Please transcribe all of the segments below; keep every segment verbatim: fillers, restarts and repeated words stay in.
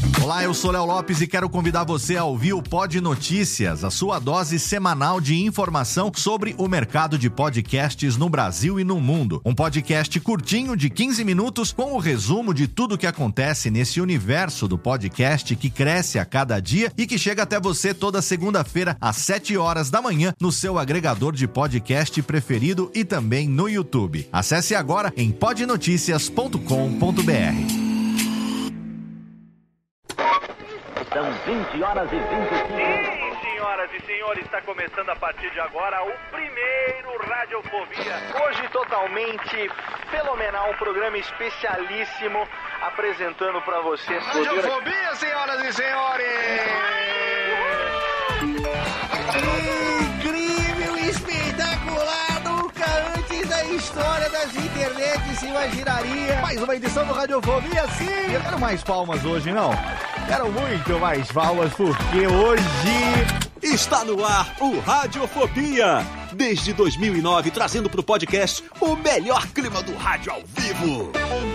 Olá, eu sou Léo Lopes e quero convidar você a ouvir o Pod Notícias, a sua dose semanal de informação sobre o mercado de podcasts no Brasil e no mundo. Um podcast curtinho de quinze minutos com o resumo de tudo que acontece nesse universo do podcast que cresce a cada dia e que chega até você toda segunda-feira às sete horas da manhã no seu agregador de podcast preferido e também no YouTube. Acesse agora em pod noticias ponto com ponto b r. São vinte horas e vinte e cinco. Sim, senhoras e senhores, está começando a partir de agora o primeiro Radiofobia. Hoje totalmente fenomenal, um programa especialíssimo apresentando para vocês. Radiofobia, senhoras e senhores! Incrível, espetacular, nunca antes da história das internets se imaginaria. Mais uma edição do Radiofobia, sim! Eu quero mais palmas hoje, não? Quero muito mais palmas, porque hoje... Está no ar o Radiofobia. Desde dois mil e nove, trazendo para o podcast o melhor clima do rádio ao vivo.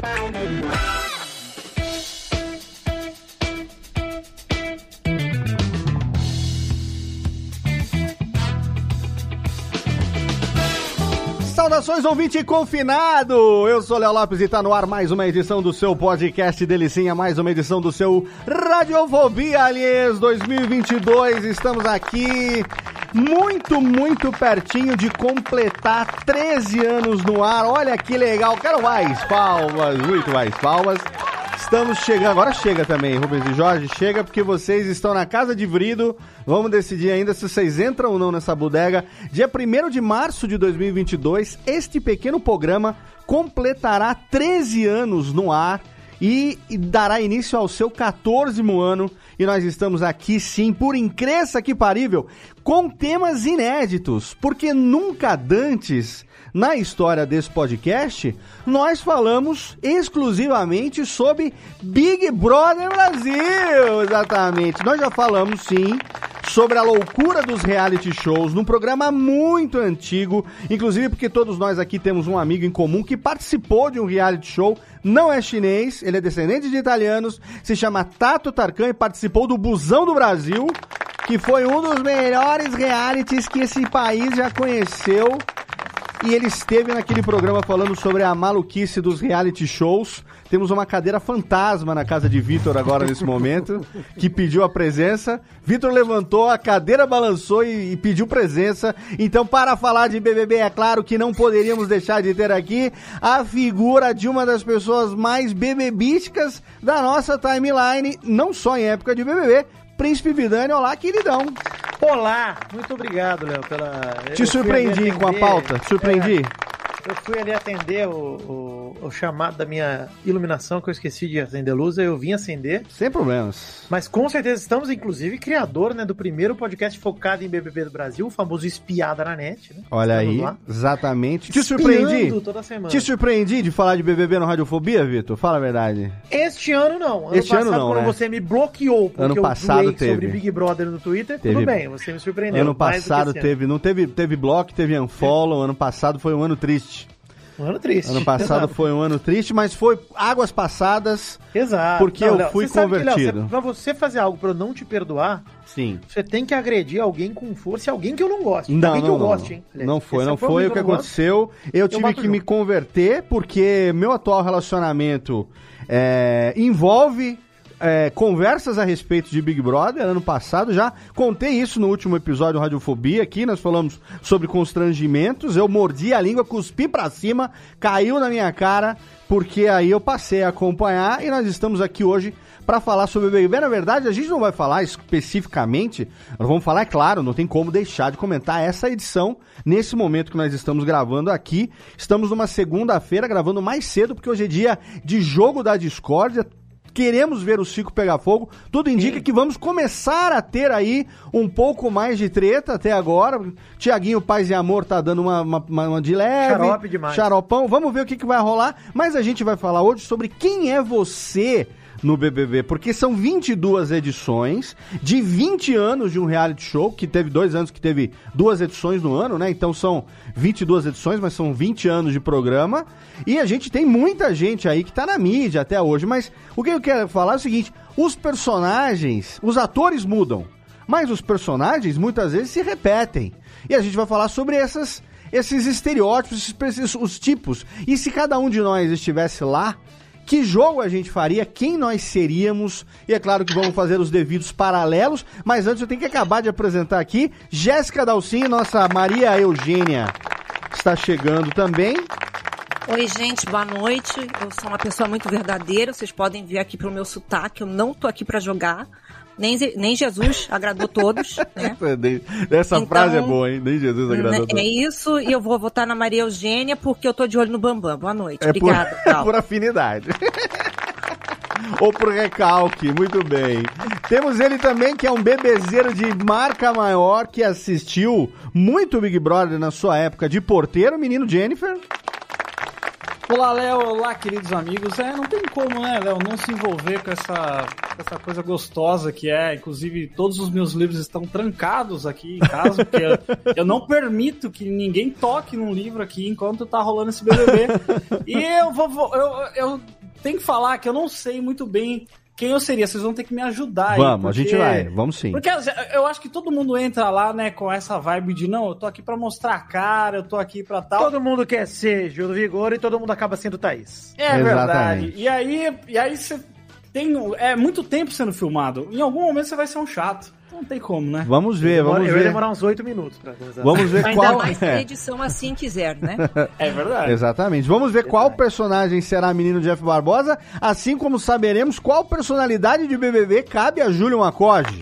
Saudações, ouvinte confinado! Eu sou Léo Lopes e tá no ar mais uma edição do seu podcast Delicinha, mais uma edição do seu Radiofobia, aliás, dois mil e vinte e dois. Estamos aqui muito, muito pertinho de completar treze anos no ar. Olha que legal, quero mais palmas, muito mais palmas. Estamos chegando, agora chega também, Rubens e Jorge, chega porque vocês estão na Casa de Vrido. Vamos decidir ainda se vocês entram ou não nessa bodega. Dia primeiro de março de dois mil e vinte e dois, este pequeno programa completará treze anos no ar e dará início ao seu quatorzº ano. E nós estamos aqui, sim, por incrível que parível, com temas inéditos, porque nunca dantes... Na história desse podcast, nós falamos exclusivamente sobre Big Brother Brasil, exatamente. Nós já falamos, sim, sobre a loucura dos reality shows, num programa muito antigo, inclusive porque todos nós aqui temos um amigo em comum que participou de um reality show, não é chinês, ele é descendente de italianos, se chama Tato Tarkan e participou do Busão do Brasil, que foi um dos melhores realities que esse país já conheceu. E ele esteve naquele programa falando sobre a maluquice dos reality shows. Temos uma cadeira fantasma na casa de Vitor agora nesse momento, que pediu a presença. Vitor levantou, a cadeira balançou e, e pediu presença. Então, para falar de B B B, é claro que não poderíamos deixar de ter aqui a figura de uma das pessoas mais bebebísticas da nossa timeline, não só em época de B B B, Príncipe Vidani. Olá, queridão. Olá, muito obrigado, Léo, pela... Te surpreendi com a pauta? Te surpreendi? É, eu fui ali atender o, o, o chamado da minha iluminação, que eu esqueci de acender a luz, eu vim acender. Sem problemas. Mas com certeza estamos, inclusive, criador, né, do primeiro podcast focado em B B B do Brasil, o famoso Espiada na Net, né? Olha estamos aí, lá. Exatamente. Te surpreendi? Toda semana. Te surpreendi de falar de B B B no Radiofobia, Vitor? Fala a verdade. Este ano não. Ano este passado, ano não, quando né? você me bloqueou porque ano passado eu teve. sobre Big Brother no Twitter, teve. Tudo bem, você me surpreendeu. Ano passado teve, não teve, teve bloco, teve unfollow, ano passado foi um ano triste. Um ano triste. Ano passado Exato. foi um ano triste, mas foi águas passadas. Exato. Porque não, eu Léo, fui você convertido. Sabe que, Léo, você, pra você fazer algo pra eu não te perdoar, sim, você tem que agredir alguém com força, alguém que eu não goste. Não, alguém não, que eu não, goste, não. hein? Aliás, não foi, não for foi alguém o que eu não aconteceu. Eu, eu tive que junto. me converter porque meu atual relacionamento é, envolve... É, conversas a respeito de Big Brother. Ano passado já contei isso no último episódio do Radiofobia aqui, nós falamos sobre constrangimentos, eu mordi a língua, cuspi pra cima, caiu na minha cara, porque aí eu passei a acompanhar e nós estamos aqui hoje para falar sobre o B B B. Na verdade, a gente não vai falar especificamente, nós vamos falar, é claro, não tem como deixar de comentar essa edição nesse momento que nós estamos gravando aqui. Estamos numa segunda-feira, gravando mais cedo, porque hoje é dia de Jogo da Discórdia. Queremos ver o circo pegar fogo. Tudo indica que vamos começar a ter aí um pouco mais de treta até agora. Tiaguinho Paz e Amor tá dando uma, uma, uma de leve. Xarope demais. Xaropão. Vamos ver o que, que vai rolar. Mas a gente vai falar hoje sobre quem é você no B B B, porque são vinte e duas edições de vinte anos de um reality show, que teve dois anos que teve duas edições no ano, né? Então são vinte e duas edições, mas são vinte anos de programa. E a gente tem muita gente aí que tá na mídia até hoje. Mas o que eu quero falar é o seguinte: os personagens, os atores mudam, mas os personagens muitas vezes se repetem. E a gente vai falar sobre essas, esses estereótipos, esses, os tipos. E se cada um de nós estivesse lá, que jogo a gente faria, quem nós seríamos, e é claro que vamos fazer os devidos paralelos, mas antes eu tenho que acabar de apresentar aqui Jéssica Dalcin, nossa Maria Eugênia está chegando também. Oi, gente, boa noite, eu sou uma pessoa muito verdadeira, vocês podem ver aqui pelo meu sotaque, eu não tô aqui pra jogar, nem, nem Jesus agradou todos, né? Essa então, frase é boa, hein? Nem Jesus agradou todos. É isso, e eu vou votar na Maria Eugênia porque eu tô de olho no Bambam. Boa noite, é obrigada. Por, é por afinidade. Ou por recalque, muito bem. Temos ele também, que é um bebezeiro de marca maior, que assistiu muito Big Brother na sua época de porteiro, menino Jennifer. Olá, Léo. Olá, queridos amigos. É, não tem como, né, Léo, não se envolver com essa, com essa coisa gostosa que é. Inclusive, todos os meus livros estão trancados aqui em casa, porque eu, eu não permito que ninguém toque num livro aqui enquanto tá rolando esse B B B. E eu vou, vou eu, eu tenho que falar que eu não sei muito bem quem eu seria, vocês vão ter que me ajudar aí. Vamos, porque... a gente vai, vamos sim. Porque eu acho que todo mundo entra lá, né, com essa vibe de, não, eu tô aqui pra mostrar a cara, eu tô aqui pra tal. Todo mundo quer ser Gil do Vigor e todo mundo acaba sendo Thaís. É verdade. E aí, e aí você tem, é muito tempo sendo filmado. Em algum momento você vai ser um chato. Não tem como, né? Vamos ver, vamos eu ver. Eu ia demorar uns oito minutos pra começar. Vamos ver Ainda qual... mais que a edição assim quiser, né? É verdade. Exatamente. Vamos ver verdade. Qual personagem será menino Jeff Barbosa, assim como saberemos qual personalidade de B B B cabe a Júlio Macode.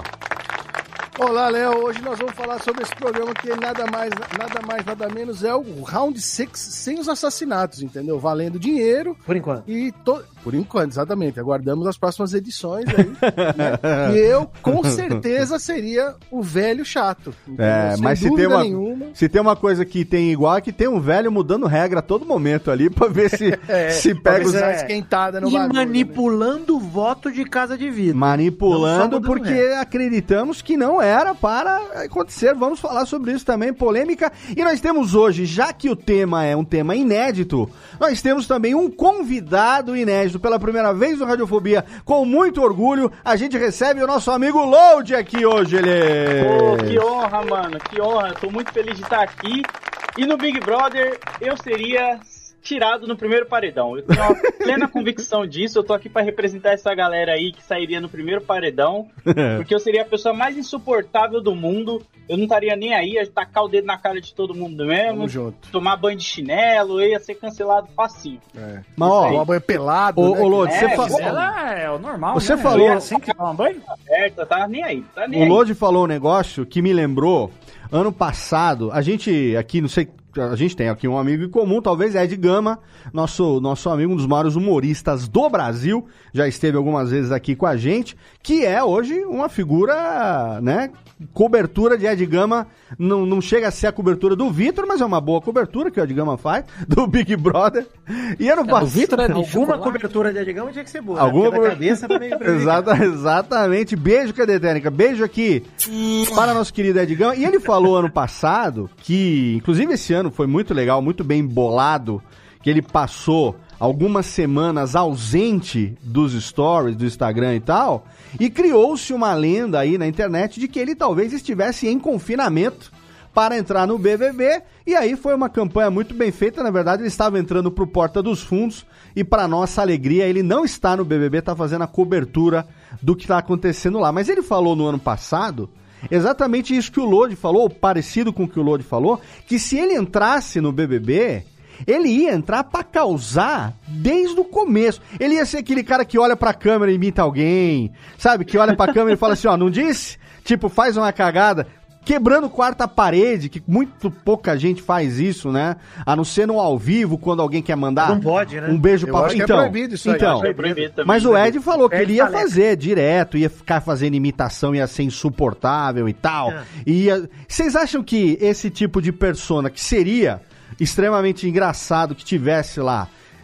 Olá, Léo. Hoje nós vamos falar sobre esse programa que nada mais, nada mais, nada menos é o Round seis sem os assassinatos, entendeu? Valendo dinheiro. Por enquanto. E to... Por enquanto, exatamente. Aguardamos as próximas edições aí. Né? E eu, com certeza, seria o velho chato. Entendeu? É, sem mas se tem, uma, nenhuma. se tem uma coisa que tem igual, é que tem um velho mudando regra a todo momento ali pra ver se, é, se pega os... É. esquentada no e bagulho, manipulando o né? voto de casa de vida. Manipulando porque acreditamos que não era para acontecer. Vamos falar sobre isso também, polêmica. E nós temos hoje, já que o tema é um tema inédito, nós temos também um convidado inédito. Pela primeira vez no Radiofobia, com muito orgulho, a gente recebe o nosso amigo Load aqui hoje, ele. Oh, que honra, mano, que honra. Tô muito feliz de estar aqui. E no Big Brother, eu seria tirado no primeiro paredão. Eu tenho uma plena convicção disso. Eu tô aqui pra representar essa galera aí que sairia no primeiro paredão, porque eu seria a pessoa mais insuportável do mundo. Eu não estaria nem aí, ia tacar o dedo na cara de todo mundo mesmo, tomar banho de chinelo, eu ia ser cancelado facinho. É. Mas ó, tomar banho pelado, ô, né? Ô, Lodi, é, você falou... É, é o normal, Você né? falou... É assim que toma banho? Aberta, tá nem aí, tá nem o aí. Lodi falou um negócio que me lembrou, ano passado, a gente aqui, não sei... A gente tem aqui um amigo em comum, talvez Ed Gama, nosso, nosso amigo, um dos maiores humoristas do Brasil, já esteve algumas vezes aqui com a gente, que é hoje uma figura, né, cobertura de Ed Gama, não, não chega a ser a cobertura do Vitor, mas é uma boa cobertura que o Ed Gama faz, do Big Brother. E ano passado... O Vitor, né, alguma cobertura de Ed Gama tinha que ser boa, alguma né? Cobertura... cabeça pra meio Exata, Exatamente. Beijo, Cadê Técnica? Beijo aqui para nosso querido Ed Gama. E ele falou ano passado que, inclusive esse ano, foi muito legal, muito bem bolado, que ele passou algumas semanas ausente dos stories, do Instagram e tal, e criou-se uma lenda aí na internet de que ele talvez estivesse em confinamento para entrar no B B B, e aí foi uma campanha muito bem feita. Na verdade, ele estava entrando pro Porta dos Fundos, e para nossa alegria, ele não está no B B B, está fazendo a cobertura do que está acontecendo lá. Mas ele falou no ano passado exatamente isso que o Lodi falou, parecido com o que o Lodi falou, que se ele entrasse no B B B, ele ia entrar pra causar desde o começo. Ele ia ser aquele cara que olha pra câmera e imita alguém, sabe? Que olha pra câmera e fala assim, ó, não disse? Tipo, faz uma cagada, quebrando quarta parede, que muito pouca gente faz isso, né? A não ser no ao vivo, quando alguém quer mandar não pode, né? um beijo Eu pra... acho Então, que é proibido isso aí. então, É proibido também, mas o Ed falou que Ed ele ia Taleca. fazer direto, ia ficar fazendo imitação, ia ser insuportável e tal. É. Ia... Vocês acham que esse tipo de persona, que seria extremamente engraçado que tivesse lá,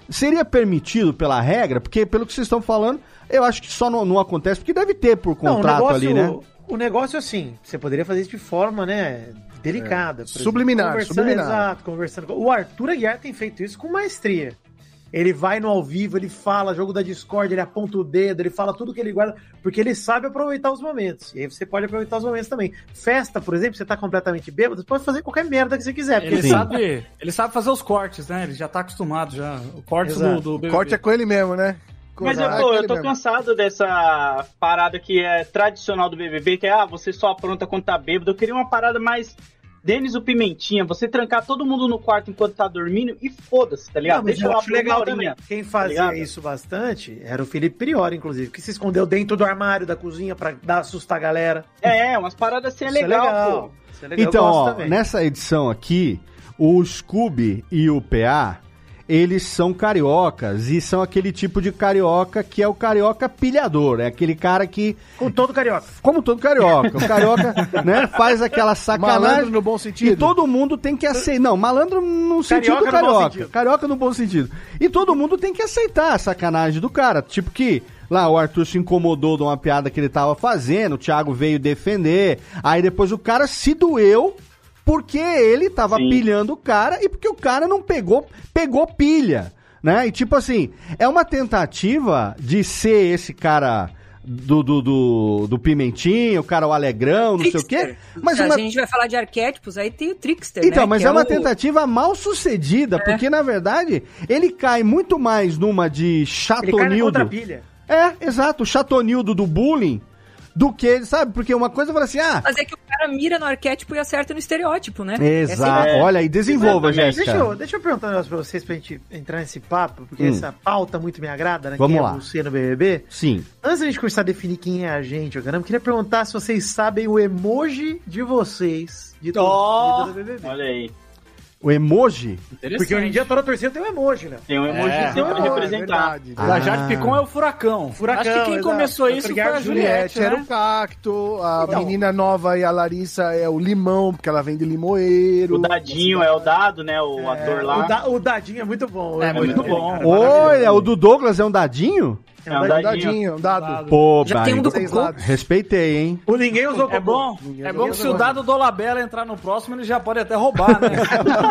seria permitido pela regra? Porque pelo que vocês estão falando, eu acho que só não, não acontece, porque deve ter por contrato não, o negócio, ali, né? O negócio, assim, você poderia fazer isso de forma, né, delicada. É. Subliminar, subliminar. Exato, conversando. Com... O Arthur Aguiar tem feito isso com maestria. Ele vai no ao vivo, ele fala jogo da Discord, ele aponta o dedo, ele fala tudo que ele guarda, porque ele sabe aproveitar os momentos. E aí você pode aproveitar os momentos também. Festa, por exemplo, você tá completamente bêbado, você pode fazer qualquer merda que você quiser. Ele sabe, ele sabe fazer os cortes, né? Ele já tá acostumado já. O corte do, do B B B. O corte é com ele mesmo, né? Mas eu tô, eu tô cansado dessa parada que é tradicional do B B B, que é, ah, você só apronta quando tá bêbado. Eu queria uma parada mais Denis o Pimentinha, você trancar todo mundo no quarto enquanto tá dormindo e foda-se, tá ligado? Não, Deixa eu lá acho legal também. Quem fazia tá isso bastante era o Felipe Priori, inclusive, que se escondeu dentro do armário da cozinha pra dar, assustar a galera. É, umas paradas assim é Isso legal, é legal. pô. Isso é legal. Então, ó, nessa edição aqui, o Scooby e o P A, eles são cariocas, e são aquele tipo de carioca que é o carioca pilhador, é aquele cara que... Como todo carioca. Como todo carioca. O carioca, né, faz aquela sacanagem... Malandro no bom sentido. E todo mundo tem que aceitar... Não, malandro no sentido Carioca no carioca. bom sentido. Carioca no bom sentido. E todo mundo tem que aceitar a sacanagem do cara. Tipo que... Lá, o Arthur se incomodou de uma piada que ele tava fazendo, o Thiago veio defender, aí depois o cara se doeu... Porque ele tava Sim. pilhando o cara e porque o cara não pegou, pegou pilha, né? E tipo assim, é uma tentativa de ser esse cara do, do, do, do Pimentinho, o cara o Alegrão, não sei o quê. Mas Se uma... a gente vai falar de arquétipos, aí tem o Trickster, Então, né? mas que é uma o... tentativa mal sucedida, é. porque na verdade ele cai muito mais numa de chatonildo. Ele cai na contrapilha. É, exato, o chatonildo do bullying. Do que, sabe? Porque uma coisa fala assim, ah... Mas é que o cara mira no arquétipo e acerta no estereótipo, né? Exato. É. Olha aí, desenvolva, Jéssica. Deixa eu, deixa eu perguntar um negócio pra vocês, pra gente entrar nesse papo, porque hum. essa pauta muito me agrada, né? Vamos quem lá. é você no B B B. Sim. Antes da gente começar a definir quem é a gente, eu queria perguntar se vocês sabem o emoji de vocês de torcida do B B B. Olha aí. O emoji? Porque hoje em dia toda torcida tem um emoji, né? Tem um emoji é, tem pra representar. É ah. A Jade Picon é o furacão. furacão. Acho que quem exato. começou isso foi a Juliette, né? Era o cacto, a então, menina nova e a Larissa é o limão, porque ela vem de Limoeiro. O Dadinho é o Dado, né? O é, ator lá. O, da, o Dadinho é muito bom. É, é muito, muito bom. Olha, o do Douglas é um dadinho? É um dadinho, dadinho, um dado. Pô, já tem um do respeitei, hein? O ninguém usou É bom, ninguém é bom que se o dado do Dolabella entrar no próximo, ele já pode até roubar, né?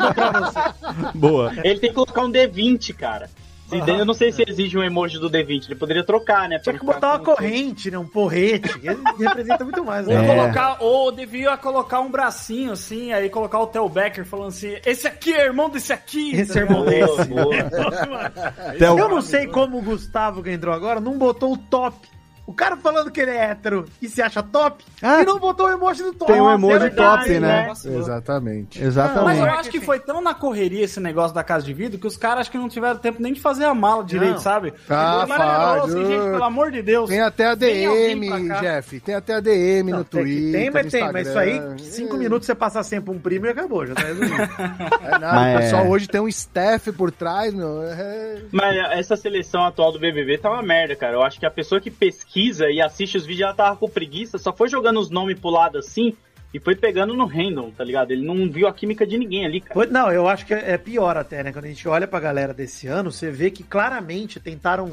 Boa. Ele tem que colocar um D vinte, cara. Uhum. Eu não sei se exige um emoji do D vinte, ele poderia trocar, né? Tinha que botar uma corrente, né? Um porrete. Ele representa muito mais. Né? Ou, colocar, ou devia colocar um bracinho assim, aí colocar o Theo Becker falando assim: esse aqui é irmão desse aqui. Esse é irmão desse. Theo... Eu não sei como o Gustavo que entrou agora não botou o top. O cara falando que ele é hétero e se acha top, ah, e não botou o emoji do top. Tem um emoji é top, né? né? Exatamente. Exatamente. Mas eu acho que foi tão na correria esse negócio da casa de vidro que os caras acho que não tiveram tempo nem de fazer a mala direito, não. sabe? Ah, faz. Assim, gente, pelo amor de Deus. Tem até a D M, Jeff. Tem até a D M não, no tem, Twitter. Tem, mas tem. Mas isso aí, cinco é. minutos você passa sempre um primo e acabou. Já tá resolvido. É nada, mas o pessoal é. hoje tem um staff por trás, meu. É... Mas essa seleção atual do B B B tá uma merda, cara. Eu acho que a pessoa que pesquisa e assiste os vídeos, ela tava com preguiça, só foi jogando os nomes pro lado assim e foi pegando no random, tá ligado? Ele não viu a química de ninguém ali, cara. Não, eu acho que é pior até, né? Quando a gente olha pra galera desse ano, você vê que claramente tentaram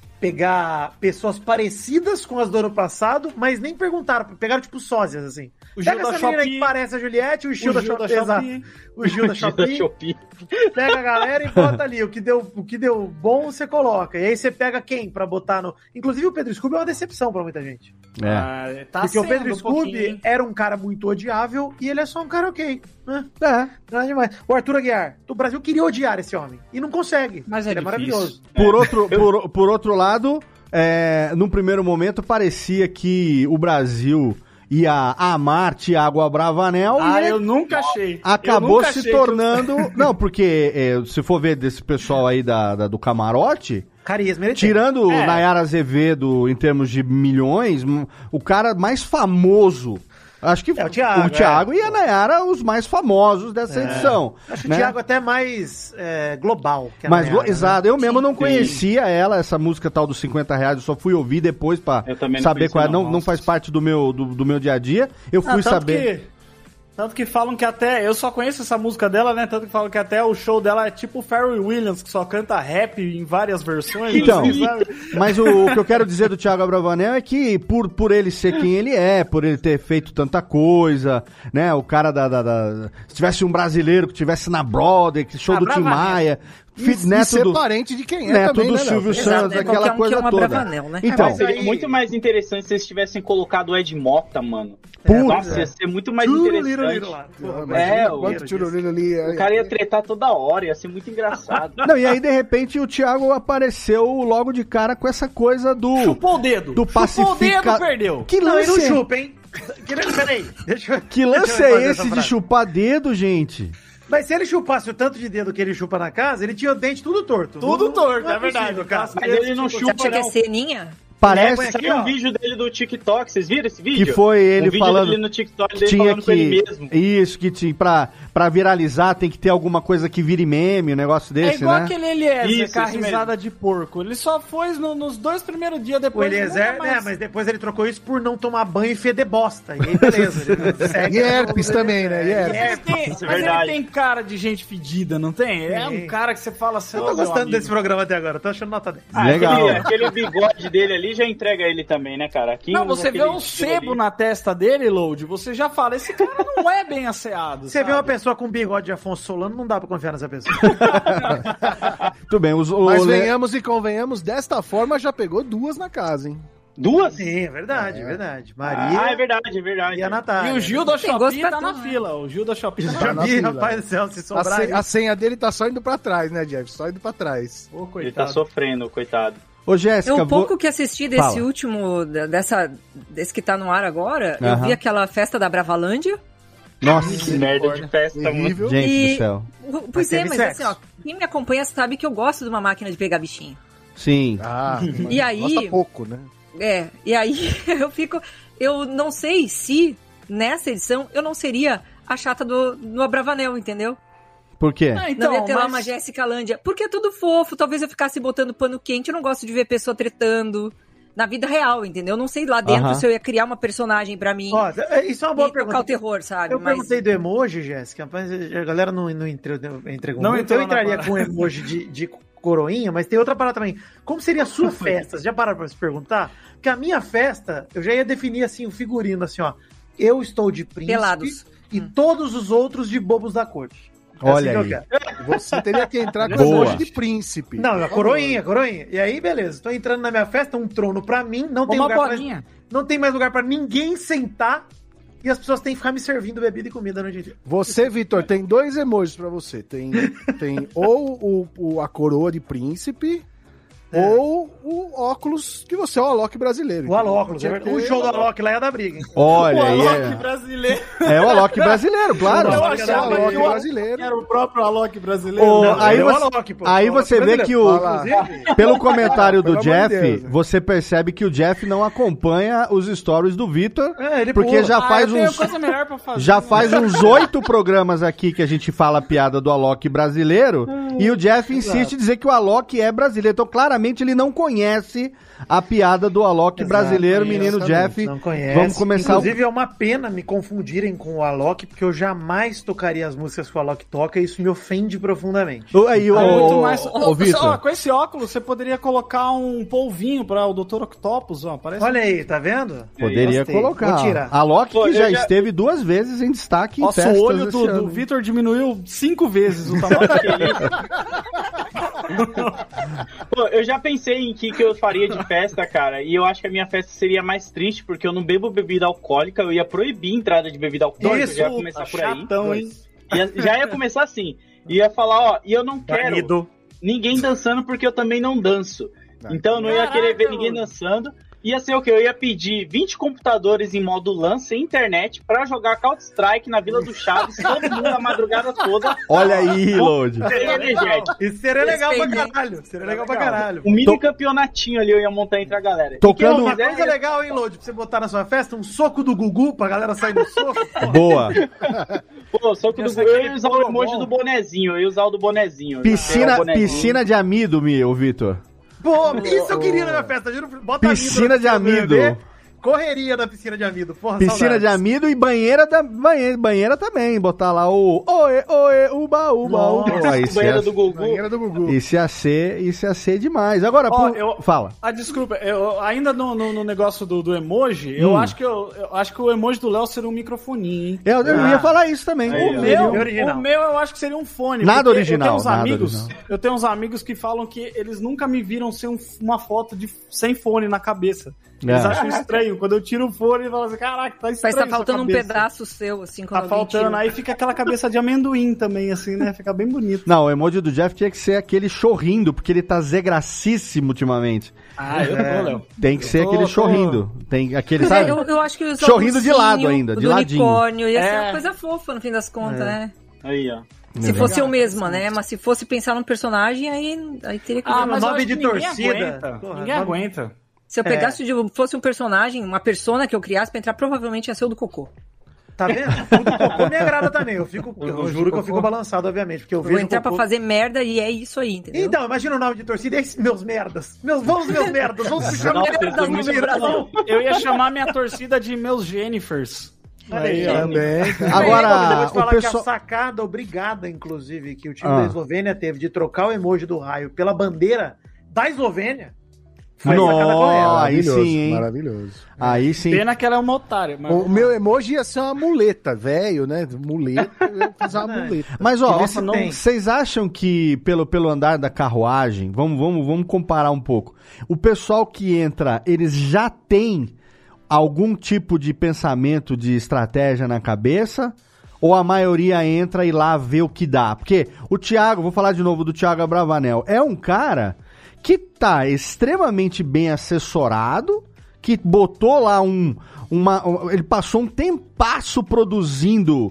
pegar pessoas parecidas com as do ano passado, mas nem perguntaram, pegaram tipo sósias, assim. O Gil Pega da essa menina Shopee, que parece a Juliette, o Gil o da, Gil Shopee, da exato. Shopee. O Gil da Shopee. Shopee. Pega a galera e bota ali. O que deu, o que deu bom, você coloca. E aí você pega quem pra botar no... Inclusive o Pedro Scooby é uma decepção pra muita gente. É. Ah, tá Porque o Pedro um Scooby era um cara muito odiável e ele é só um cara ok. Né? É, nada demais. O Arthur Aguiar, o Brasil queria odiar esse homem. E não consegue. Mas é ele difícil. é maravilhoso. Por outro, por, por outro lado, é, num primeiro momento parecia que o Brasil ia amar Thiago Abravanel. Ah, e eu nunca achei. Acabou nunca se achei tornando... Eu... Não, porque é, se for ver desse pessoal aí da, da do camarote... Carisma, ele tirando é. Nayara Azevedo em termos de milhões, o cara mais famoso... Acho que é, o Thiago, o Thiago é. e a Nayara os mais famosos dessa é. edição. Acho né? o Thiago até mais é, global que a mais Nayara, exato, né? eu mesmo não Sim. conhecia ela, essa música tal dos cinquenta reais, eu só fui ouvir depois pra saber qual é. Não, não, não faz parte do meu, do, do meu dia a dia. Eu fui ah, saber. Que... Tanto que falam que até... Eu só conheço essa música dela, né? Tanto que falam que até o show dela é tipo o Pharrell Williams, que só canta rap em várias versões. Então, assim, sabe? mas o, o que eu quero dizer do Thiago Abravanel é que por, por ele ser quem ele é, por ele ter feito tanta coisa, né? O cara da... da, da se tivesse um brasileiro que tivesse na Broadway, que show do Tim Maia... E, neto e ser do, parente de quem é neto também, do né, Silvio Santos, aquela um coisa é toda. Bravanel, né? Então, mas seria muito mais interessante se eles tivessem colocado o Ed Mota, mano. Puta. Nossa, ia ser muito mais interessante. É, o, ali, o cara ia tretar toda hora, ia ser muito engraçado. Não, e aí, de repente, o Thiago apareceu logo de cara com essa coisa do... Chupou o dedo. Do pacifica... Chupou o dedo, perdeu. Que não, lance ele não é... chupa, hein? Peraí, deixa eu... Que lance deixa eu é esse de chupar dedo, gente? Mas se ele chupasse o tanto de dedo que ele chupa na casa, ele tinha o dente tudo torto. Tudo não, torto, não é, é verdade. Possível, cara. Mas ele não chupa, Você acha que é não. ceninha? Parece que é um vídeo dele do TikTok, vocês viram esse vídeo? que foi ele um vídeo falando dele no TikTok que dele tinha falando que com ele mesmo. isso que tinha pra, pra viralizar tem que ter alguma coisa que vire meme, um negócio desse, é igual né? aquele Eliezer, Isso, com a isso risada mesmo. de porco. Ele só foi no, nos dois primeiros dias O depois. Eliezer, nunca né? mais. Mas depois ele trocou isso por não tomar banho e feder bosta. E aí, beleza. Ele segue E herpes também, né? E herpes. Ele tem, Isso é mas verdade. ele tem cara de gente fedida, não tem? É um cara que você fala assim, Eu ô, tô meu gostando amigo. desse programa até agora, tô achando nota dez. Ah, Legal. Aquele, aquele bigode dele ali já entrega ele também, né, cara? Aqui Não, você vê naquele um estilo sebo ali. na testa dele, Load, você já fala, esse cara não é bem asseado. Você sabe? vê uma pessoa com bigode de Afonso Solano, não dá pra confiar nessa pessoa. Tudo bem, os, o Mas Le- venhamos e convenhamos, desta forma já pegou duas na casa, hein? Duas? Sim, é verdade, é verdade. Maria Ah, é verdade, é verdade. e a Natália. E o Gil da Tem gosto Shopee pra tá na tudo, né? fila. O Gil da Shopee tá na Já fila. na vi, fila. rapaz do céu, se A, sobrar se- aí. a senha dele tá só indo pra trás, né, Jeff? Só indo pra trás. Ô, Ele coitado. tá sofrendo, coitado. Ô, Jéssica, Eu, o pouco vou- que assisti desse Fala. último, da- dessa, desse que tá no ar agora, eu Aham. vi aquela festa da Bravalândia. Nossa, Que merda de festa, mano. Terrível. gente E- do céu. Pois Mas é, teve mas sexo. assim, ó, quem me acompanha sabe que eu gosto de uma máquina de pegar bichinho. Sim. Ah, E aí- gosta pouco, né? É, e aí eu fico. Eu não sei se nessa edição eu não seria a chata do, do Abravanel, entendeu? Por quê? Ah, então, não ia ter lá mas- uma Jéssica Lândia. Porque é tudo fofo, talvez eu ficasse botando pano quente, eu não gosto de ver pessoa tretando na vida real, entendeu? Eu não sei lá dentro Aham. se eu ia criar uma personagem pra mim Ó, isso é uma boa e tocar pergunta. o terror, sabe? Eu Mas perguntei do emoji, Jéssica, mas a galera não, não entre- entregou. Não muito. entrou Eu na entraria parada. com emoji de, de coroinha, mas tem outra parada também. Como seria a sua festa? Você já pararam pra se perguntar? Porque a minha festa, eu já ia definir assim o figurino, assim, ó. Eu estou de príncipe Pelados. e todos os outros de bobos da corte. É Olha assim que aí. eu quero. Você teria que entrar com Boa. emoji de príncipe. Não, a Por favor. coroinha, a coroinha. E aí, beleza. Tô entrando na minha festa, um trono pra mim, não tem Uma lugar pra, bolinha. não tem mais lugar pra ninguém sentar e as pessoas têm que ficar me servindo bebida e comida no dia inteiro. Você, Vitor, tem dois emojis pra você. Tem, tem ou o, o- a coroa de príncipe, ou o óculos que você é o Alok brasileiro. O Alok, Tinha que o ter show do Alok. Alok lá é da briga, hein? Olha, O aí Alok brasileiro. é, é o Alok brasileiro, claro. Eu Alok achava Alok que o brasileiro. era o próprio Alok brasileiro. Ô, Não, aí ele é o você, Alok, pô. aí O Alok você vê brasileiro. que o, Olha lá. pelo comentário do Pelo amor de Jeff, Deus. você percebe que o Jeff não acompanha os stories do Vitor, É, ele porque pula. já Ah, faz eu tenho uns coisa melhor pra fazer. já né? faz uns oito programas aqui que a gente fala a piada do Alok brasileiro e o Jeff insiste em dizer que o Alok é brasileiro. Então, claramente, ele não conhece a piada do Alok Exato, brasileiro, menino exatamente, Jeff. Não conhece. Vamos começar. Inclusive, é uma pena me confundirem com o Alok, porque eu jamais tocaria as músicas que o Alok toca e isso me ofende profundamente. o... Aí, o, É muito o, mais... o, Ó, ó, Vitor. com esse óculos, você poderia colocar um polvinho para o doutor Octopus, ó. Parece... Olha aí, tá vendo? Poderia Gostei. colocar. Vou tirar. Alok Pô, que eu já, já- esteve duas vezes em destaque em Nossa, festas o olho esse do, ano. do Vitor diminuiu cinco vezes o tamanho dele. Pô, eu já pensei em que, que eu faria de festa, cara, e eu acho que a minha festa seria mais triste, porque eu não bebo bebida alcoólica, eu ia proibir a entrada de bebida alcoólica, Isso, já ia começar por aí. Chatão, hein? Ia- já ia começar assim, ia falar, ó, e eu não quero Banido. ninguém dançando porque eu também não danço. Então eu não ia querer ver ninguém dançando. Ia ser o quê? Eu ia pedir vinte computadores em modo LAN sem internet pra jogar Counter-Strike na Vila do Chaves, todo mundo a madrugada toda. Olha aí, Load. Seria energético. Isso seria legal pra Respeitei. caralho. Seria legal pra caralho. Um mini campeonatinho ali eu ia montar entre a galera. Tocando- E quem Uma quiser, coisa legal, hein, Load, pra você botar na sua festa, um soco do Gugu pra galera sair do soco. Boa. Pô, só que do, Essa eu aqui ia usar é o bom, emoji bom. do bonezinho, eu ia usar o do bonezinho. Eu ia pegar Piscina, o bonezinho. piscina de amido, meu, Vitor. Pô, isso eu queria na minha festa, juro. Bota Piscina amido de no seu amido. bebê, correria na piscina de amido. Porra, Piscina saudades. de amido e banheira, da, banheira, banheira também. Botar lá o oe, oe, uba, uba, Nossa, uba. Ó, isso banheira ia, do Gugu. Banheira do Gugu. isso ia ser, isso ia ser demais. Agora, Ó, por- eu- fala. Ah, desculpa, eu, ainda no, no, no negócio do, do emoji, eu, Hum. acho que eu, eu acho que o emoji do Léo seria um microfoninho, hein? Eu, eu Ah. ia falar isso também. O ó. meu, Original. o meu eu acho que seria um fone. Nada porque original, Eu tenho uns nada amigos, original. eu tenho uns amigos que falam que eles nunca me viram sem um- uma foto de, sem fone na cabeça. Eles É. acham estranho. Quando eu tiro o fone, eles falam assim, caraca, tá estranho. Parece que tá essa faltando um cabeça." pedaço seu, assim, quando Tá alguém faltando, tira. aí fica aquela cabeça de amendoim também, assim, né? Fica bem bonito. Não, o emoji do Jeff tinha que ser aquele chorrindo, porque ele tá zegracíssimo ultimamente. Ah, eu tô, Léo. Tem que ser tô- aquele tô- chorrindo. Tem aquele, Mas sabe? é, eu, eu acho que o Chorrindo de ursinho, lado ainda, de do ladinho. unicórnio ia ser É. uma coisa fofa, no fim das contas, né? Aí, ó. Se fosse eu mesma, né? Mas se fosse pensar num personagem, aí, aí teria que Ah, ver. mas nome eu acho de que ninguém torcida. aguenta. Porra, ninguém nome- aguenta. Se eu pegasse, de, fosse um personagem, uma persona que eu criasse pra entrar, provavelmente ia ser o do Cocô. Tá vendo? O do Cocô me agrada também. Eu, fico, eu juro que eu fico balançado, obviamente. Porque eu Eu vejo vou entrar o Cocô... pra fazer merda e é isso aí, entendeu? Então, imagina o nome de torcida. Esses meus merdas. Meus, vamos, meus merdas. Vamos puxar Nossa, merda eu tô no muito Brasil. Eu ia chamar minha torcida de meus Jennifers. Aí, Também. Agora, eu vou te o falar que pessoal- a sacada obrigada, inclusive, que o time Ah. da Eslovênia teve de trocar o emoji do raio pela bandeira da Eslovênia, foi a sacada correta. Nossa, aí Maravilhoso, sim, hein? Maravilhoso. Aí sim. Pena que ela é uma otária. Mas... O meu emoji ia ser uma muleta, velho, né? Muleta, eu ia fazer uma muleta. Mas, ó, Nossa, não- tem. vocês acham que pelo, pelo andar da carruagem, vamos, vamos, vamos comparar um pouco, o pessoal que entra, eles já têm algum tipo de pensamento, de estratégia na cabeça? Ou a maioria entra e lá vê o que dá? Porque o Thiago, vou falar de novo do Thiago Abravanel, é um cara que tá extremamente bem assessorado, que botou lá um... Uma, um- ele passou um tempasso produzindo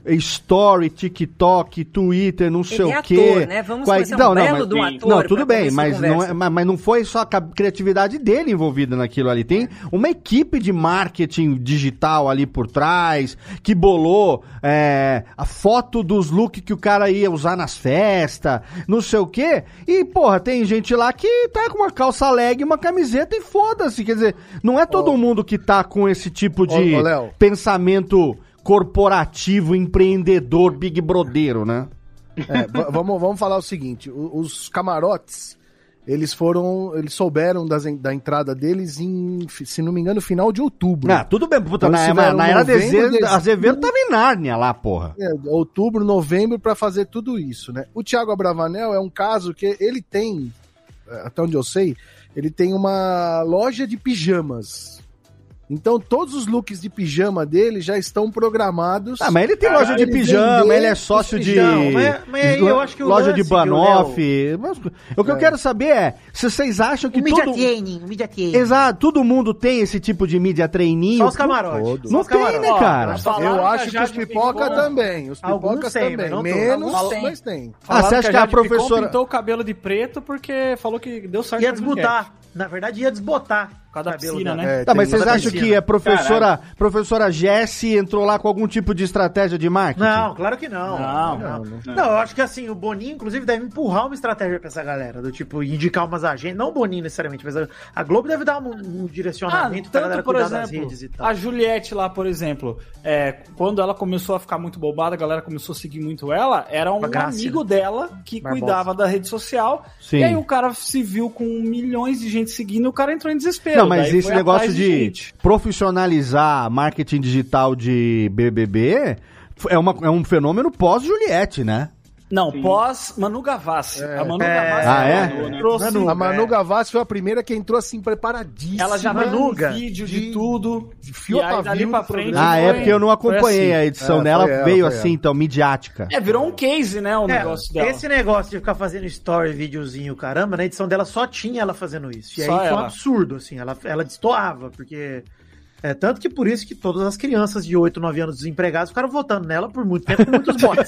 story, TikTok, Twitter, não sei Ele é o quê. ator, né? Vamos Qual- conhecer um não, não, belo mas- de um ator Não, tudo pra bem, começo de mas não, conversa. é, mas mas não foi só a ca- criatividade dele envolvida naquilo ali. Tem uma equipe de marketing digital ali por trás, que bolou é, a foto dos looks que o cara ia usar nas festas, não sei o quê. E, porra, tem gente lá que tá com uma calça leg, uma camiseta e foda-se. Quer dizer, não é todo mundo que tá com esse tipo de Ô, ô, Léo. pensamento corporativo, empreendedor, big brodeiro, né? É, v- vamos, vamos falar o seguinte: o- os camarotes, eles foram, eles souberam das en- da entrada deles em, fi- se não me engano, final de outubro. Ah, tudo bem, puta, Então, na, eles na, tiveram na era novembro, Azevedo, dezembro. Azevedo tava em Nárnia lá, porra. É, outubro, novembro, pra fazer tudo isso, né? O Thiago Abravanel é um caso que ele tem, até onde eu sei, ele tem uma loja de pijamas. Então todos os looks de pijama dele já estão programados. Ah, mas ele tem pra loja de ele pijama, vender ele é sócio os de. pijama, mas- mas aí eu acho que o loja lance de que Banoff. Mas o que eu quero saber é se vocês acham que O media todo. training, o media training. Exato, todo mundo tem esse tipo de mídia trainee. Só os camarotes. Todos. Só Não os tem, camarotes. né, cara? Falaram Eu que a acho que os Jade pipoca Picon- também. Os Alguns pipocas têm, também. mas não Menos, todos. Alguns mas tem. Ah, você acha que a Jade Picon professora- pintou o cabelo de preto porque falou que deu certo Ia na Juliette. desbotar. Na verdade, ia desbotar. Por causa da o cabelo piscina, dela. né? É, Tá, tem- mas vocês toda acham piscina. que a professora, professora Jessie entrou lá com algum tipo de estratégia de marketing? Não, claro que não. Não, não, não. eu acho que assim, o Boninho, inclusive, deve empurrar uma estratégia pra essa galera, do tipo, indicar umas agências, não o Boninho necessariamente, mas a, a Globo deve dar um, um Ah, direcionamento pra galera tanto, por cuidar das exemplo, redes e tal. a Juliette lá, por exemplo, é, quando ela começou a ficar muito bobada, a galera começou a seguir muito ela, era um Uma Grácia, amigo né? dela que Barbosa. cuidava da rede social, Sim. e aí o cara se viu com milhões de gente seguindo e o cara entrou em desespero. Não, mas daí esse foi negócio atrás de, gente. profissionalizar marketing digital de B B B é, uma, é um fenômeno pós-Juliette, né? Não, pós Manu Gavassi. A Manu É. Gavassi Ah, é? ela entrou assim, Manu, A Manu É. Gavassi foi a primeira que entrou assim, preparadíssima. ela já Manuga, mandou um vídeo de, de- tudo. de fio e a aí pavio dali pra do frente. programa. Ah, é foi- porque eu não foi acompanhei assim. a edição É, dela, foi ela, veio foi assim, ela. então, midiática. É, virou um case, né, o É, negócio dela. esse negócio de ficar fazendo story, videozinho, caramba, na edição dela só tinha ela fazendo isso. E aí Só foi um ela. absurdo, assim, ela, ela destoava, porque... É, tanto que por isso que todas as crianças de oito, nove anos desempregadas ficaram votando nela por muito tempo com muitos bots.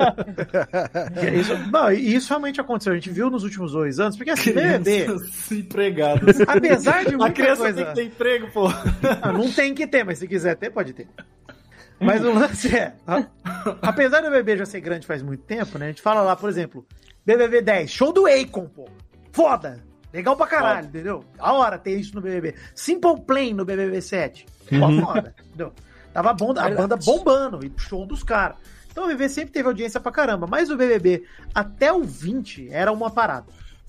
E isso, não, e isso realmente aconteceu. A gente viu nos últimos dois anos, porque assim, B B B, Empregados. apesar de A muita criança coisa... tem que ter emprego, pô. Ah, não tem que ter, mas se quiser ter, pode ter. Mas o lance é, a- apesar do B B B já ser grande faz muito tempo, né? A gente fala lá, por exemplo, B B B dez, show do Akon, pô. Foda. Legal pra caralho, entendeu? A hora tem isso no B B B. Simple Plan no B B B sete. Uhum. Foda, entendeu? Tava bom, a banda bombando, e show dos caras. Então o B B B sempre teve audiência pra caramba. Mas o B B B até o vinte era uma parada.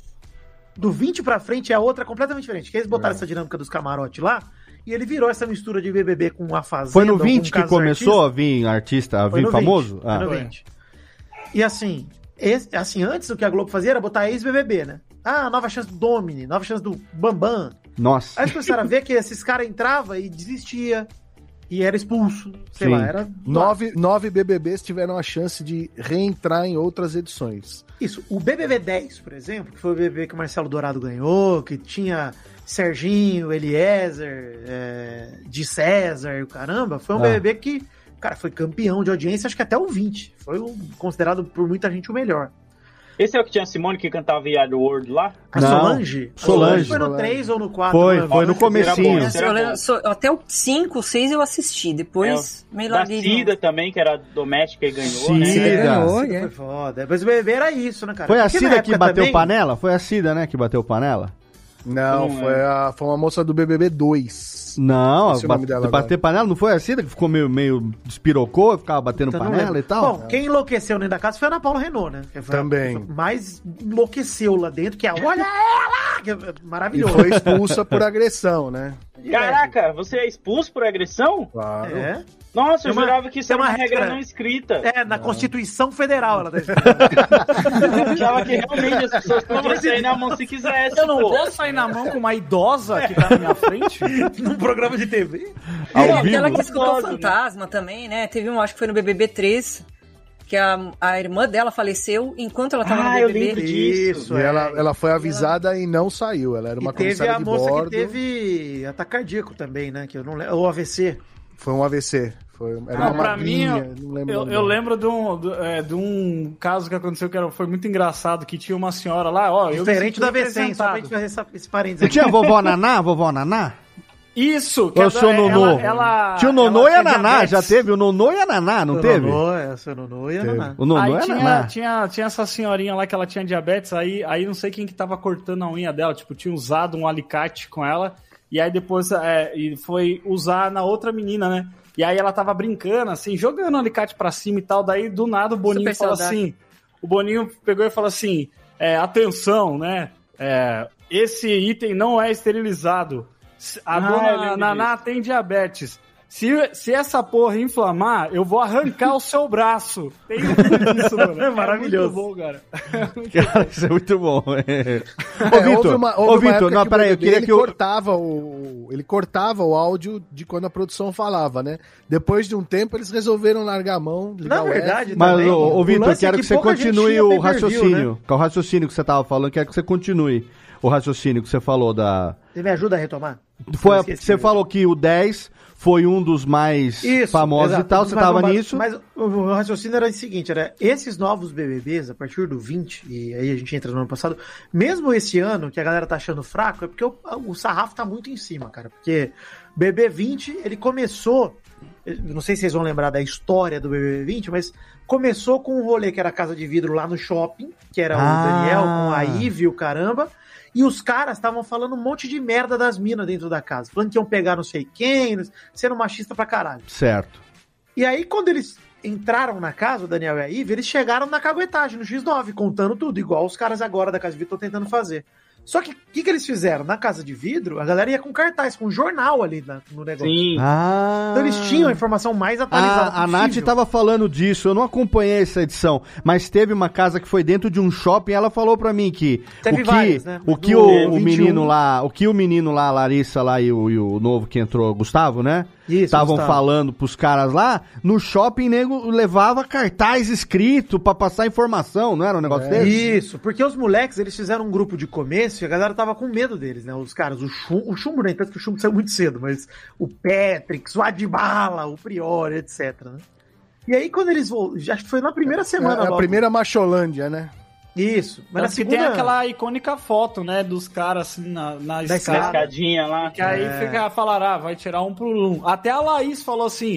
Do vinte pra frente é outra completamente diferente. Que eles botaram é. essa dinâmica dos camarotes lá, e ele virou essa mistura de B B B com a Fazenda. Foi no vinte que começou a vir artista, a vir famoso? vinte, ah. Foi no vinte. E assim, esse, assim, antes o que a Globo fazia era botar ex-B B B, né? Ah, nova chance do Domini, nova chance do Bambam. Nossa. Aí eles começaram a ver que esses caras entravam e desistia. E era expulso. Sei Sim. lá, era... Nove, nove B B Bs tiveram a chance de reentrar em outras edições. Isso. O B B B dez, por exemplo, que foi o B B B que o Marcelo Dourado ganhou, que tinha Serginho, Eliezer, é, de César e o caramba, foi um ah. B B B que, cara, foi campeão de audiência, acho que até o vinte. Foi um, considerado por muita gente o melhor. Esse é o que tinha a Simone que cantava Yard World lá? A não, Solange? Solange. Solange foi no três ou no quatro? Foi, né? foi no comecinho. Bom, até o cinco, seis eu assisti, depois... É, da Cida também, que era doméstica e ganhou, Cida. né? Cida ganhou, é. Foi foda. Mas o B B B era isso, né, cara? Foi a Porque Cida que bateu também... panela? Foi a Cida, né, que bateu panela? Não, não foi, a, foi uma moça do B B B dois. Não, bate, bater panela não foi a Cida que ficou meio, meio despirocou, ficava batendo então, panela e tal? Bom, quem enlouqueceu dentro da casa foi a Ana Paula Renault, né? Que foi Também. A, mais enlouqueceu lá dentro, que é olha ela! Que é maravilhoso. E foi expulsa por agressão, né? Caraca, você é expulso por agressão? Claro. É. Nossa, eu uma, jurava que isso era uma regra, regra não escrita. É, na não. Constituição Federal ela deve Eu achava que realmente as pessoas podiam sair na mão se quisessem. Eu não pô. posso sair na mão com uma idosa que tá na minha frente? Num programa de T V? É, aquela que escutou Fantasma, né? Também, né? Teve um, acho que foi no B B B três, que a, a irmã dela faleceu enquanto ela tava ah, no B B B. Eu lembro disso. E é. ela, ela foi avisada e, ela... e não saiu. Ela era uma e teve comissária a de moça bordo. que teve ataque cardíaco também, né? Que eu não lembro. Ou A V C. Foi um A V C. Foi, era ah, uma pra mim, não lembro eu, eu lembro de um, de, é, de um caso que aconteceu que era, foi muito engraçado, que tinha uma senhora lá, ó... Diferente do A V C, só pra gente fazer essa, esse parênteses aqui. Tinha a vovó Naná, vovó Naná? Isso! Que o seu Nonô? Ela, ela, Tinha o Nonô e a Naná, diabetes. Já teve o Nonô e a Naná, não o teve? Nonô, é, o seu Nonô e a teve. Naná. O Nonô aí e a tinha, Naná. Tinha, tinha essa senhorinha lá que ela tinha diabetes, aí, aí não sei quem que tava cortando a unha dela, tipo, tinha usado um alicate com ela, e aí depois é, e foi usar na outra menina, né? E aí ela tava brincando, assim, jogando o alicate pra cima e tal, daí do nada o Boninho fala assim, o Boninho pegou e falou assim, é, atenção, né, é, esse item não é esterilizado, a ah, dona Naná tem diabetes, se, se essa porra inflamar, eu vou arrancar o seu braço. Tem isso, mano. É maravilhoso. É muito bom, cara. Cara, isso é muito bom. É. Ô, Vitor, ô, Vitor, não, peraí, eu queria ele que eu... cortava o ele cortava o áudio de quando a produção falava, né? Depois de um tempo, eles resolveram largar a mão. Na verdade, mas, também, ô, ô Vitor, quero que, que você continue o raciocínio. Né? Com o raciocínio que você tava falando, quero que você continue o raciocínio que você falou da... Você me ajuda a retomar? Foi a... Você falou que o dez foi um dos mais Isso, famosos exato, e tal, você tava nisso. Mas o meu raciocínio era o seguinte, era esses novos B B Bs, a partir do vinte, e aí a gente entra no ano passado, mesmo esse ano, que a galera tá achando fraco, é porque o, o sarrafo tá muito em cima, cara, porque B B vinte, ele começou, não sei se vocês vão lembrar da história do B B vinte, mas começou com um rolê que era a Casa de Vidro lá no shopping, que era ah. o Daniel com a Ivy, o caramba, e os caras estavam falando um monte de merda das minas dentro da casa. Falando que iam pegar não sei quem, sendo machista pra caralho. Certo. E aí, quando eles entraram na casa, o Daniel e a Ivy, eles chegaram na caguetagem, no X nove, contando tudo, igual os caras agora da Casa de Vidro estão tentando fazer. Só que o que, que eles fizeram? Na Casa de Vidro, a galera ia com cartaz, com jornal ali na, no negócio. Sim. Ah. Então eles tinham a informação mais atualizada ah, a Nath tava falando disso, eu não acompanhei essa edição, mas teve uma casa que foi dentro de um shopping, ela falou pra mim que teve o que, várias, né? o, que o, o menino lá, o que o menino lá, a Larissa lá e o, e o novo que entrou, Gustavo, né? Estavam falando pros caras lá, no shopping nego levava cartaz escrito pra passar informação, não era um negócio é. desse? Isso, porque os moleques, eles fizeram um grupo de começo e a galera tava com medo deles, né? Os caras, o Chumbo, o Chumbo nem tanto que o Chumbo saiu muito cedo, mas o Patrick, o Adbala, o Priori, etcétera. Né? E aí quando eles voltaram, já foi na primeira semana. É, é a primeira Macholândia, né? Isso, mas na segunda... tem aquela icônica foto, né, dos caras assim na, na escada, escadinha lá. Que aí é. fica a falar, ah, vai tirar um por um. Até a Laís falou assim,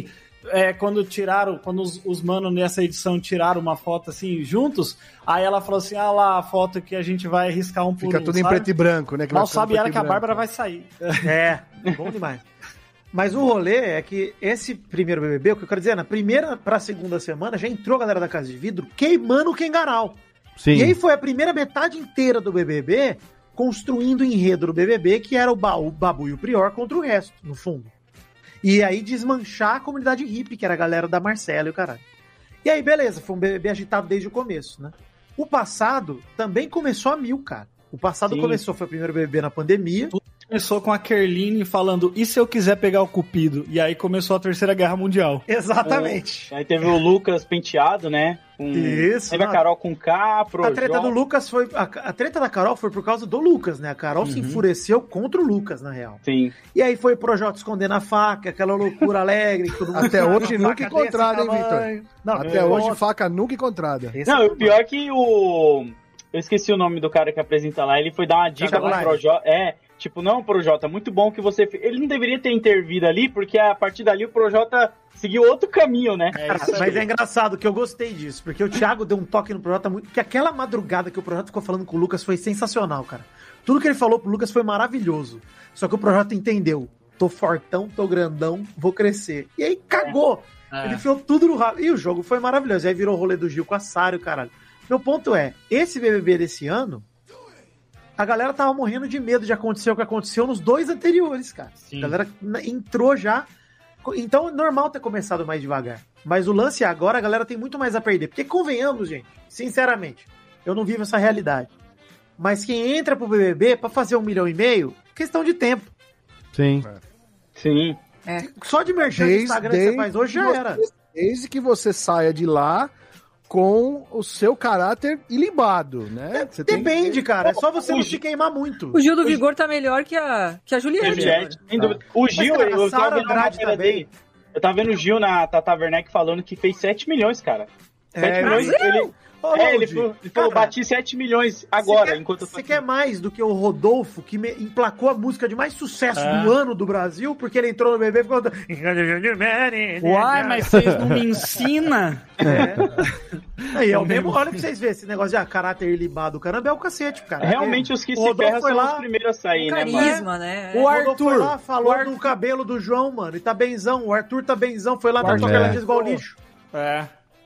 é, quando tiraram, quando os, os manos nessa edição tiraram uma foto assim, juntos, aí ela falou assim, ah lá, a foto que a gente vai riscar um por Fica um, tudo sabe? em preto e branco, né? Que Mal vai ficando sabe ela preto e que a branco. Bárbara vai sair. É, bom demais. Mas o rolê é que esse primeiro B B B, o que eu quero dizer, na primeira pra segunda semana, já entrou a galera da Casa de Vidro queimando o Kengarau. Sim. E aí foi a primeira metade inteira do B B B construindo o enredo do B B B, que era o, ba o Babu e o Prior contra o resto, no fundo. E aí desmanchar a comunidade hippie, que era a galera da Marcela e o caralho. E aí, beleza, foi um B B B agitado desde o começo, né? O passado também começou a mil, cara. O passado Sim. começou, foi o primeiro B B B na pandemia. Tudo começou com a Kerline falando, e se eu quiser pegar o Cupido? E aí começou a Terceira Guerra Mundial. Exatamente. É, aí teve o Lucas penteado, né? Com... Isso. Teve a Carol com K, pro A treta do Lucas foi... A, a treta da Carol foi por causa do Lucas, né? A Carol Uhum. se enfureceu contra o Lucas, na real. Sim. E aí foi o Projota escondendo a faca, aquela loucura alegre. Que todo mundo Até fala, hoje faca nunca desse encontrada, hein, tamanho. Vitor? Não, Até é, hoje, nossa, faca nunca encontrada. esse Não, é e o pior é que o... Eu esqueci o nome do cara que apresenta lá, ele foi dar uma dica Thiago pro Live. Projota. É, tipo, não, Projota, muito bom que você... fe- Ele não deveria ter intervido ali, porque a partir dali o Projota seguiu outro caminho, né? Cara, mas é engraçado que eu gostei disso, porque o Thiago deu um toque no Projota muito. Que aquela madrugada que o Projota ficou falando com o Lucas foi sensacional, cara. Tudo que ele falou pro Lucas foi maravilhoso. Só que o Projota entendeu. Tô fortão, tô grandão, vou crescer. E aí cagou. É. Ele enfiou tudo no rabo. E o jogo foi maravilhoso. E aí virou o rolê do Gil com a Sário, caralho. Meu ponto é, esse B B B desse ano, a galera tava morrendo de medo de acontecer o que aconteceu nos dois anteriores, cara. Sim. A galera entrou já. Então é normal ter começado mais devagar. Mas o lance é agora, a galera tem muito mais a perder. Porque convenhamos, gente, sinceramente, eu não vivo essa realidade. Mas quem entra pro B B B pra fazer um milhão e meio, questão de tempo. Sim. Sim. É. Só de merchan do Instagram que você faz hoje já você- era. Desde que você saia de lá com o seu caráter ilibado, né? Você tem Depende, que... cara. É só você não Hoje- se queimar muito. O Gil do Vigor tá melhor que a, que a Juliette. Juliette, sem dúvida. O Gil, Mas, cara, a eu tava Sara vendo a Andrade matéria também. dele. Eu tava vendo o Gil na Tata Werneck falando que fez sete milhões, cara. sete É, milhões. Brasil! Ele, Ô, é, ele Load, falou, ele falou, cara, bati sete milhões agora, Você quer, enquanto eu tô você aqui. quer mais do que o Rodolfo, que me- emplacou a música de mais sucesso É. do ano do Brasil, porque ele entrou no B B e ficou... Uai, mas vocês não me ensinam? É. Aí, é o mesmo, olha pra vocês verem, esse negócio de ah, caráter ilibado, caramba, é o cacete, cara. Realmente os que O se Rodolfo ferram foi são lá, os primeiros a sair, né, mano? Carisma, né? O Arthur foi lá, falou o Arthur- do cabelo do João, mano, e tá benzão. O Arthur tá benzão, foi lá, tá Arthur- com aquela É. diz igual lixo. É.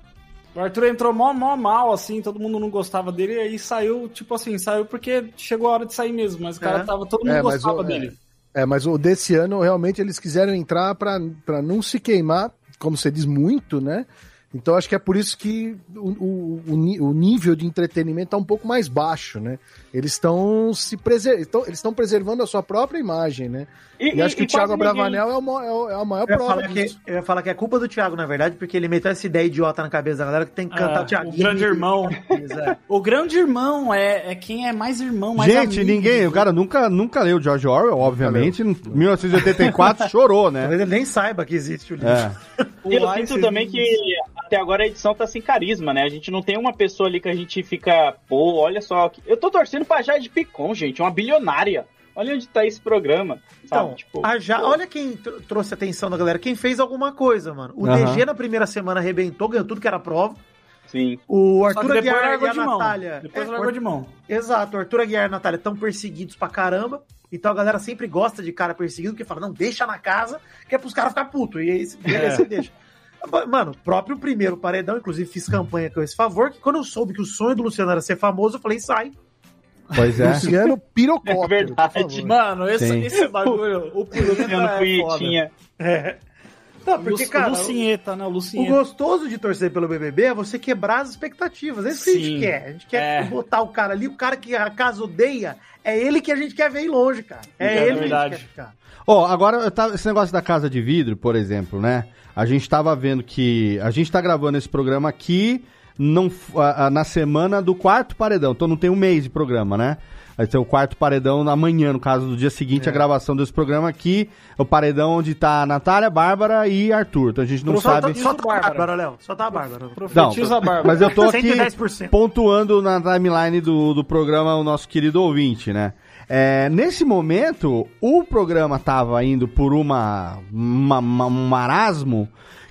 O Arthur entrou mó, mó mal, assim, todo mundo não gostava dele, e aí saiu, tipo assim, saiu porque chegou a hora de sair mesmo, mas o cara É. tava, todo mundo É, mas gostava o- dele. É, mas o desse ano, realmente, eles quiseram entrar pra, pra não se queimar, como você diz, muito, né? Então, acho que é por isso que o, o, o ni- o nível de entretenimento tá um pouco mais baixo, né? Eles estão se preser... estão- eles estão preservando a sua própria imagem, né? E, E, acho que e o Thiago quase ninguém- Abravanel é, o mo- é o- é a maior Eu ia, prova falar que, disso. eu ia falar que é culpa do Thiago, na verdade, porque ele meteu essa ideia idiota na cabeça da galera que tem que cantar Ah, o Thiago. o grande irmão. É. O grande irmão é, é quem é mais irmão, mais Gente, amigo. ninguém, o cara nunca, nunca leu George Orwell, obviamente. Em mil novecentos e oitenta e quatro chorou, né? Talvez ele nem saiba que existe o livro. É. E eu Uai, sinto vocês- também que até agora a edição tá sem carisma, né? A gente não tem uma pessoa ali que a gente fica, pô, olha só. Eu tô torcendo pra Jade Picon, gente, uma bilionária. Olha onde tá esse programa. Então, sabe? Tipo, a Ja- pô, olha quem tr- trouxe a atenção da galera, quem fez alguma coisa, mano. O Aham. D G na primeira semana arrebentou, ganhou tudo que era prova. Sim. O Só que Arthur depois Aguiar largou e a de mão. Natália. Depois É, largou o- de mão. Exato, o Arthur Aguiar e a Natália estão perseguidos pra caramba. Então a galera sempre gosta de cara perseguido, porque fala, não, deixa na casa, que é pros caras ficar putos. E aí, beleza, você deixa. Mano, próprio primeiro paredão, inclusive fiz campanha com esse favor, que quando eu soube que o sonho do Luciano era ser famoso, eu falei, sai. Pois é. Luciano Pirocóptero, É verdade. por favor. Mano, esse, Sim. esse bagulho, o Piruleta Luciano é foda. Punhetinha. É. Não, porque, Lu- cara, o, Lucinheta, né? O o Lucinheta. gostoso de torcer pelo B B B é você quebrar as expectativas. É isso que a gente Sim. quer. A gente quer É. botar o cara ali, o cara que a casa odeia, é ele que a gente quer ver ir longe, cara. É, É ele que a verdade. gente quer ficar. Ó, agora, eu tava- esse negócio da casa de vidro, por exemplo, né? A gente tava vendo que... A gente tá gravando esse programa aqui não, f- a- a- na semana do quarto paredão. Então não tem um mês de programa, né? Vai ter o quarto paredão amanhã, no caso do dia seguinte, a gravação desse programa aqui. O paredão onde tá a Natália, Bárbara e Arthur. Então a gente não Só sabe... tá, só tá a Bárbara. Bárbara, Léo. Só tá a Bárbara. Não, Profetiza a Bárbara. mas eu tô aqui cento e dez por cento. pontuando na timeline do, do programa o nosso querido ouvinte, né? É, nesse momento, o programa tava indo por uma, uma- uma- um marasmo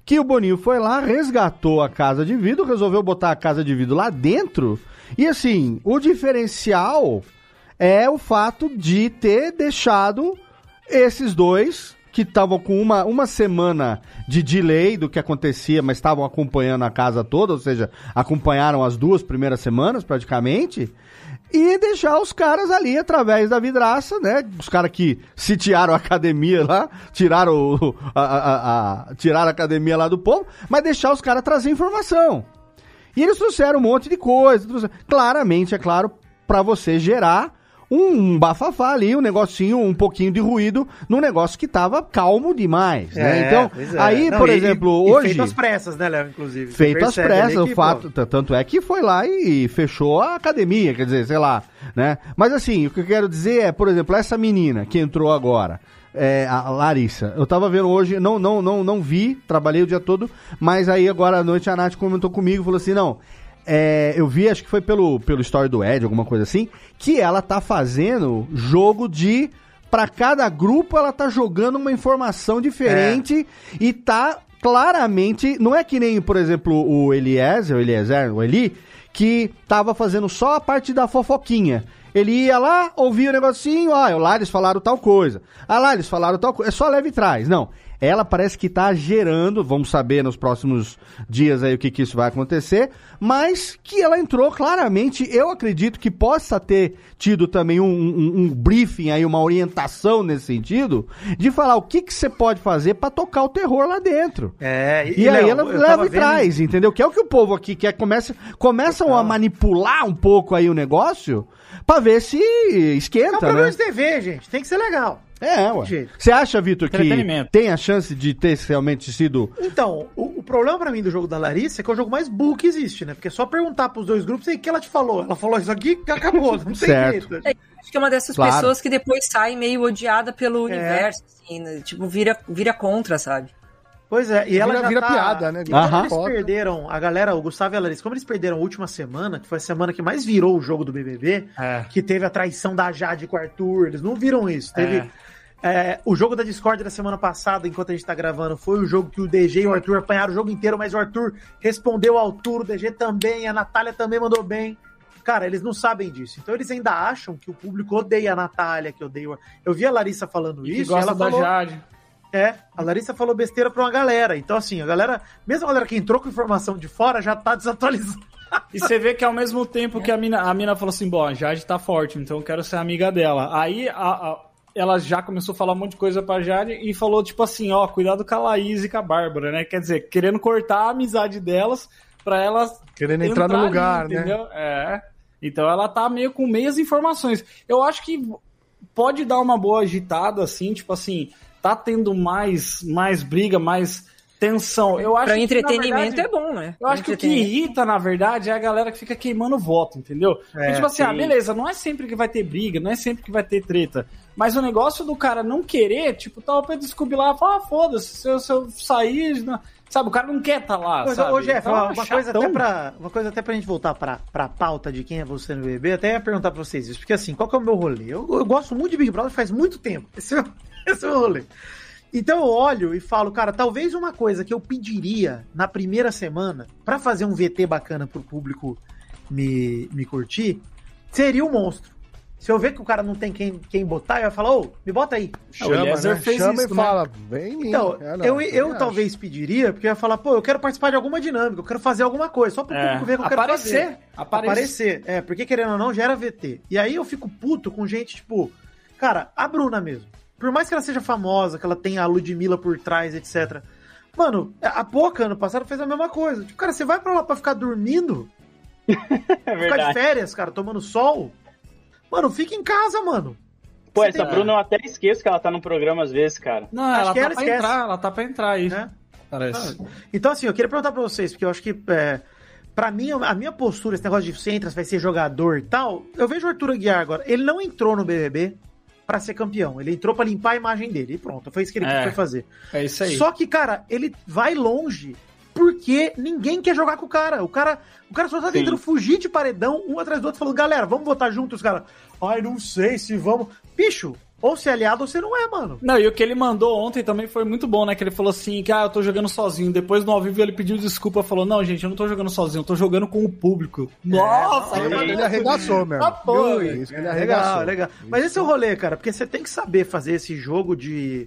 que o Boninho foi lá, resgatou a casa de vidro, resolveu botar a casa de vidro lá dentro, e assim, o diferencial é o fato de ter deixado esses dois que estavam com uma, uma semana de delay do que acontecia, mas estavam acompanhando a casa toda, ou seja, acompanharam as duas primeiras semanas praticamente, e deixar os caras ali através da vidraça, né? Os caras que sitiaram a academia lá, tiraram, o, a, a, a, tiraram a academia lá do povo, mas deixar os caras trazer informação. E eles trouxeram um monte de coisa, trouxeram, claramente, é claro, para você gerar um bafafá ali, um negocinho, um pouquinho de ruído num negócio que tava calmo demais, é, né? Então, é. aí, Não, por e, exemplo, e, hoje... E feito às pressas, né, Léo, inclusive. Feito às pressas, o fato... Pô... Tanto é que foi lá e fechou a academia, quer dizer, sei lá, né? Mas assim, o que eu quero dizer é, por exemplo, essa menina que entrou agora, é, a Larissa, eu tava vendo hoje, não, não, não, não vi, trabalhei o dia todo, mas aí agora à noite a Nath comentou comigo, falou assim, não... É, eu vi, acho que foi pelo, pelo story do Ed, alguma coisa assim, que ela tá fazendo jogo de... Pra cada grupo ela tá jogando uma informação diferente é. e tá claramente... Não é que nem, por exemplo, o Eliezer, o Eliezer, o Eli, que tava fazendo só a parte da fofoquinha. Ele ia lá, ouvia o negocinho, ah, lá eles falaram tal coisa. Ah, lá eles falaram tal coisa. É só leve e traz. Não. Ela parece que tá gerando, vamos saber nos próximos dias aí o que que isso vai acontecer, mas que ela entrou claramente, eu acredito que possa ter tido também um, um, um briefing aí, uma orientação nesse sentido, de falar o que que você pode fazer pra tocar o terror lá dentro. É, e, e aí Léo, ela leva e traz, vendo... entendeu? Que é o que o povo aqui quer, começa, começam a manipular um pouco aí o negócio pra ver se esquenta, né? É um programa de T V, gente, tem que ser legal. É, ué. Você acha, Vitor, que tem a chance de ter realmente sido... Então, o, o problema pra mim do jogo da Larissa é que é o jogo mais burro que existe, né? Porque é só perguntar pros dois grupos e o que ela te falou. Ela falou isso aqui que acabou, não tem certo. jeito. É, acho que é uma dessas claro. pessoas que depois sai meio odiada pelo é. universo, assim, né? Tipo, vira, vira contra, sabe? Pois é, e ela vira, já vira tá... piada, né? E como eles perderam, a galera, o Gustavo e a Larissa, como eles perderam a última semana, que foi a semana que mais virou o jogo do B B B, é. que teve a traição da Jade com o Arthur, eles não viram isso, teve... É. É, o jogo da Discord da semana passada, enquanto a gente tá gravando, foi o jogo que o D G e o Arthur apanharam o jogo inteiro, mas o Arthur respondeu à altura, o D G também, a Natália também mandou bem. Cara, eles não sabem disso. Então eles ainda acham que o público odeia a Natália, que odeia o... Eu vi a Larissa falando e isso. Que gosta ela da falou... Jade. É, a Larissa falou besteira pra uma galera. Então, assim, a galera, mesmo a galera que entrou com informação de fora, já tá desatualizada. E você vê que ao mesmo tempo que a mina, a mina falou assim, bom, a Jade tá forte, então eu quero ser amiga dela. Aí a, a, ela já começou a falar um monte de coisa pra Jade e falou, tipo assim, ó, cuidado com a Laís e com a Bárbara, né? Quer dizer, querendo cortar a amizade delas pra elas... Querendo entrar no lugar, ali, entendeu? Né? É. Então ela tá meio com meias informações. Eu acho que pode dar uma boa agitada, assim, tipo assim... Tá tendo mais, mais briga, mais tensão. Eu acho pra que, entretenimento verdade, é bom, né? Eu acho que o que irrita, na verdade, é a galera que fica queimando voto, entendeu? É, Porque, tipo assim, ah, beleza, não é sempre que vai ter briga, não é sempre que vai ter treta. Mas o negócio do cara não querer, tipo, tá o Pedro Scooby lá, fala, ah, foda-se, se eu, se eu sair... Não... Sabe, o cara não quer estar tá lá, Mas, sabe? Ô, Jeff, então, uma, uma, coisa até pra, uma coisa até pra gente voltar pra, pra pauta de quem é você no B B B, até ia perguntar pra vocês isso, porque assim, qual que é o meu rolê? Eu, eu gosto muito de Big Brother faz muito tempo, esse é, esse é o meu rolê. Então eu olho e falo, cara, talvez uma coisa que eu pediria na primeira semana pra fazer um V T bacana pro público me, me curtir, seria o monstro. Se eu ver que o cara não tem quem, quem botar, eu ia falar, ô, me bota aí. Chama, né? Chama isso, e fala, né? Vem em mim. Então, é, não, eu, eu talvez pediria, porque eu ia falar, pô, eu quero participar de alguma dinâmica, eu quero fazer alguma coisa, só pro é, público ver o que eu quero aparecer, fazer. Aparecer. Aparecer. É, porque querendo ou não, gera V T. E aí eu fico puto com gente, tipo, cara, a Bruna mesmo. Por mais que ela seja famosa, que ela tenha a Ludmilla por trás, etcétera. Mano, a Poca, ano passado, fez a mesma coisa. Tipo, cara, você vai pra lá pra ficar dormindo? É ficar de férias, cara, tomando sol? Mano, fica em casa, mano. Pô, essa tem... Bruna eu até esqueço que ela tá no programa às vezes, cara. Não, acho ela que tá ela pra esquece. entrar, ela tá pra entrar aí. É? Parece. Ah, então, assim, eu queria perguntar pra vocês, porque eu acho que, é, pra mim, a minha postura, esse negócio de você entra, vai ser jogador e tal, eu vejo o Arthur Aguiar agora, ele não entrou no B B B pra ser campeão, ele entrou pra limpar a imagem dele, e pronto, foi isso que ele é, foi fazer. É isso aí. Só que, cara, ele vai longe porque ninguém quer jogar com o cara. O cara, o cara só tá tentando Sim. fugir de paredão, um atrás do outro, falando, galera, vamos votar juntos, os caras. Ai, não sei se vamos... Bicho, Ou você é aliado ou você não é, mano. Não, e o que ele mandou ontem também foi muito bom, né? Que ele falou assim, que ah, eu tô jogando sozinho. Depois no ao vivo ele pediu desculpa, falou, não, gente, eu não tô jogando sozinho, eu tô jogando com o público. Nossa! É, ele, ele arregaçou, mesmo. Ah, pô, isso, ele É, arregaçou. legal, legal. Mas esse é o rolê, cara, porque você tem que saber fazer esse jogo de...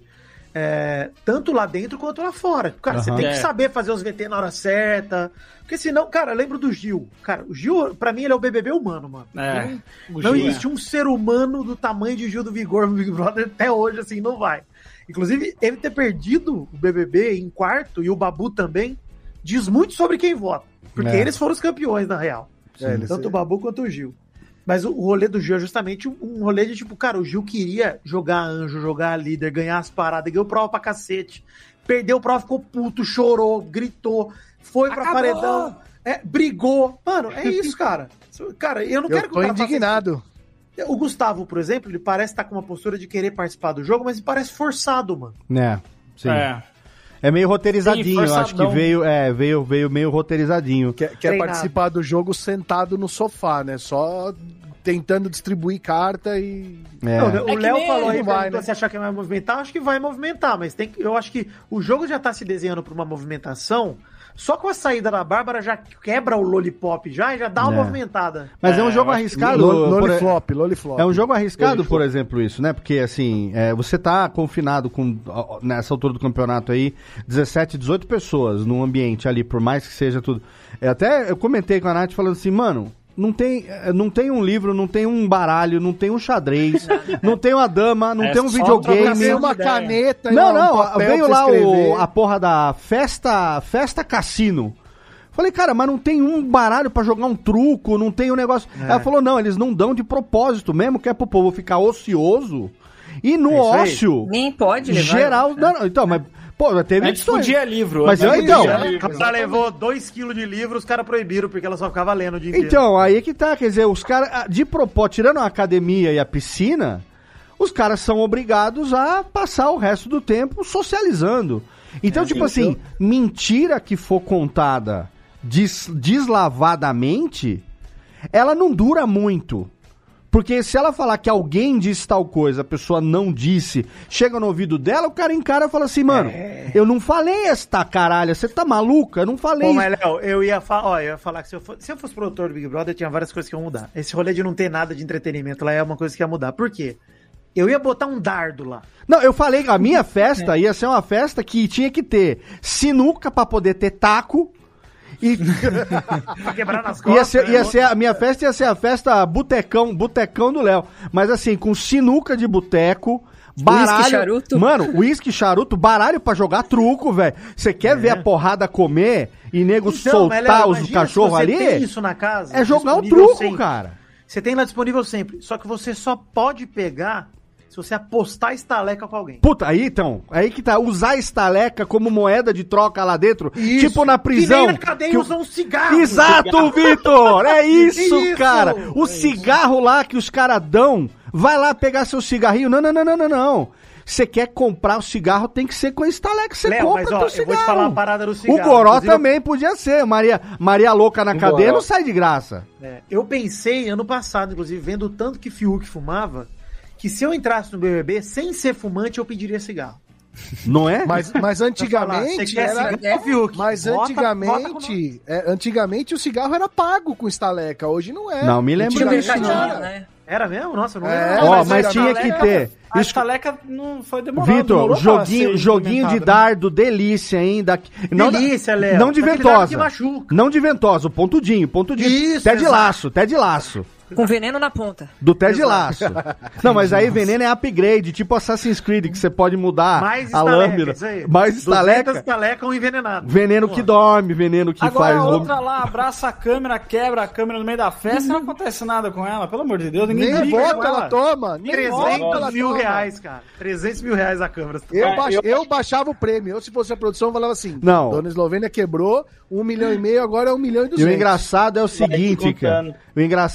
É, tanto lá dentro quanto lá fora. Cara, Uhum. você tem que É. saber fazer os V T na hora certa. Porque senão, cara, eu lembro do Gil. Cara, o Gil, pra mim, ele é o B B B humano, mano. É, Ele o não Gil existe um ser humano do tamanho de Gil do Vigor no Big Brother até hoje, assim, não vai. Inclusive, ele ter perdido o B B B em quarto e o Babu também, diz muito sobre quem vota. Porque É. eles foram os campeões, na real. É, eles- Tanto o Babu quanto o Gil. Mas o, o rolê do Gil é justamente um, um rolê de tipo, cara, o Gil queria jogar anjo, jogar líder, ganhar as paradas, ganhou prova pra cacete. Perdeu prova, ficou puto, chorou, gritou, foi pra Acabou! paredão, é, brigou. Mano, é isso, cara. Cara, eu não quero Eu que tô o cara faça indignado. isso. O Gustavo, por exemplo, ele parece estar com uma postura de querer participar do jogo, mas ele parece forçado, mano. É, sim. É, É. meio roteirizadinho, Sim, eu acho que forçadão. veio, é, veio, veio meio roteirizadinho. Quer, quer Treinado. participar do jogo sentado no sofá, né? Só tentando distribuir carta e... É. Não, É o que Léo nem falou aí, ele vai, perguntou né? se achar que vai movimentar, acho que vai movimentar, mas tem que, eu acho que o jogo já tá se desenhando pra uma movimentação, só com a saída da Bárbara já quebra o lollipop já e já dá uma É. movimentada. Mas é, um É, jogo eu acho- arriscado. Lol- por- Loliflop, loliflop. É um jogo arriscado, Loliflop. por exemplo, isso, né? Porque, assim, é, você tá confinado com, ó, nessa altura do campeonato aí, dezessete, dezoito pessoas num ambiente ali, por mais que seja tudo... É, até eu comentei com a Nath falando assim, mano, não tem, é, não tem um livro, não tem um baralho, não tem um xadrez, não tem uma dama, não É tem um só videogame... Tem uma ideia. caneta e Não, um não, papel veio pra lá você o, escrever. a porra da festa, festa cassino. Falei, cara, mas não tem um baralho pra jogar um truco, não tem um negócio... Ela falou, não, eles não dão de propósito mesmo, que é pro povo ficar ocioso. E no É isso aí. ócio, Nem pode levar. geral... Não, não, então, mas... Pô, teve Antes edições. podia livro. Mas antes eu, então- podia O livro. cara levou dois quilos de livro, os caras proibiram, porque ela só ficava lendo o dia inteiro. Então, aí que tá, quer dizer, os caras, ah, de propósito, tirando a academia e a piscina, os caras são obrigados a passar o resto do tempo socializando. Então, tipo assim, mentira que for contada des- deslavadamente, ela não dura muito. Porque se ela falar que alguém disse tal coisa, a pessoa não disse, chega no ouvido dela, o cara encara e fala assim, mano, eu não falei esta caralho, você tá maluca? Eu não falei Pô, isso. mas Léo, eu ia falar, ó, eu ia falar que se eu, fosse, se eu fosse produtor do Big Brother, tinha várias coisas que iam mudar. Esse rolê de não ter nada de entretenimento lá é uma coisa que ia mudar. Por quê? Eu ia botar um dardo lá. Não, eu falei que a minha festa ia ser uma festa que tinha que ter sinuca pra poder ter taco. E Pra quebrar nas ia costas. ser, né? ia ser, a minha festa ia ser a festa botecão, botecão do Léo. Mas assim, com sinuca de boteco, baralho. charuto. Mano, uísque, charuto, baralho pra jogar truco, velho. Você quer ver a porrada comer e nego Então, mas, soltar Léo, os imagina cachorros se você ali? tem isso na casa, É jogar o disponível truco, sempre. cara. Você tem lá disponível sempre. Só que você só pode pegar se você apostar estaleca com alguém. Puta, aí então, aí que tá, usar estaleca como moeda de troca lá dentro, Isso. tipo na prisão. Que nem na cadeia que o- usam um cigarro. Exato, Vitor! É isso, Isso, cara! O é cigarro lá que os caras dão, vai lá pegar seu cigarrinho. Não, não, não, não, não, não. Você quer comprar o cigarro, tem que ser com a estaleca que você Léo, compra mas, teu ó, eu cigarro. vou te falar uma parada do cigarro. O Goró Inclusive, eu- também podia ser. Maria, Maria Louca na cadeia Goró. não sai de graça. É, eu pensei ano passado, inclusive, vendo o tanto que Fiuk fumava, que se eu entrasse no B B B sem ser fumante, eu pediria cigarro. Não é? Mas, mas Você antigamente quer era... cigarro, Fiuk? Mas Vota- vota com nós. antigamente, é, antigamente o cigarro era pago com estaleca, hoje não é. Não, me lembro Tinha um disso. Antigamente mercadinho, não era. né? Era mesmo? Nossa, eu não É, lembro. Ó, mas mas a tinha que ter. A Isso- estaleca não foi demorado. Vitor, demorou pra joguinho, ser joguinho de implementada, né? dardo, delícia, hein? Da... Não, Delícia, Léo. Não de Aquele dardo ventosa. que machuca. Não de ventosa, o pontudinho, pontudinho. Isso, Té de exato. laço, té de laço. Com veneno na ponta. Do té de laço. Não, mas aí veneno é upgrade, tipo Assassin's Creed, que você pode mudar Mais a estaleca, lâmina. isso aí. Mais duzentas estaleca. estaleca um envenenado. Veneno que dorme, veneno que Agora faz... a lom- outra lá abraça a câmera, quebra a câmera no meio da festa, não acontece nada com ela, pelo amor de Deus, ninguém Nem briga voto com ela ela. toma, nem voto ela trezentos mil toma. reais, cara. trezentos mil reais a câmera. Eu, É, baix- eu- eu baixava o prêmio. Eu, se fosse a produção, eu falava assim: Não. Dona Eslovênia quebrou, um milhão e meio, agora é um milhão e E o duzentos. engraçado é o seguinte, cara. contando. O engraçado é o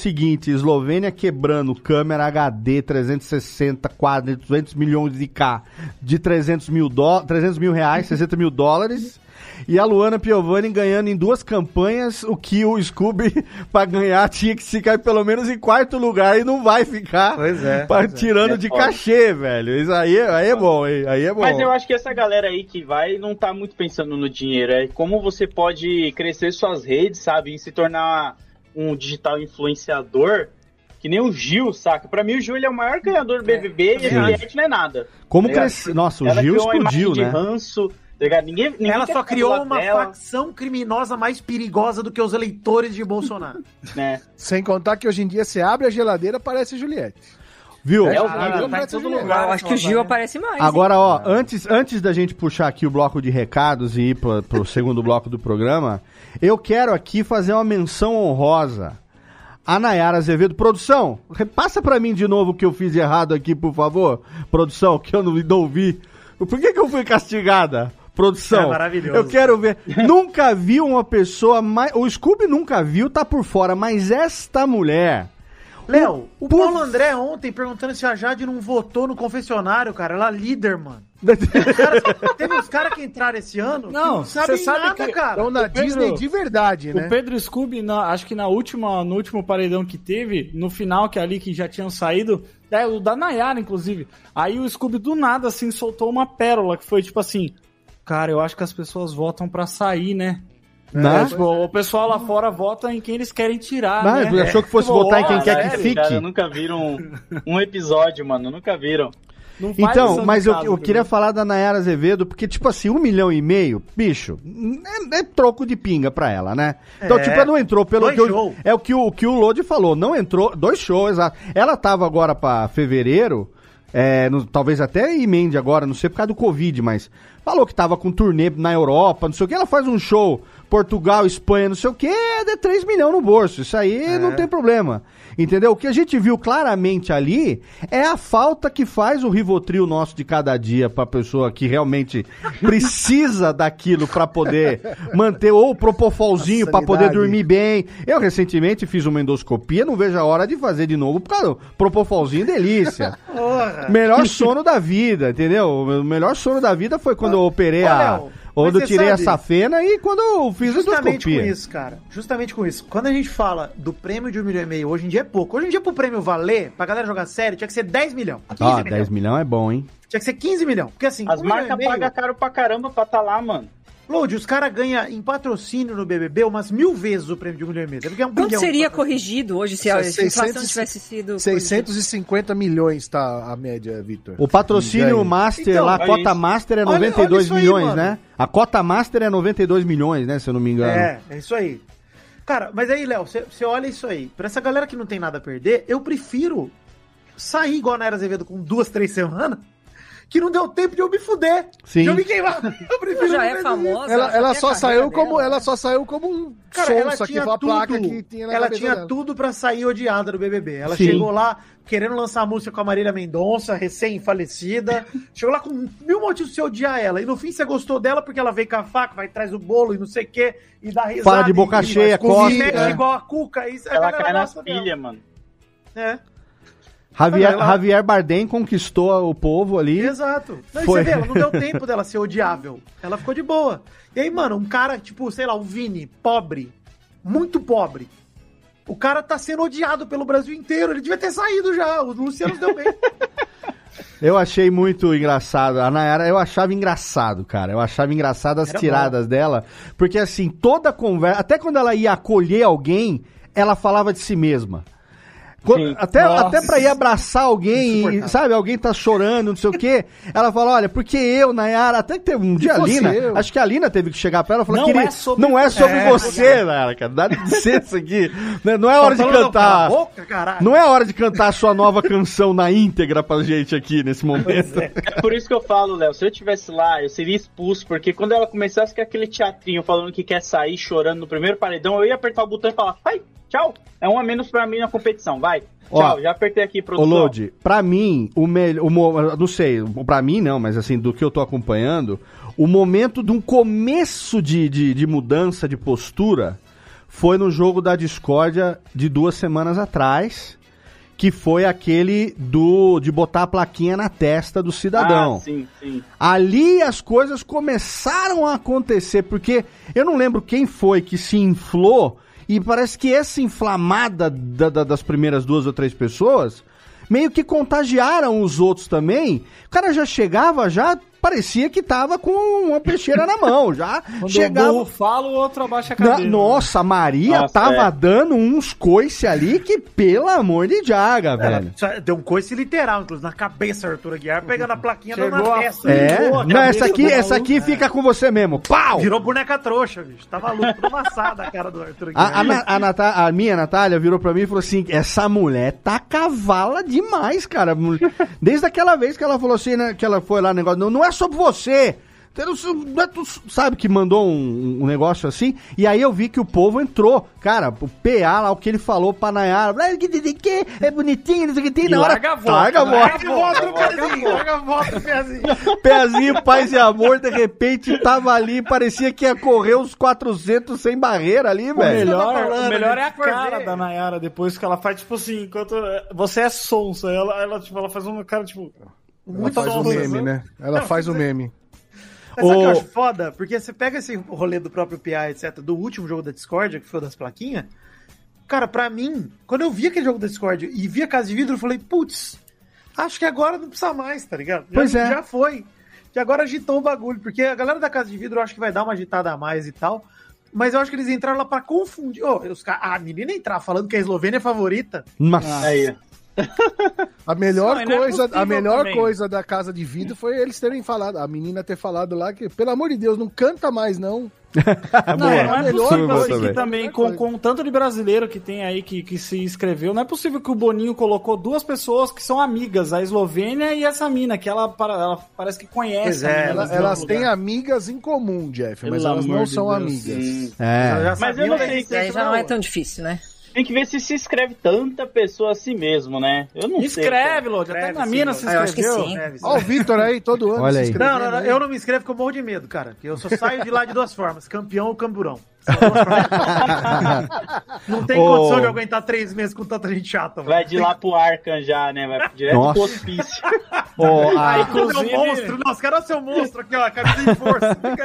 seguinte, Eslovênia quebrando câmera H D trezentos e sessenta quadros, duzentos milhões de K de trezentos mil, do... trezentos mil reais, sessenta mil dólares. E a Luana Piovani ganhando em duas campanhas o que o Scooby, pra ganhar, tinha que ficar pelo menos em quarto lugar e não vai ficar. Pois é. Pra, pois tirando é. de É cachê, velho. Isso aí, aí é bom, hein? Aí é bom. Mas eu acho que essa galera aí que vai não tá muito pensando no dinheiro. É como você pode crescer suas redes, sabe? E se tornar um digital influenciador. Que nem o Gil, saca? Pra mim o Gil ele é o maior ganhador do B B B e a Juliette não é nada. Como tá crescer? Nossa, o Ela Gil criou uma explodiu, imagem né? de ranço, tá ligado? Ninguém, ninguém Ela quer só ficar do criou lado uma dela, facção criminosa mais perigosa do que os eleitores de Bolsonaro. né? Sem contar que hoje em dia você abre a geladeira, parece Juliette. Viu? É, É o a Gil, Juliette tá em parece todo Juliette. lugar. Eu acho que o Gil aparece mais. Agora, ó, antes, antes da gente puxar aqui o bloco de recados e ir pro, pro segundo bloco do programa, eu quero aqui fazer uma menção honrosa. A Nayara Azevedo. Produção, repassa pra mim de novo o que eu fiz de errado aqui, por favor. Produção, que eu não, não ouvi. Por que que eu fui castigada? Produção. É maravilhoso. Eu quero ver. Nunca vi uma pessoa mais... O Scooby nunca viu, tá por fora, mas esta mulher... Léo, o Por- Paulo André ontem perguntando se a Jade não votou no confessionário, cara. Ela é líder, mano. Os caras- teve uns caras que entraram esse ano que Não, não sabem cê sabe nada, que- cara. Então na Pedro- Disney de verdade, né? O Pedro Scooby, na- acho que na última, no último paredão que teve, no final que ali que já tinham saído, é o da Nayara, inclusive. Aí o Scooby do nada, assim, soltou uma pérola que foi tipo assim: cara, eu acho que as pessoas votam pra sair, né? Né? É, tipo, o pessoal lá fora vota em quem eles querem tirar, Mas, né? achou que fosse Tipo, votar em ó, quem quer que sério, fique? Cara, nunca viram um, um episódio, mano. Nunca viram. Não faz Então, lição de mas eu, casa, eu queria entendeu? falar da Nayara Azevedo, porque, tipo assim, um milhão e meio, bicho, é, é troco de pinga pra ela, né? Então, É. tipo, ela não entrou pelo Dois que eu, shows. é o que o, que o Lodi falou, não entrou, dois shows, exato. Ela tava agora pra fevereiro, é, no- talvez até emende agora, não sei por causa do Covid, mas falou que tava com turnê na Europa, não sei o que, ela faz um show, Portugal, Espanha, não sei o que, é de três milhões no bolso, isso aí não tem problema. Entendeu? O que a gente viu claramente ali é a falta que faz o Rivotril nosso de cada dia pra pessoa que realmente precisa daquilo pra poder manter, ou Propofolzinho pra poder sanidade. dormir bem. Eu recentemente fiz uma endoscopia, não vejo a hora de fazer de novo, por causa do Propofolzinho, delícia. Porra. Melhor sono da vida, entendeu? O melhor sono da vida foi quando eu operei Ô, a... Léo, Quando mas eu você tirei sabe- a safena e quando eu fiz a Justamente com endoscopia. isso, cara. Justamente com isso. Quando a gente fala do prêmio de um milhão e meio, hoje em dia é pouco. Hoje em dia, pro prêmio valer, pra galera jogar sério, tinha que ser dez milhões. quinze Ó, milhões. dez milhões é bom, hein? Tinha que ser quinze milhões. Porque assim, As um milhão marcas e meio- pagam caro pra caramba pra tá lá, mano. Load, os caras ganham em patrocínio no B B B umas mil vezes o prêmio de um milhão e meio. Deve ganhar um Quanto bilhão de seria patrocínio. corrigido hoje se a, se a inflação seiscentos tivesse sido... seiscentos e cinquenta milhões tá a média, Vitor. O patrocínio Ganha. Master Então, lá, a olha cota isso. Master é Olha- noventa e dois olha isso aí, milhões, mano. né? A cota Master é noventa e dois milhões, né? Se eu não me engano. É, é isso aí. Cara, mas aí, Léo, você olha isso aí. Pra essa galera que não tem nada a perder, eu prefiro sair igual a Nayara Azevedo com duas, três semanas, que não deu tempo de eu me fuder. Sim. De eu me queimar. Eu prefiro Já mil é vezes famosa. Ela, já ela tem só a saiu carreira como dela. ela só saiu como um Cara, ela sonsa que tinha foi a tudo, placa que tinha na ela cabeça tinha dela. tudo pra sair odiada do B B B. Ela Sim. chegou lá querendo lançar música com a Marília Mendonça, recém-falecida. Chegou lá com mil motivos de você odiar ela. E no fim você gostou dela porque ela veio com a faca, vai atrás do bolo e não sei o quê, e dá risada. Fala de boca e, cheia, e costa, mexe é. igual a Cuca. E a Ela galera cai nas gosta dela. pilhas, mano. É, Javier, Ela- Javier Bardem conquistou o povo ali. exato. Não, e Foi. você vê, ela não deu tempo dela ser odiável. Ela ficou de boa. E aí, mano, um cara, tipo, sei lá, o Vini, pobre, muito pobre. O cara tá sendo odiado pelo Brasil inteiro. Ele devia ter saído já. O Luciano se deu bem. Eu achei muito engraçado. A Nayara, eu achava engraçado, cara. Eu achava engraçado as Era tiradas dela. Porque, assim, toda conversa... Até quando ela ia acolher alguém, ela falava de si mesma. Quando- Sim. até, Nossa. até pra ir abraçar alguém, Insuportável. sabe? Alguém tá chorando, não sei o quê. Ela fala, olha, porque eu, Nayara... Até que teve um dia a fosse Lina... eu. Acho que a Lina teve que chegar pra ela e falar, Não querida, é sobre- não é sobre É, você, Nayara, cara. Dá licença aqui. Não- Não é hora de Falando, cala cantar... a boca, caralho. Não é hora de cantar a sua nova canção na íntegra pra gente aqui nesse momento. É por isso que eu falo, Léo, se eu tivesse lá, eu seria expulso, porque quando ela começasse com aquele teatrinho falando que quer sair chorando no primeiro paredão, eu ia apertar o botão e falar, vai, tchau, é um a menos pra mim na competição, vai. Tchau, Ó, já apertei aqui, Ô, produção. Lodi, pra mim, o melhor. Não sei, pra mim não, mas assim, do que eu tô acompanhando, o momento de um começo de, de, de mudança de postura foi no jogo da discórdia de duas semanas atrás, que foi aquele do de botar a plaquinha na testa do cidadão. Ah, sim, sim. Ali as coisas começaram a acontecer, porque eu não lembro quem foi que se inflou, e parece que essa inflamada da, da, das primeiras duas ou três pessoas meio que contagiaram os outros também. O cara já chegava, já parecia que tava com uma peixeira na mão, já Quando chegava... o burro fala, o outro abaixa a Na, cabeça. nossa, a Maria Nossa, tava é. dando uns coice ali que, pelo amor de Jaga, velho. Ela deu um coice literal, inclusive, na cabeça do Arthur Aguiar, pegando a plaquinha dando Chegou na a- testa. É, Pegou a não, essa cabeça aqui, do essa maluco. aqui fica com você mesmo. Pau! Virou boneca trouxa, bicho. Tava louco, tudo amassada a cara do Arthur Aguiar. A, a, Na- a, Natá- a minha Natália virou pra mim e falou assim: essa mulher tá cavala demais, cara. Desde aquela vez que ela falou assim, né, que ela foi lá, negócio, não, não é sobre você. Não é tu sabe que mandou um, um negócio assim, e aí eu vi que o povo entrou. Cara, o P A lá, o que ele falou pra Nayara, "Ah, que, que, que, é bonitinho, não sei o que tem, E na hora. larga a voz, Larga a voz. Larga a volta no pezinho, larga a volta no pezinho. Pezinho, paz e amor, de repente tava ali, parecia que ia correr uns quatrocentos sem barreira ali, O velho. melhor, tá falando, o melhor é a gente, por cara ver. da Nayara depois que ela faz, tipo assim, enquanto você é sonsa, ela, ela, tipo, ela faz uma cara, tipo... Ela muito faz o sonsa, meme, né? né? Ela Não, faz o você- meme. Mas sabe o que eu Ô- acho foda? Porque você pega esse rolê do próprio P A, etcétera, do último jogo da Discord, que foi das plaquinhas. Cara, pra mim, quando eu vi aquele jogo da Discord e vi a Casa de Vidro, eu falei, putz, acho que agora não precisa mais, tá ligado? Já, Pois é. Já foi. Que agora agitou o bagulho. Porque a galera da Casa de Vidro eu acho que vai dar uma agitada a mais e tal. Mas eu acho que eles entraram lá pra confundir. Ô, os ca- a menina entrar falando que a Eslovênia é favorita. Nossa. Aí. A melhor Não, e não é coisa, a possível melhor também. coisa da Casa de Vidro foi eles terem falado, a menina ter falado lá que, pelo amor de Deus, não canta mais não. É Não, boa. não é Melhor possível coisa assim, também. que também, com, com o tanto de brasileiro que tem aí que, que se inscreveu, não é possível que o Boninho colocou duas pessoas que são amigas, a Eslovênia e essa mina, que ela, para- ela parece que conhece. Pois a é, mina, Ela- elas elas vão têm lugar. amigas em comum, Jeff, mas Pelo elas não amor de são Deus. amigas. Sim. É. Já Mas eu sabiam não da sei, existência Aí já da não é outra. tão difícil, né? Tem que ver se se inscreve tanta pessoa assim mesmo, né? Eu não sei. Inscreve, Lodi, até Inscreve, na sim, mina Lodi. se Ah, eu acho que inscreveu. sim. É, Ó o Vitor aí, todo ano Olha se aí. inscrevendo. Não, não, não, aí. eu não me inscrevo porque eu morro de medo, cara. Eu só saio de lá de duas formas: campeão ou camburão. São duas formas. Não tem Ô. condição de aguentar três meses com tanta gente chata, mano. Vai de lá pro Arcan já, né? Vai direto Nossa. pro hospício. Ó, a- Aí, quando é inclusive- um monstro, nossa, cara, é o seu monstro aqui, ó, camisa de força, fica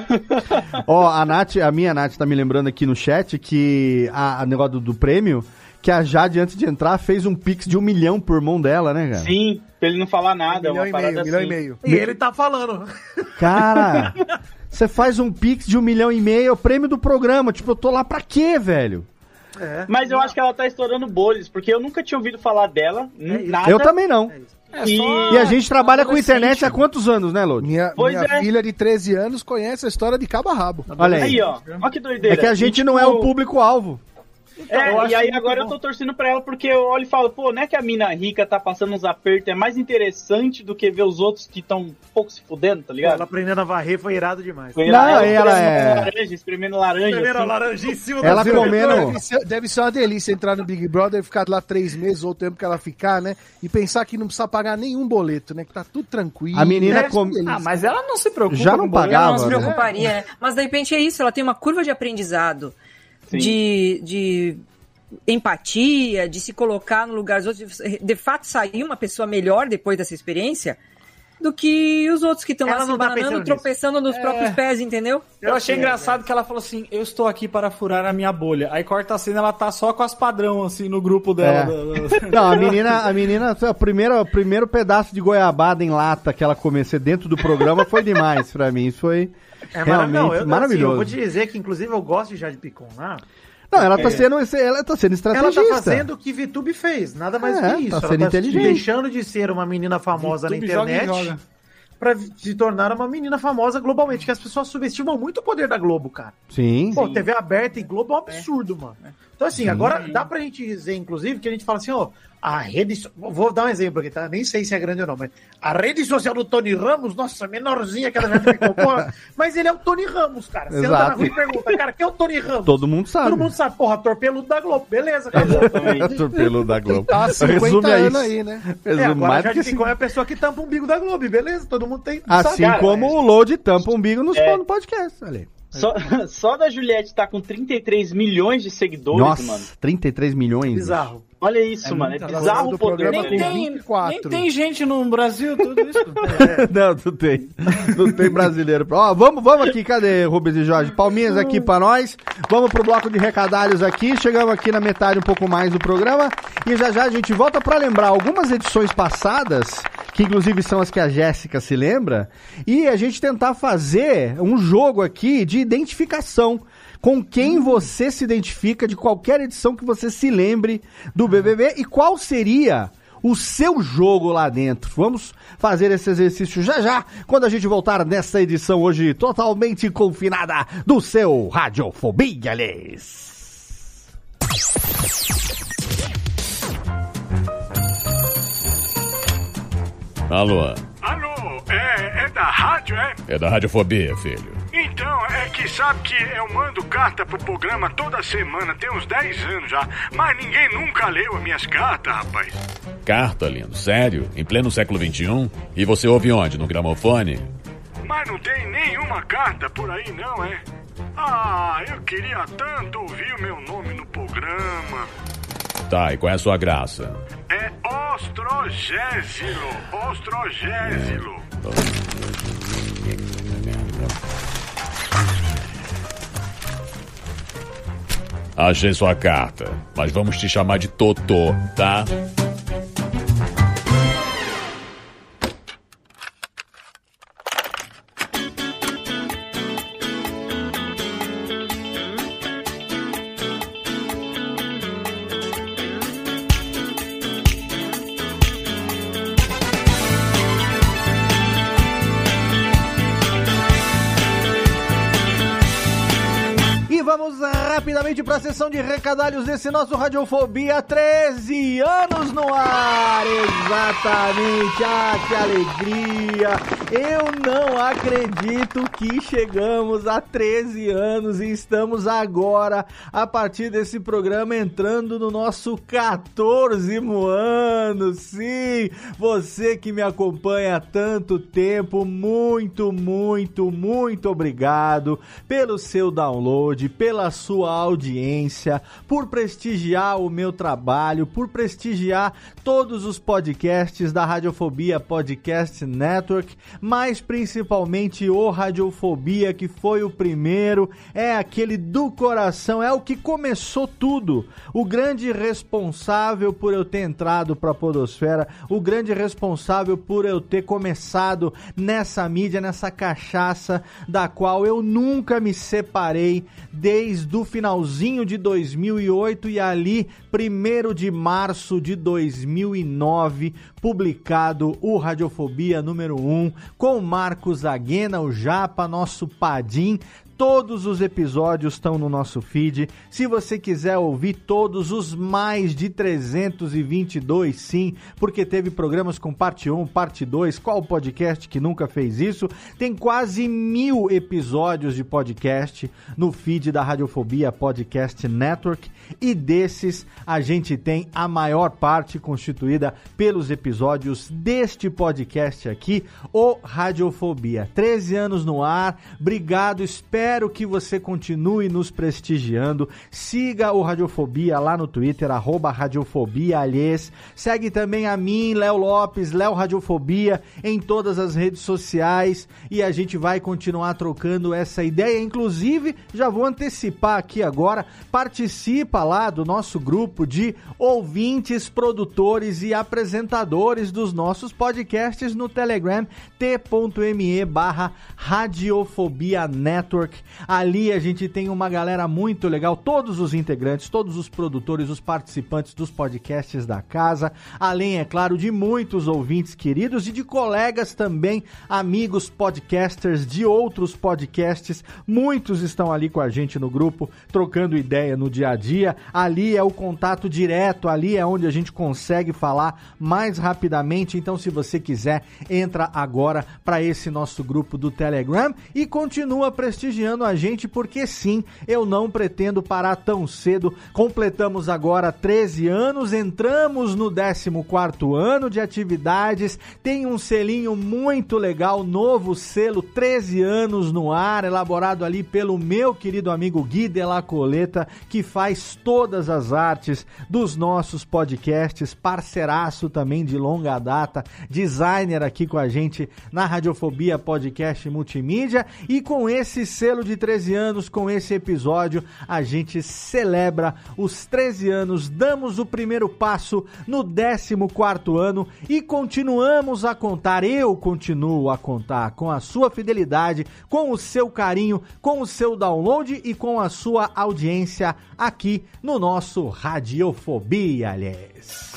aí. Ó, a Nath, a minha Nath tá me lembrando aqui no chat que a, a negócio do, do prêmio, que a Jade, antes de entrar, fez um pix de um milhão por mão dela, né, cara? Sim, pra ele não falar nada, milhão uma e parada meio, assim. milhão e meio. E ele tá falando. Cara, você faz um pix de um milhão e meio, é o prêmio do programa. Tipo, eu tô lá pra quê, velho? É. Mas eu acho que ela tá estourando bolhas, porque eu nunca tinha ouvido falar dela, isso. nada. Eu também não. É E- só E a gente trabalha com adolescente. internet há quantos anos, né, Lodi? Minha, Pois minha é. filha de treze anos conhece a história de cabo a rabo. Olha aí. Aí, ó. Ó que doideira. É que a gente E, não é tipo, o público-alvo. É, Eu acho e aí muito agora bom. eu tô torcendo pra ela porque eu olho e falo, pô, não é que a mina rica tá passando uns apertos, é mais interessante do que ver os outros que tão um pouco se fudendo, tá ligado? Ela aprendendo a varrer foi irado demais. Foi Não, ela, ela espremendo é- laranja, espremendo laranja. Primeiro a assim. laranjinha em cima Ela do comendo- Deve ser, deve ser uma delícia entrar no Big Brother, ficar lá três meses ou o tempo que ela ficar, né? E pensar que não precisa pagar nenhum boleto, né? Que tá tudo tranquilo. A menina É, com- delícia. Ah, mas ela não se preocupa Já não com boleto. pagava, Ela não se né? preocuparia, né? Mas de repente é isso, ela tem uma curva de aprendizado, Sim. de, de empatia, de se colocar no lugar dos outros, de, de fato sair uma pessoa melhor depois dessa experiência do que os outros que estão lá Ela se não tá bananando, pensando tropeçando nos próprios pés, entendeu? Eu achei engraçado que ela falou assim, eu estou aqui para furar a minha bolha. Aí corta a cena, ela tá só com as padrão, assim, no grupo dela. É. Não, a menina, a menina, o primeiro, o primeiro pedaço de goiabada em lata que ela comecei dentro do programa foi demais pra mim. Isso foi É realmente maravilhoso. Eu, maravilhoso. Assim, eu vou te dizer que, inclusive, eu gosto de Jade Picon lá. Não, ela tá É. sendo, ela tá sendo Ela estrategista. tá fazendo o que VTube fez, nada mais É, que isso. tá Ela sendo tá inteligente. deixando de ser uma menina famosa na VTube joga e internet joga. pra se tornar uma menina famosa globalmente, que as pessoas subestimam muito o poder da Globo, cara. Sim. Pô, T V aberta e Globo é um absurdo, mano. Então, assim, agora dá pra gente dizer, inclusive, que a gente fala assim, ó, a rede... so- Vou dar um exemplo aqui, tá? Nem sei se é grande ou não, mas a rede social do Tony Ramos, nossa, menorzinha que ela já ficou, porra, mas ele é o Tony Ramos, cara. Você anda Exato. na rua e pergunta, cara, quem é o Tony Ramos? Todo mundo sabe. Todo mundo sabe, porra, torpeludo da Globo, beleza, cara. Atropelo da Globo. Tá há cinquenta Resume aí. anos aí, né? É, Resume agora mais já do que Picon é a pessoa que tampa o umbigo da Globo, beleza? Todo mundo tem. Assim sabe? como o Load tampa o umbigo nos É. no podcast. Ali. Só, só da Juliette tá com trinta e três milhões de seguidores, Nossa, mano. trinta e três milhões? Bizarro. Olha isso, É mano. É muita bizarro coisa. o poder. Do programa Nem dele. com tem, vinte e quatro. nem tem gente no Brasil, tudo isso. Não, não tem. Não tem brasileiro. Ó, vamos, vamos aqui, cadê Rubens e Jorge? Palminhas aqui pra nós. Vamos pro bloco de recadalhos aqui. Chegamos aqui na metade, um pouco mais do programa. E já já a gente volta pra lembrar algumas edições passadas, que inclusive são as que a Jéssica se lembra, e a gente tentar fazer um jogo aqui de identificação. Com quem você se identifica de qualquer edição que você se lembre do B B B e qual seria o seu jogo lá dentro. Vamos fazer esse exercício já já, quando a gente voltar nessa edição hoje totalmente confinada do seu Radiofobia, Liz. Alô? Alô, é, é da rádio, é? É da Radiofobia, filho. Então, é que sabe que eu mando carta pro programa toda semana, tem uns dez anos já, mas ninguém nunca leu as minhas cartas, rapaz. Carta, lindo? Sério? Em pleno século vinte e um? E você ouve onde? No gramofone? Mas não tem nenhuma carta por aí não, é? Ah, eu queria tanto ouvir o meu nome no programa. Tá, e qual é a sua graça? É Ostrogésilo, Ostrogésilo. Achei sua carta, mas vamos te chamar de Totô, tá? Rapidamente para a sessão de recadalhos desse nosso Radiofobia, treze anos no ar, exatamente, ah, que alegria, eu não acredito que chegamos a treze anos e estamos agora, a partir desse programa, entrando no nosso quatorzimo ano, sim, você que me acompanha há tanto tempo, muito, muito, muito obrigado pelo seu download, pela sua audiência, por prestigiar o meu trabalho, por prestigiar todos os podcasts da Radiofobia Podcast Network, mas principalmente o Radiofobia, que foi o primeiro, é aquele do coração, é o que começou tudo, o grande responsável por eu ter entrado pra podosfera, o grande responsável por eu ter começado nessa mídia, nessa cachaça da qual eu nunca me separei desde o finalzinho de dois mil e oito e ali, primeiro de março de dois mil e nove, publicado o Radiofobia número um, com Marcos Aguena, o Japa, nosso Padim. Todos os episódios estão no nosso feed. Se você quiser ouvir todos os mais de trezentos e vinte e dois, sim, porque teve programas com parte um, parte dois, qual podcast que nunca fez isso? Tem quase mil episódios de podcast no feed da Radiofobia Podcast Network e desses a gente tem a maior parte constituída pelos episódios deste podcast aqui, o Radiofobia. treze anos no ar, obrigado, espero Espero que você continue nos prestigiando. Siga o Radiofobia lá no Twitter, arroba Radiofobia, aliás. Segue também a mim, Léo Lopes, Léo Radiofobia, em todas as redes sociais. E a gente vai continuar trocando essa ideia. Inclusive, já vou antecipar aqui agora, participa lá do nosso grupo de ouvintes, produtores e apresentadores dos nossos podcasts no Telegram, t.me barra Radiofobia Network. Ali a gente tem uma galera muito legal, todos os integrantes, todos os produtores, os participantes dos podcasts da casa, além, é claro, de muitos ouvintes queridos e de colegas também, amigos podcasters de outros podcasts, muitos estão ali com a gente no grupo, trocando ideia no dia a dia, ali é o contato direto, ali é onde a gente consegue falar mais rapidamente, então se você quiser, entra agora para esse nosso grupo do Telegram e continua prestigiando prestigiando a gente, porque sim, eu não pretendo parar tão cedo. Completamos agora treze anos, entramos no décimo quarto ano de atividades, tem um selinho muito legal, novo selo, treze anos no ar, elaborado ali pelo meu querido amigo Gui de la Coleta, que faz todas as artes dos nossos podcasts, parceiraço também de longa data, designer aqui com a gente na Radiofobia Podcast Multimídia, e com esse selo de treze anos, com esse episódio, a gente celebra os treze anos, damos o primeiro passo no décimo quarto ano e continuamos a contar, eu continuo a contar com a sua fidelidade, com o seu carinho, com o seu download e com a sua audiência aqui no nosso Radiofobia, aliás.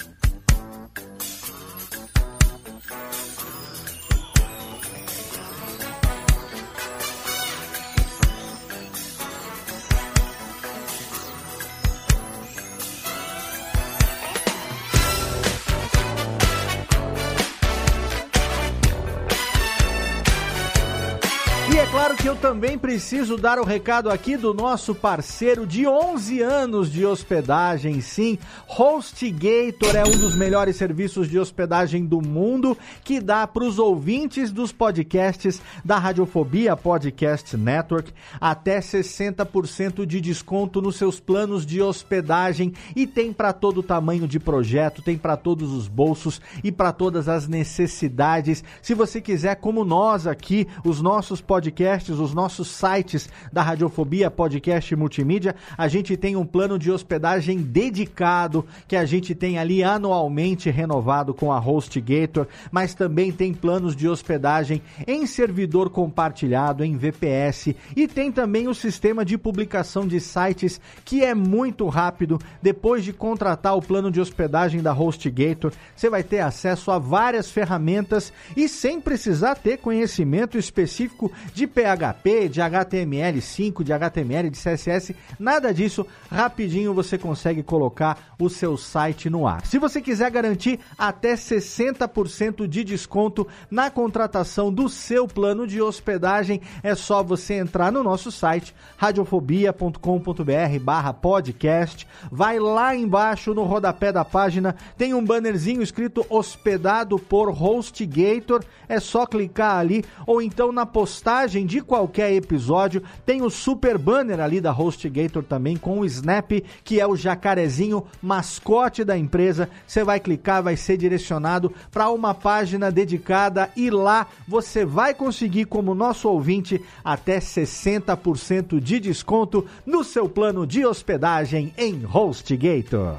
Claro que eu também preciso dar o recado aqui do nosso parceiro de onze anos de hospedagem, sim, HostGator é um dos melhores serviços de hospedagem do mundo, que dá para os ouvintes dos podcasts da Radiofobia Podcast Network até sessenta por cento de desconto nos seus planos de hospedagem, e tem para todo tamanho de projeto, tem para todos os bolsos e para todas as necessidades. Se você quiser, como nós aqui, os nossos podcasts, os nossos sites da Radiofobia Podcast Multimídia, a gente tem um plano de hospedagem dedicado, que a gente tem ali anualmente renovado com a HostGator, mas também tem planos de hospedagem em servidor compartilhado, em V P S, e tem também o sistema de publicação de sites, que é muito rápido. Depois de contratar o plano de hospedagem da HostGator, você vai ter acesso a várias ferramentas e sem precisar ter conhecimento específico de P H P, de H T M L cinco, de H T M L, de C S S, nada disso. Rapidinho você consegue colocar o seu site no ar. Se você quiser garantir até sessenta por cento de desconto na contratação do seu plano de hospedagem, é só você entrar no nosso site radiofobia ponto com ponto b r barra podcast, vai lá embaixo no rodapé da página, tem um bannerzinho escrito hospedado por HostGator, é só clicar ali, ou então na postagem de qualquer episódio tem o super banner ali da HostGator também, com o Snap, que é o jacarezinho mascote da empresa. Você vai clicar, vai ser direcionado para uma página dedicada, e lá você vai conseguir, como nosso ouvinte, até sessenta por cento de desconto no seu plano de hospedagem em HostGator.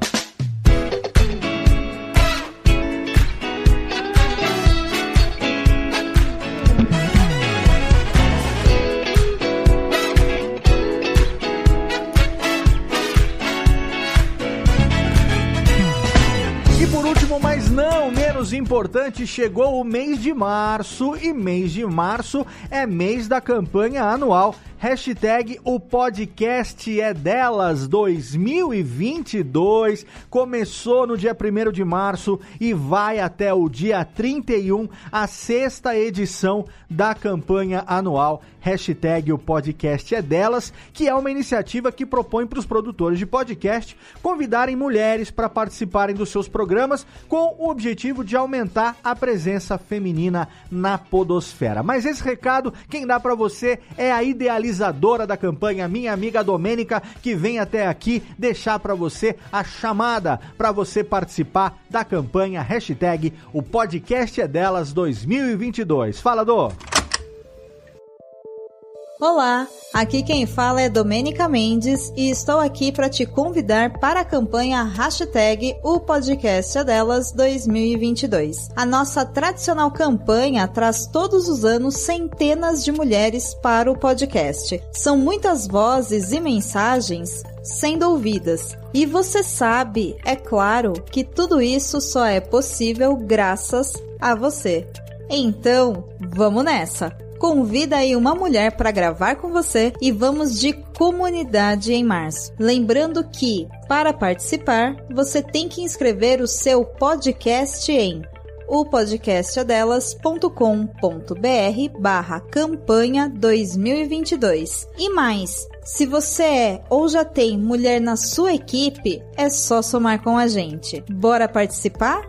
Importante, chegou o mês de março, e mês de março é mês da campanha anual Hashtag o podcast é delas dois mil e vinte e dois, começou no dia primeiro de março e vai até o dia trinta e um, a sexta edição da campanha anual Hashtag o podcast é delas, que é uma iniciativa que propõe para os produtores de podcast convidarem mulheres para participarem dos seus programas, com o objetivo de aumentar a presença feminina na podosfera. Mas esse recado, quem dá para você é a idealizadora da campanha, minha amiga Domênica, que vem até aqui deixar para você a chamada para você participar da campanha Hashtag o podcast é delas dois mil e vinte e dois. Fala, Dô! Olá, aqui quem fala é Domênica Mendes e estou aqui para te convidar para a campanha Hashtag o podcast é delas dois mil e vinte e dois. A nossa tradicional campanha traz todos os anos centenas de mulheres para o podcast. São muitas vozes e mensagens sendo ouvidas. E você sabe, é claro, que tudo isso só é possível graças a você. Então, vamos nessa! Convida aí uma mulher para gravar com você e vamos de comunidade em março. Lembrando que, para participar, você tem que inscrever o seu podcast em o podcast é delas ponto com ponto br barra campanha dois mil e vinte e dois. E mais, se você é ou já tem mulher na sua equipe, é só somar com a gente. Bora participar?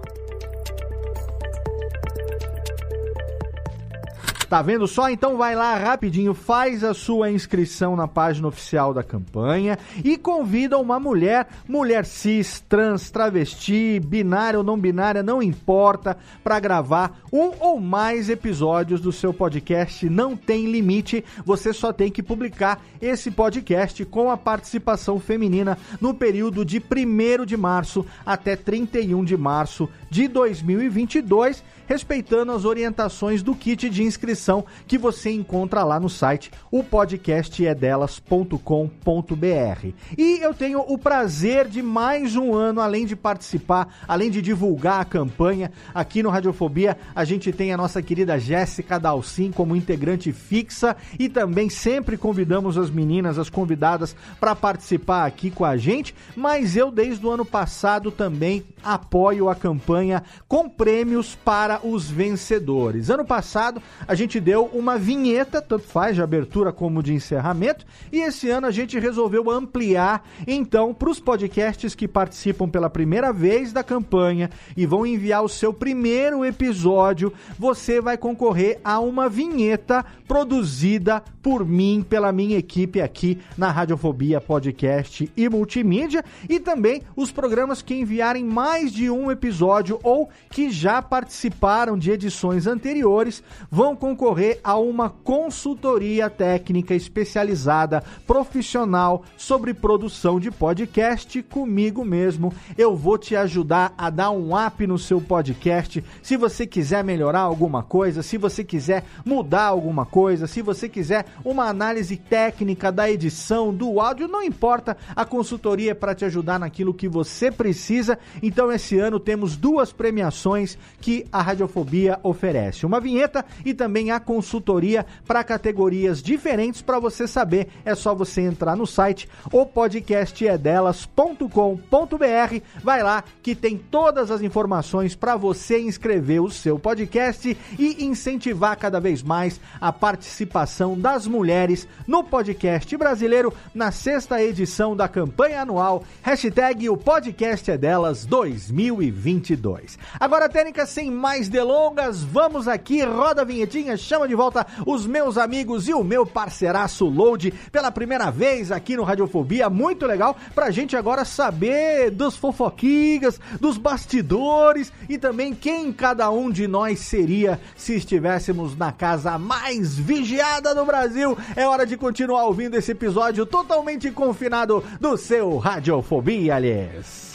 Tá vendo só? Então vai lá rapidinho, faz a sua inscrição na página oficial da campanha e convida uma mulher, mulher cis, trans, travesti, binária ou não binária, não importa, para gravar um ou mais episódios do seu podcast. Não tem limite, você só tem que publicar esse podcast com a participação feminina no período de primeiro de março até trinta e um de março de dois mil e vinte e dois, respeitando as orientações do kit de inscrição que você encontra lá no site o podcast é delas ponto com ponto br. E eu tenho o prazer de mais um ano, além de participar, além de divulgar a campanha, aqui no Radiofobia a gente tem a nossa querida Jéssica Dalcin como integrante fixa e também sempre convidamos as meninas, as convidadas para participar aqui com a gente, mas eu desde o ano passado também apoio a campanha com prêmios para os vencedores. Ano passado a gente deu uma vinheta, tanto faz de abertura como de encerramento, e esse ano a gente resolveu ampliar então para os podcasts que participam pela primeira vez da campanha e vão enviar o seu primeiro episódio. Você vai concorrer a uma vinheta produzida por mim, pela minha equipe aqui na Radiofobia Podcast e Multimídia, e também os programas que enviarem mais de um episódio ou que já participaram de edições anteriores vão concorrer a uma consultoria técnica especializada, profissional, sobre produção de podcast comigo mesmo. Eu vou te ajudar a dar um up no seu podcast. Se você quiser melhorar alguma coisa, se você quiser mudar alguma coisa, se você quiser uma análise técnica da edição, do áudio, não importa, a consultoria é para te ajudar naquilo que você precisa. Então esse ano temos duas premiações que a Radiofobia oferece, uma vinheta e também a consultoria para categorias diferentes. Para você saber, é só você entrar no site o podcast é delas ponto com ponto br, vai lá que tem todas as informações para você inscrever o seu podcast e incentivar cada vez mais a participação das mulheres no podcast brasileiro na sexta edição da campanha anual hashtag o podcast é delas dois mil e vinte e dois. Agora, técnica, sem mais delongas, vamos aqui, roda a vinhetinha, chama de volta os meus amigos e o meu parceiraço Load pela primeira vez aqui no Radiofobia. Muito legal pra gente agora saber dos fofoquinhas, dos bastidores e também quem cada um de nós seria se estivéssemos na casa mais vigiada do Brasil. É hora de continuar ouvindo esse episódio totalmente confinado do seu Radiofobia, aliás.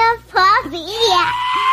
Radiofobia!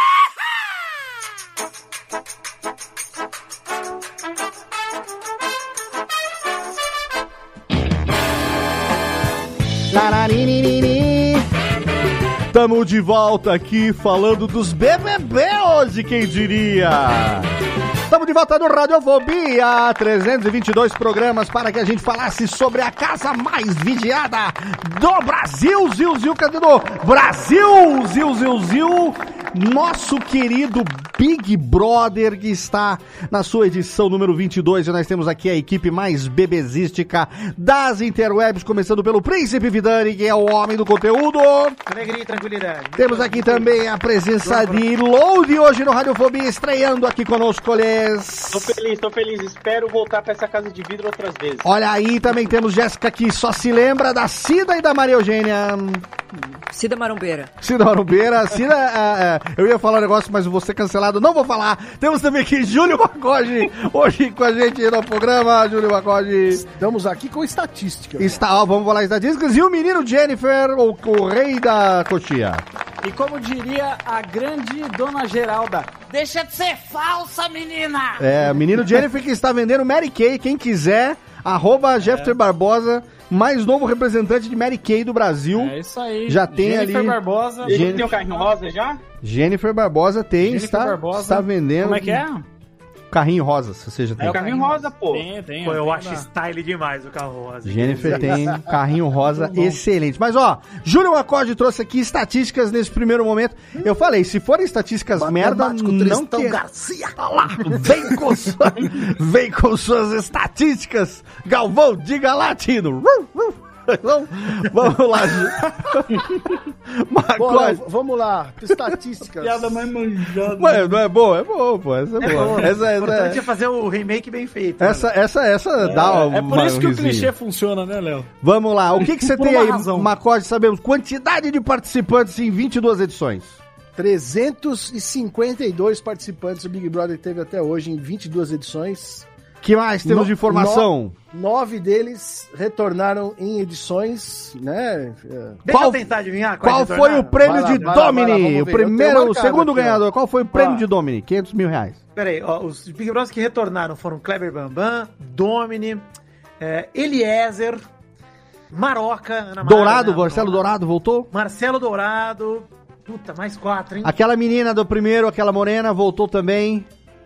Tamo de volta aqui falando dos B B B hoje, quem diria? Estamos de volta no Radiofobia, trezentos e vinte e dois programas para que a gente falasse sobre a casa mais vigiada do Brasil. Zil, zil, cadê do Brasil? Zil, zil, zil. Nosso querido Big Brother, que está na sua edição número vinte e dois, e nós temos aqui a equipe mais bebezística das interwebs, começando pelo Príncipe Vidani, que é o homem do conteúdo. Alegria e tranquilidade. Temos aqui também a presença de Load hoje no Radiofobia, estreando aqui conosco, Les. Tô feliz, tô feliz. Espero voltar pra essa casa de vidro outras vezes. Olha aí, também temos Jéssica, que só se lembra da Cida e da Maria Eugênia. Cida Marombeira. Cida Marombeira. Cida, é, é, eu ia falar um negócio, mas vou ser cancelado, não vou falar. Temos também aqui Júlio Bacode, hoje com a gente no programa. Júlio Bacode. Estamos aqui com estatística. Está, ó, vamos falar estatísticas. E o menino Jennifer, o, o rei da coxia. E como diria a grande dona Geralda, deixa de ser falsa, menina! É, menino Jennifer que está vendendo Mary Kay, quem quiser, arroba é. Jeffter Barbosa, mais novo representante de Mary Kay do Brasil. É isso aí. Já tem Jennifer ali... Barbosa. Ele Jennifer... tem o carrinho rosa já? Jennifer Barbosa tem, Jennifer está, Barbosa. está vendendo. Como é que é? carrinho rosa, se você já tem. É o carrinho rosa, pô. Tem, tem. Pô, eu tem acho na- style demais o carro rosa. Jennifer tem um carrinho rosa excelente. Mas, ó, Júlio Acorde trouxe aqui estatísticas nesse primeiro momento. Eu falei, se forem estatísticas merda, Matemático não Tristão que... Garcia. Tá lá, vem com, sua... vem com suas estatísticas. Galvão, diga lá, Tino. Vamos, vamos lá, Júlio. Bom, Acorde. Léo, vamos lá, estatísticas. Piada mais manjada. Ué, não é boa? É boa, pô. Essa é, É boa. bom. Essa, O essa, importante é fazer o remake bem feito. essa, essa, essa dá uma É por isso que o risinho. clichê funciona, né, Léo? Vamos lá, o que, que você Por tem uma aí, razão. Macode? Sabemos quantidade de participantes em vinte e duas edições. trezentos e cinquenta e dois participantes o Big Brother teve até hoje em vinte e duas edições. Que mais temos No- de informação? no- nove deles retornaram em edições, né? É, Deixa Qual- eu tentar adivinhar. Qual quais foi retornaram. o prêmio Vai lá, de vai lá, vai lá, Domini? vamos O ver. Eu primeiro, tenho o marcado segundo aqui, ó. ganhador. Qual foi o prêmio Ó. de Domini? quinhentos mil reais. Peraí, ó, os Big Brothers que retornaram foram Kleber Bambam, Domini, é, Eliezer, Maroca, Ana Mara, Dourado, né, Marcelo Dourado voltou? Marcelo Dourado. Puta, mais quatro, hein? Aquela menina do primeiro, aquela morena, voltou também.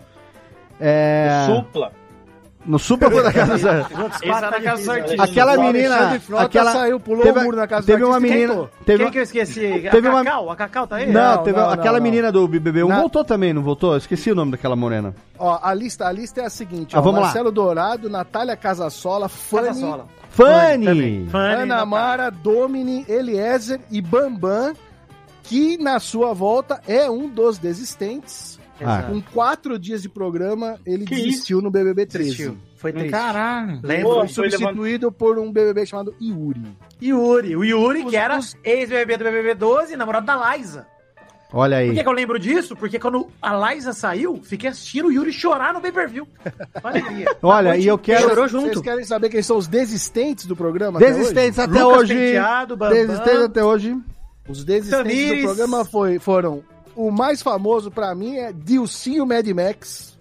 É... Supla. No Supla foi da casa. Os outros Esse quatro era tá da casa difícil, certinha. né? Aquela O menina. Alexandre Frota Aquela... saiu, pulou teve, o muro na casa do Teve uma artista e menina. tentou. Teve Quem uma... que eu esqueci? Teve a uma- Cacau? A Cacau tá aí? Não, Não, teve não, aquela não, menina do B B B um Na- voltou também, não voltou? Eu esqueci o nome daquela morena. Ó, a lista, a lista é a seguinte, Ah, ó, vamos lá. Marcelo Dourado, Natália Casasola, Fanny, Casasola. Fanny! também. Fanny, Ana Natália. Mara, Domini, Eliezer e Bambam, que na sua volta é um dos desistentes. Ah. Com quatro dias de programa, ele Que desistiu no B B B treze. Desistiu. Foi triste. Caralho. Lembro. Pô, Foi foi substituído por um B B B chamado Yuri. Yuri. O Yuri, Os- que era os- ex-B B B do B B B doze, namorado da Liza. Olha Por aí. que, que eu lembro disso? Porque quando a Liza saiu, fiquei assistindo o Yuri chorar no pay-per-view. Olha aí. Olha, e eu quero. Chorou Vocês junto. querem saber quem são os desistentes do programa? Desistentes até até Lucas hoje. Penteado, Bambam. Desistentes até hoje. hoje? Os desistentes Tamires. do programa foi, foram... O mais famoso pra mim é Dilcinho Mad Max.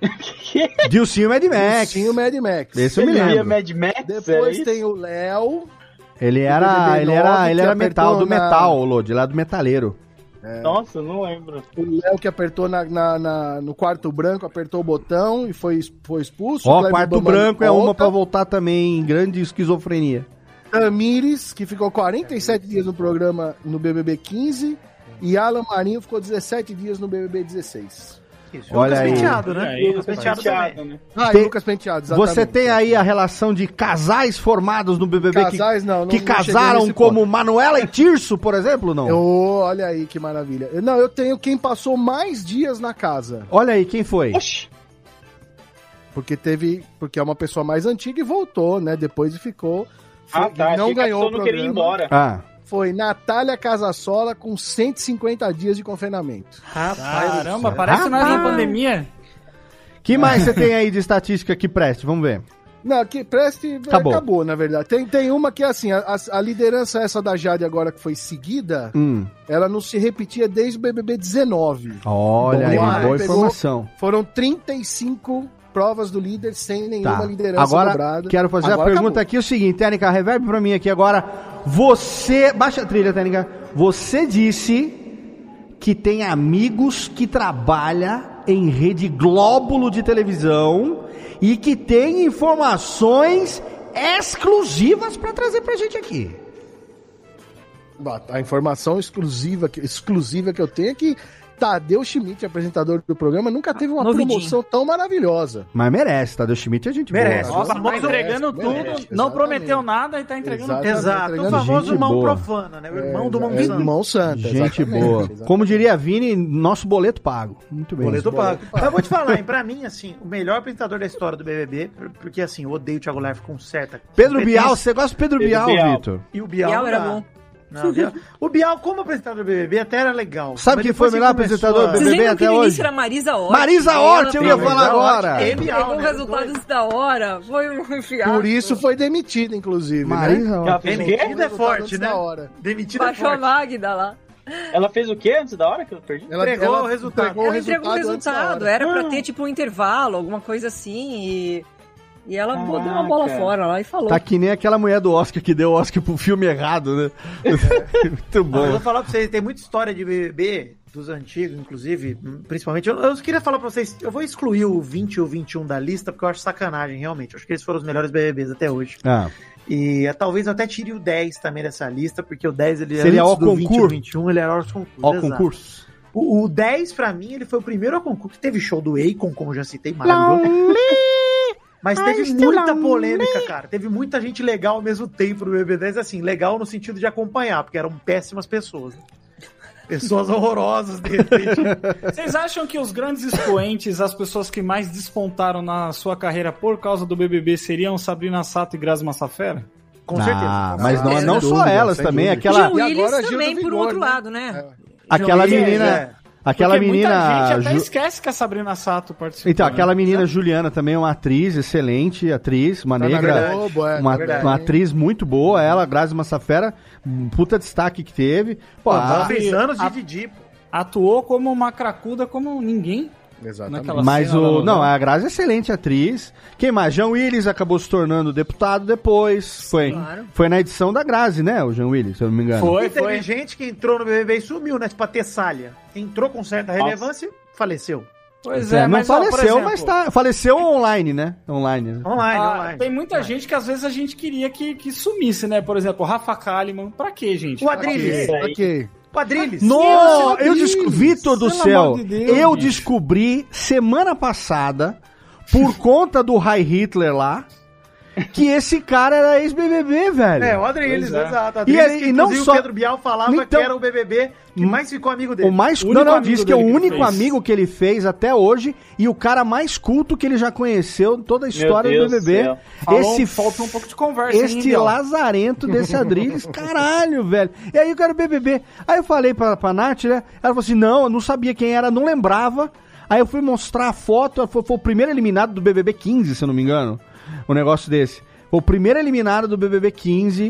Dilcinho Mad Max. Dilcinho Mad Max. Esse eu me Ele via lembro. Mad Max, Depois é isso? tem o Léo. Ele B B era, B ele era, nove, ele que era metal, apertou do na- metal, o Lodi, lá do metaleiro. Nossa, eu não lembro. O Léo que apertou na, na- na- no quarto branco, apertou o botão e foi, foi expulso. Ó, O Kleber quarto Bambam branco é volta. uma pra voltar também, grande esquizofrenia. Tamires, que ficou quarenta e sete dias no programa no B B B quinze. E Alan Marinho ficou dezessete dias no B B B dezesseis. Isso, Olha Lucas aí. Penteado, né? Olha aí, Lucas Penteado Penteado, também. né? Ah, Tem- e Lucas Penteado, exatamente. Você tem aí a relação de casais formados no B B B Casais, que, não, não- que não cheguei casaram nesse como ponto. Manuela e Tirso, por exemplo, não? Oh, olha aí que maravilha. Eu- Não, eu tenho quem passou mais dias na casa. Olha aí, quem foi? Oxi. Porque teve. Porque é uma pessoa mais antiga e voltou, né? Depois e ficou. Ah, Foi- tá. não Achei que a ganhou o pessoa não queria ir programa. embora. Ah, Foi Natália Casasola com cento e cinquenta dias de confinamento. Rapaz, Caramba, do céu. parece nós na Rapaz. pandemia. que mais você tem aí de estatística que preste? Vamos ver. Não, que preste. Acabou. Acabou, na verdade. Tem, tem uma que, assim, a, a- a liderança essa da Jade agora que foi seguida, Hum. ela não se repetia desde o B B B dezenove. Olha Bom, aí, ah, boa pegou- informação. Foram trinta e cinco provas do líder sem nenhuma Tá. liderança Agora, dobrada. quero fazer Agora a pergunta acabou. aqui, o seguinte, Tênica, reverb pra mim aqui agora. Você, baixa a trilha, Tênica. Você disse que tem amigos que trabalham em Rede Glóbulo de televisão e que tem informações exclusivas pra trazer pra gente aqui. A informação exclusiva, que- exclusiva que eu tenho é que Tadeu Schmidt, apresentador do programa, nunca teve uma Novidinho. promoção tão maravilhosa. Mas merece, Tadeu Schmidt é gente Merece. boa. Nossa, tá Merece, entregando merece, tudo, merece, não exatamente. prometeu nada e tá entregando Exato. tudo. Exato, o entregando famoso gente mão boa. profana, né? O irmão do mão É, santa. Mão Santa. Gente exatamente, boa. exatamente. Como diria a Vini, nosso boleto pago. Muito bem. Boleto pago. Mas eu vou te falar, hein, pra mim, assim, o melhor apresentador da história do B B B, por- porque assim, eu odeio o Thiago Leifert com certa Pedro competência. Bial, você gosta do Pedro, Pedro Bial, Bial. Vitor? E o Bial, Bial não era dá. bom. Não, o, Bial, o Bial, como apresentador do B B B, até era legal. Sabe Mas quem depois foi o que melhor começou apresentador do a- B B B? Vocês lembram até que no hoje? início era Marisa Hort? Marisa Hort, eu ia Ela falar Marisa Hort, agora. ele- pegou Bial, né, resultados os dois. da hora. Foi um fiasco. Por isso foi demitida, inclusive. Marisa né? Hort. Ela fez o quê? Demitida é forte, Antes né? da hora. Demitida é Baixou a forte. Magda lá. Ela fez o quê antes da hora que eu perdi? Ela Entregou o resultado. entregou Ela entregou o antes da resultado. hora. Era pra Ah. ter, tipo, um intervalo, alguma coisa assim. E, e ela Caraca. deu uma bola fora lá e falou. Tá que nem aquela mulher do Oscar que deu o Oscar pro filme errado, né? Muito Não, eu bom. vou falar pra vocês, tem muita história de B B B dos antigos, inclusive, principalmente, eu, eu queria falar pra vocês, eu vou excluir o vinte e o vinte e um da lista, porque eu acho sacanagem, realmente. Eu acho que eles foram os melhores B B Bs até hoje. Ah. E é, talvez eu até tire o dez também dessa lista, porque o dez, ele seria antes ao do vinte e concurso. vinte e um, ele era aos concursos. Ao exato. concurso. O, o dez, pra mim, ele foi o primeiro ao concurso, que teve show do Akon, como eu já citei, maravilhoso. Mas teve muita polêmica, cara. Teve muita gente legal ao mesmo tempo no B B dez, assim, legal no sentido de acompanhar, porque eram péssimas pessoas, né? Pessoas horrorosas, de repente. Vocês acham que os grandes expoentes, as pessoas que mais despontaram na sua carreira por causa do B B B seriam Sabrina Sato e Grazi Massafera? Com certeza. Ah, mas não, Ah, não sem só dúvida, elas sem também, dúvida. aquela... Gil Willis agora, Gil também, do por Vigor, outro né? lado, né? Aquela Gil Willis, menina... é. Aquela Porque menina... muita gente até Ju- esquece que a Sabrina Sato participou. Então, né? aquela menina Juliana também é uma atriz excelente, atriz, uma Tá na negra, Globo, é, uma, na verdade. uma atriz muito boa, ela, Grazi Massafera, um puta destaque que teve. Pô, Pô, a- fez anos de a- Didi, pô. Atuou como uma cracuda como ninguém. Exatamente. Naquela mas cena da o... novela. Não, a Grazi é excelente atriz. Quem mais? Jean Willis acabou se tornando deputado depois. Foi, Claro. foi na edição da Grazi, né, o Jean Willis, se eu não me engano. Foi, E teve foi. gente que entrou no B B B e sumiu, né? Tipo a Tessália. Entrou com certa relevância e faleceu. Pois É, é, não mas, ó, por faleceu, exemplo, mas tá... Faleceu online, né? Online. né? Online, ah, online. tem muita gente que às vezes a gente queria que, que sumisse, né? Por exemplo, o Rafa Kalimann. Pra quê, gente? O Pra Adrilles. quê? Ok. Quadrilhas. Não, eu Deus, desco... Vitor do pelo céu, amor de Deus, eu bicho. descobri semana passada, por conta do High Hitler lá, que esse cara era ex-B B B, velho. É, o Adrilles, Pois é. exato. E Adrilles, ele- que e não inclusive só- o Pedro Bial falava Então- que era o B B B que mais ficou amigo dele. O mais O não, único não, amigo diz que é o dele que ele único fez. amigo que ele fez até hoje e o cara mais culto que ele já conheceu em toda a história Deus do B B B. do céu. Falou, Esse falta um pouco de conversa, hein, Este Bial? lazarento desse Adrilles, caralho, velho. E aí eu quero B B B. Aí eu falei pra, pra Nath, né? Ela falou assim: não, eu não sabia quem era, não lembrava. Aí eu fui mostrar a foto, foi, foi o primeiro eliminado do B B B quinze, se eu não me engano. Um negócio desse. Foi o primeiro eliminado do B B B quinze.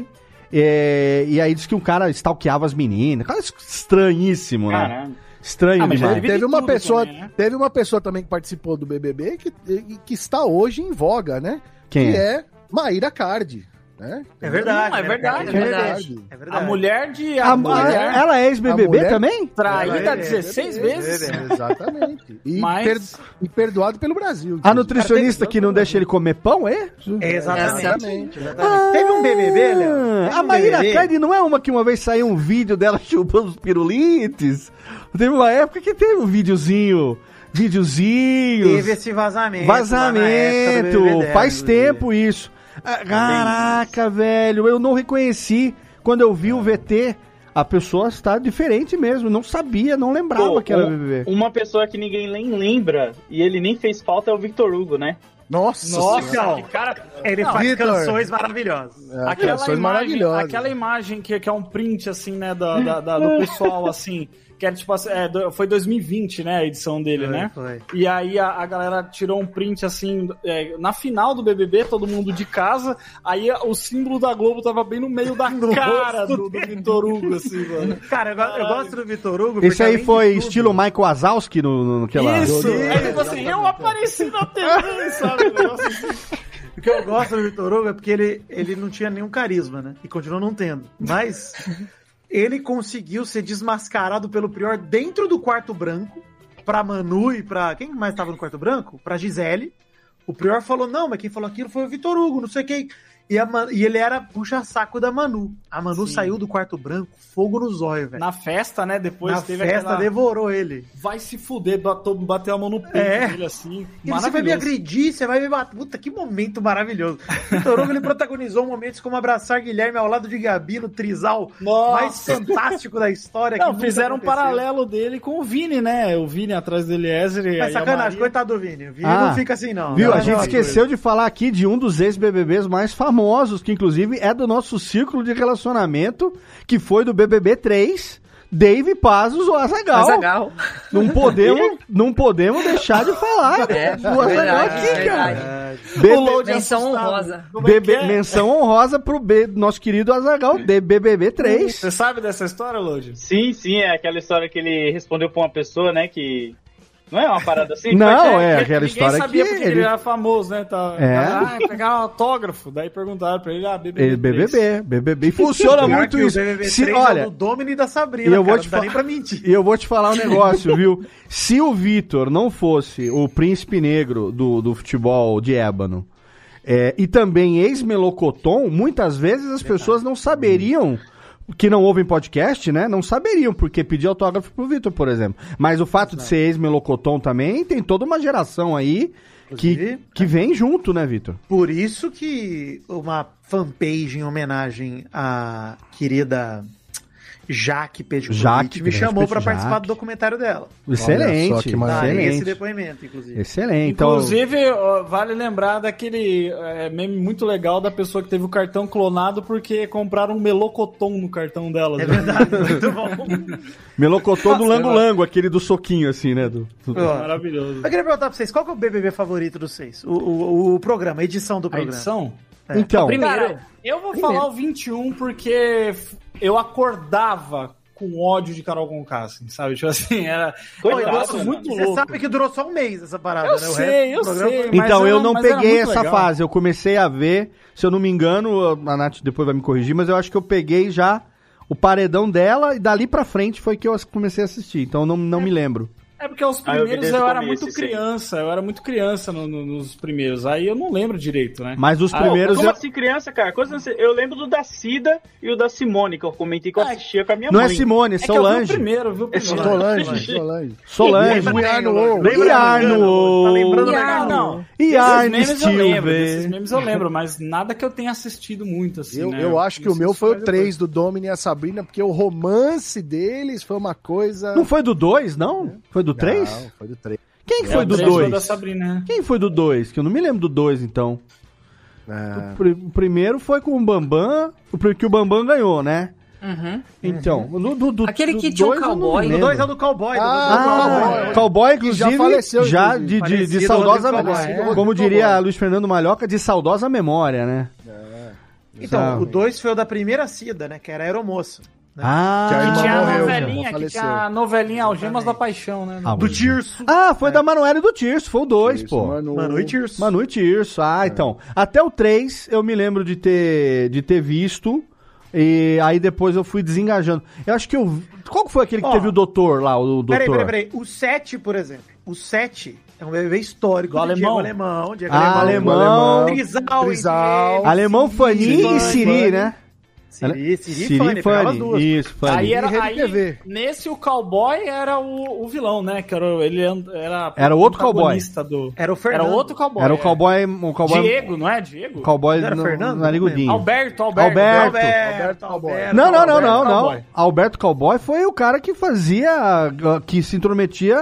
É, e aí disse que um cara stalkeava as meninas. Cara estranhíssimo, né? Caramba. Estranho Ah, mas demais. já Teve de uma tudo pessoa, também, né? teve uma pessoa também que participou do B B B que, que está hoje em voga, né? Quem que é? é Maíra Cardi, né? É verdade. Não, é verdade, É é verdade. É A verdade. mulher de... A- A, mulher a- ela é ex-B B B a mulher- também? traída Ela é- dezesseis é- vezes. é- Exatamente. E, Mas- per- e perdoado pelo Brasil. A inclusive. nutricionista que não deixa ele comer pão, é? É, exatamente. Exatamente. exatamente. Teve um B B B, Léo? Teve A um Maíra B B B? Cardi não é uma que uma vez saiu um vídeo dela chupando os pirulites? Teve uma época que teve um videozinho, videozinhos, Teve esse vazamento. lá na época do vazamento, B B B dela, faz inclusive. tempo isso. Ah, Caraca, velho, eu não reconheci quando eu vi o V T. A pessoa está diferente mesmo, não sabia, não lembrava Pô, que era um- B B B. Uma pessoa que ninguém nem lembra e ele nem fez falta é o Victor Hugo, né? Nossa, Nossa, Senhora. que cara... Ele Não, faz Vitor. canções maravilhosas. É, Aquela canções imagem, maravilhosas. aquela imagem que, que é um print, assim, né, da, da- da- do pessoal, assim, que era tipo assim, é, do- foi dois mil e vinte, né, a edição dele, Foi, né? foi. E aí a, a galera tirou um print, assim, é, na final do B B B, todo mundo de casa, aí o símbolo da Globo tava bem no meio da No cara rosto do, do Vitor Hugo, assim, mano. Cara, eu, go- eu gosto do Vitor Hugo. Esse porque aí além de foi tudo- estilo Michael Wazowski no, no, naquela... Isso! Aí tipo assim, eu apareci na T V, sabe? Um negócio assim. O que eu gosto do Vitor Hugo é porque ele, ele não tinha nenhum carisma, né? E continua não tendo. Mas ele conseguiu ser desmascarado pelo Prior dentro do quarto branco pra Manu e pra... Quem mais tava no quarto branco? Pra Gisele. O Prior falou, não, mas quem falou aquilo foi o Vitor Hugo, não sei quem. E, a Man- e ele era puxa-saco da Manu. A Manu Sim. saiu do quarto branco, fogo no zóio, velho. Na festa, né, depois Na teve festa, aquela... devorou ele. Vai se fuder, bateu, bateu a mão no peito É. dele, assim, E você vai me maravilhoso. agredir, você vai me bater. Puta, que momento maravilhoso. Vitor Hugo, ele protagonizou momentos como abraçar Guilherme ao lado de Gabi no trisal Nossa. mais fantástico da história. que Não, nunca fizeram um aconteceu. paralelo dele com o Vini, né? O Vini atrás do Eliezer e Mas aí a sacanagem, Maria. coitado do Vini. O Vini Ah, não fica assim, não. Viu? Não, A não, gente não, esqueceu de falar aqui de um dos ex-B B Bs mais famosos, que inclusive é do nosso círculo de relacionamento, que foi do B B B três, Dave Pazos, o Azaghal. Azaghal. Não podemos, não podemos deixar de falar É, do Azaghal verdade, aqui, é cara. verdade. B B O Load Menção assustado. honrosa. Como é B B que é? Menção honrosa pro B, nosso querido Azaghal, de B B B três. Você sabe dessa história, Load? Sim, sim, é aquela história que ele respondeu pra uma pessoa, né, que Não é uma parada assim? Não, é, é aquela ninguém história sabia que porque ele... ele era famoso, né? Tá, É. Ah, pegar um autógrafo. Daí perguntaram pra ele, ah, B B B. Ele, B B B, B B B. E funciona Pior muito que isso. O B B B Se, três é olha, o do Domini e da e Sabrina, eu vou cara, te não dá fa- nem pra mentir. E eu vou te falar um negócio, viu? Se o Vitor não fosse o príncipe negro do, do futebol de ébano, é, e também ex-melocoton, muitas vezes as pessoas não saberiam, que não ouvem podcast, né? Não saberiam porque pedir autógrafo pro Vitor, por exemplo. Mas o fato de ser ex-melocoton também, tem toda uma geração aí que, que vem junto, né, Vitor? Por isso que uma fanpage em homenagem à querida Jaque Petkovic Jaque, me chamou respeito, pra participar Jaque. do documentário dela. Excelente, Olha só que Darei excelente. esse depoimento, inclusive. Excelente. Então, Inclusive, ó, vale lembrar daquele é, meme muito legal da pessoa que teve o cartão clonado porque compraram um melocotom no cartão dela. É verdade, muito bom. melocoton do Lango Lango, aquele do soquinho, assim, né? Do, do... Ó, Maravilhoso. Eu queria perguntar pra vocês, qual que é o B B B favorito dos seis? O, o, o programa, a edição do A programa. edição? É. Então, Cara, eu vou Primeiro. falar o vinte e um porque eu acordava com ódio de Carol Conká, assim, sabe? Tipo assim, era Coitado, um negócio mano. muito Você louco. sabe que durou só um mês essa parada, Eu né? O sei, resto do eu programa sei. foi- Mas então, era- eu não mas era peguei muito essa legal. fase. Eu comecei a ver, se eu não me engano, a Nath depois vai me corrigir, mas eu acho que eu peguei já o paredão dela e dali pra frente foi que eu comecei a assistir. Então, eu não, não me lembro. É porque os Ah, eu vi primeiros desde eu, o era começo, muito isso aí. criança, eu era muito criança no- no- nos primeiros. Aí eu não lembro direito, né? Mas os Ah, primeiros... Como eu- assim, criança, cara? Coisa assim, eu lembro do da Cida e o da Simone, que eu comentei que eu Ah, assistia com a minha Não mãe. é Simone, é É que eu vi o Solange. primeiro, viu? É primeiro. Solange, Solange. Solange. We are no Lembra- world. We are no Tá world. lembrando Ah, legal. não. E Esses Arne memes eu lembro, Stilve. desses memes eu lembro, mas nada que eu tenha assistido muito, assim, Eu, né? eu acho que o meu assisti foi o mais três do Domini e a Sabrina, porque o romance deles foi uma coisa... Não foi do dois, não? Foi do três? Não, foi do três. Quem depois. foi É, do o três foi dois? da Sabrina, né? Quem foi do dois? Que eu não me lembro do dois, então. Ah, O, pri- o primeiro foi com o Bambam, o pri- que o Bambam ganhou, né? Uhum. Então, do, do, do, Aquele do que tinha um dois eu não cowboy. me O lembro. dois é o do cowboy. do- Ah, do- do Ah, cowboy. cowboy, Que inclusive, já já, faleceu, de, inclusive. de, de Falecido saudosa Rodrigo memória. Cowboy. Como É. diria Luiz Fernando Malhoca, de saudosa memória, né? Então, Exato. o dois foi o da primeira Cida, né? Que era a aeromoça. Né? Ah, Que a E irmã tinha a morreu, novelinha, já que faleceu. tinha a novelinha Algemas da Paixão, né? Ah, Do Tirso. ah, foi da Manoela e do Tirso, foi o dois, Isso, pô. Manu. Manu e Tirso. Manu e Tirso. Ah, então. Até o três eu me lembro de ter, de ter visto. E aí depois eu fui desengajando. Eu acho que eu. Qual que foi aquele que Ó, teve o doutor lá, o doutor? Peraí, peraí, peraí. O sete, por exemplo. O sete é um B B B histórico. Do de Diego alemão. Alemão. Diego Ah, alemão. Trisal. Trisal. entre eles. Alemão, Fanny Fanny, e Siri, Fanny. né? Siri, Siri, Siri e Fanny. pegava as duas. Isso, Fanny. Aí era E Rede aí, T V. nesse o cowboy era o, o vilão, né? Que era o- ele era Era outro protagonista do Era o Fernando. Era outro cowboy. Era o é. cowboy. O cowboy Diego, não é Diego? Cowboy Não era no- Fernando? na Ligudinho. Alberto, Alberto. Alberto. Alberto, Cowboy. Alberto, Não, não, não, não, Alberto não. Cowboy. Alberto Cowboy foi o cara que fazia. Que se intrometia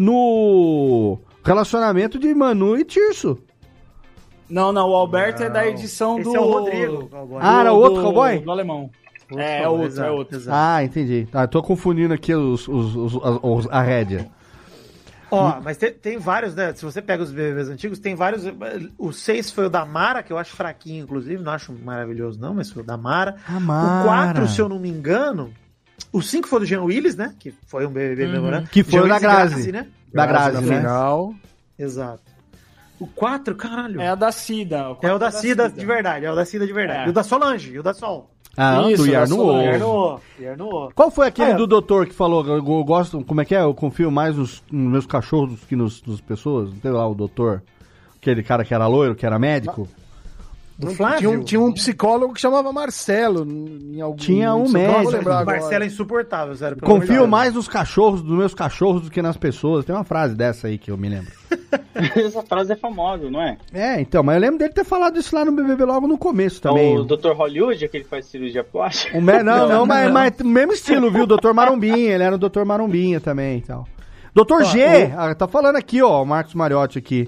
no relacionamento de Manu e Tirso. Não, não, o Alberto é da edição Esse do é o Rodrigo. Cowboy. Ah, era do- outro do- cowboy? Do alemão. Outro é, é cowboy, outro, exato, é outro. exato. Ah, entendi. Tá, tô confundindo aqui os, os, os, os- a rédea. Ó, mas tem, tem vários, né? Se você pega os B B Bs antigos, tem vários. O seis foi o da Mara, que eu acho fraquinho, inclusive. Não acho maravilhoso, não, mas foi o da Mara. A Mara. O quatro, se eu não me engano. O cinco foi do Jean Willis, né? Que foi um B B B memorando. Que foi Jean o da Willis e Grazi. né? Da Grazi, na né? final. Exato. O quatro, caralho. É a da Cida. É o da Cida de verdade, é o da Cida de verdade. É. E o da Solange, e o da Sol. Ah, Isso, do da Yarno Solange. Ovo. Yerno. Yerno. Qual foi aquele Ah, é. do doutor que falou, eu eu gosto, como é que é? Eu confio mais nos, nos meus cachorros do que nos, nas pessoas? Não tem lá o doutor? Aquele cara que era loiro, que era médico? Do Não, Flávio? Tinha um, tinha um psicólogo que chamava Marcelo. Em algum, Tinha um só que eu não vou médico. lembrar agora. Marcelo é insuportável, sério. pelo amor de Confio Deus. mais nos cachorros, dos meus cachorros, do que nas pessoas. Tem uma frase dessa aí que eu me lembro. Essa frase é famosa, não é? É, então, mas eu lembro dele ter falado isso lá no B B B logo no começo também. O doutor Hollywood, aquele que faz cirurgia plástica. O me- Não, não, mas, mas mesmo estilo, viu? doutor Marombinha, ele era o doutor Marombinha também e tal. doutor G, ah, tá falando aqui, ó, o Marcos Mariotti aqui.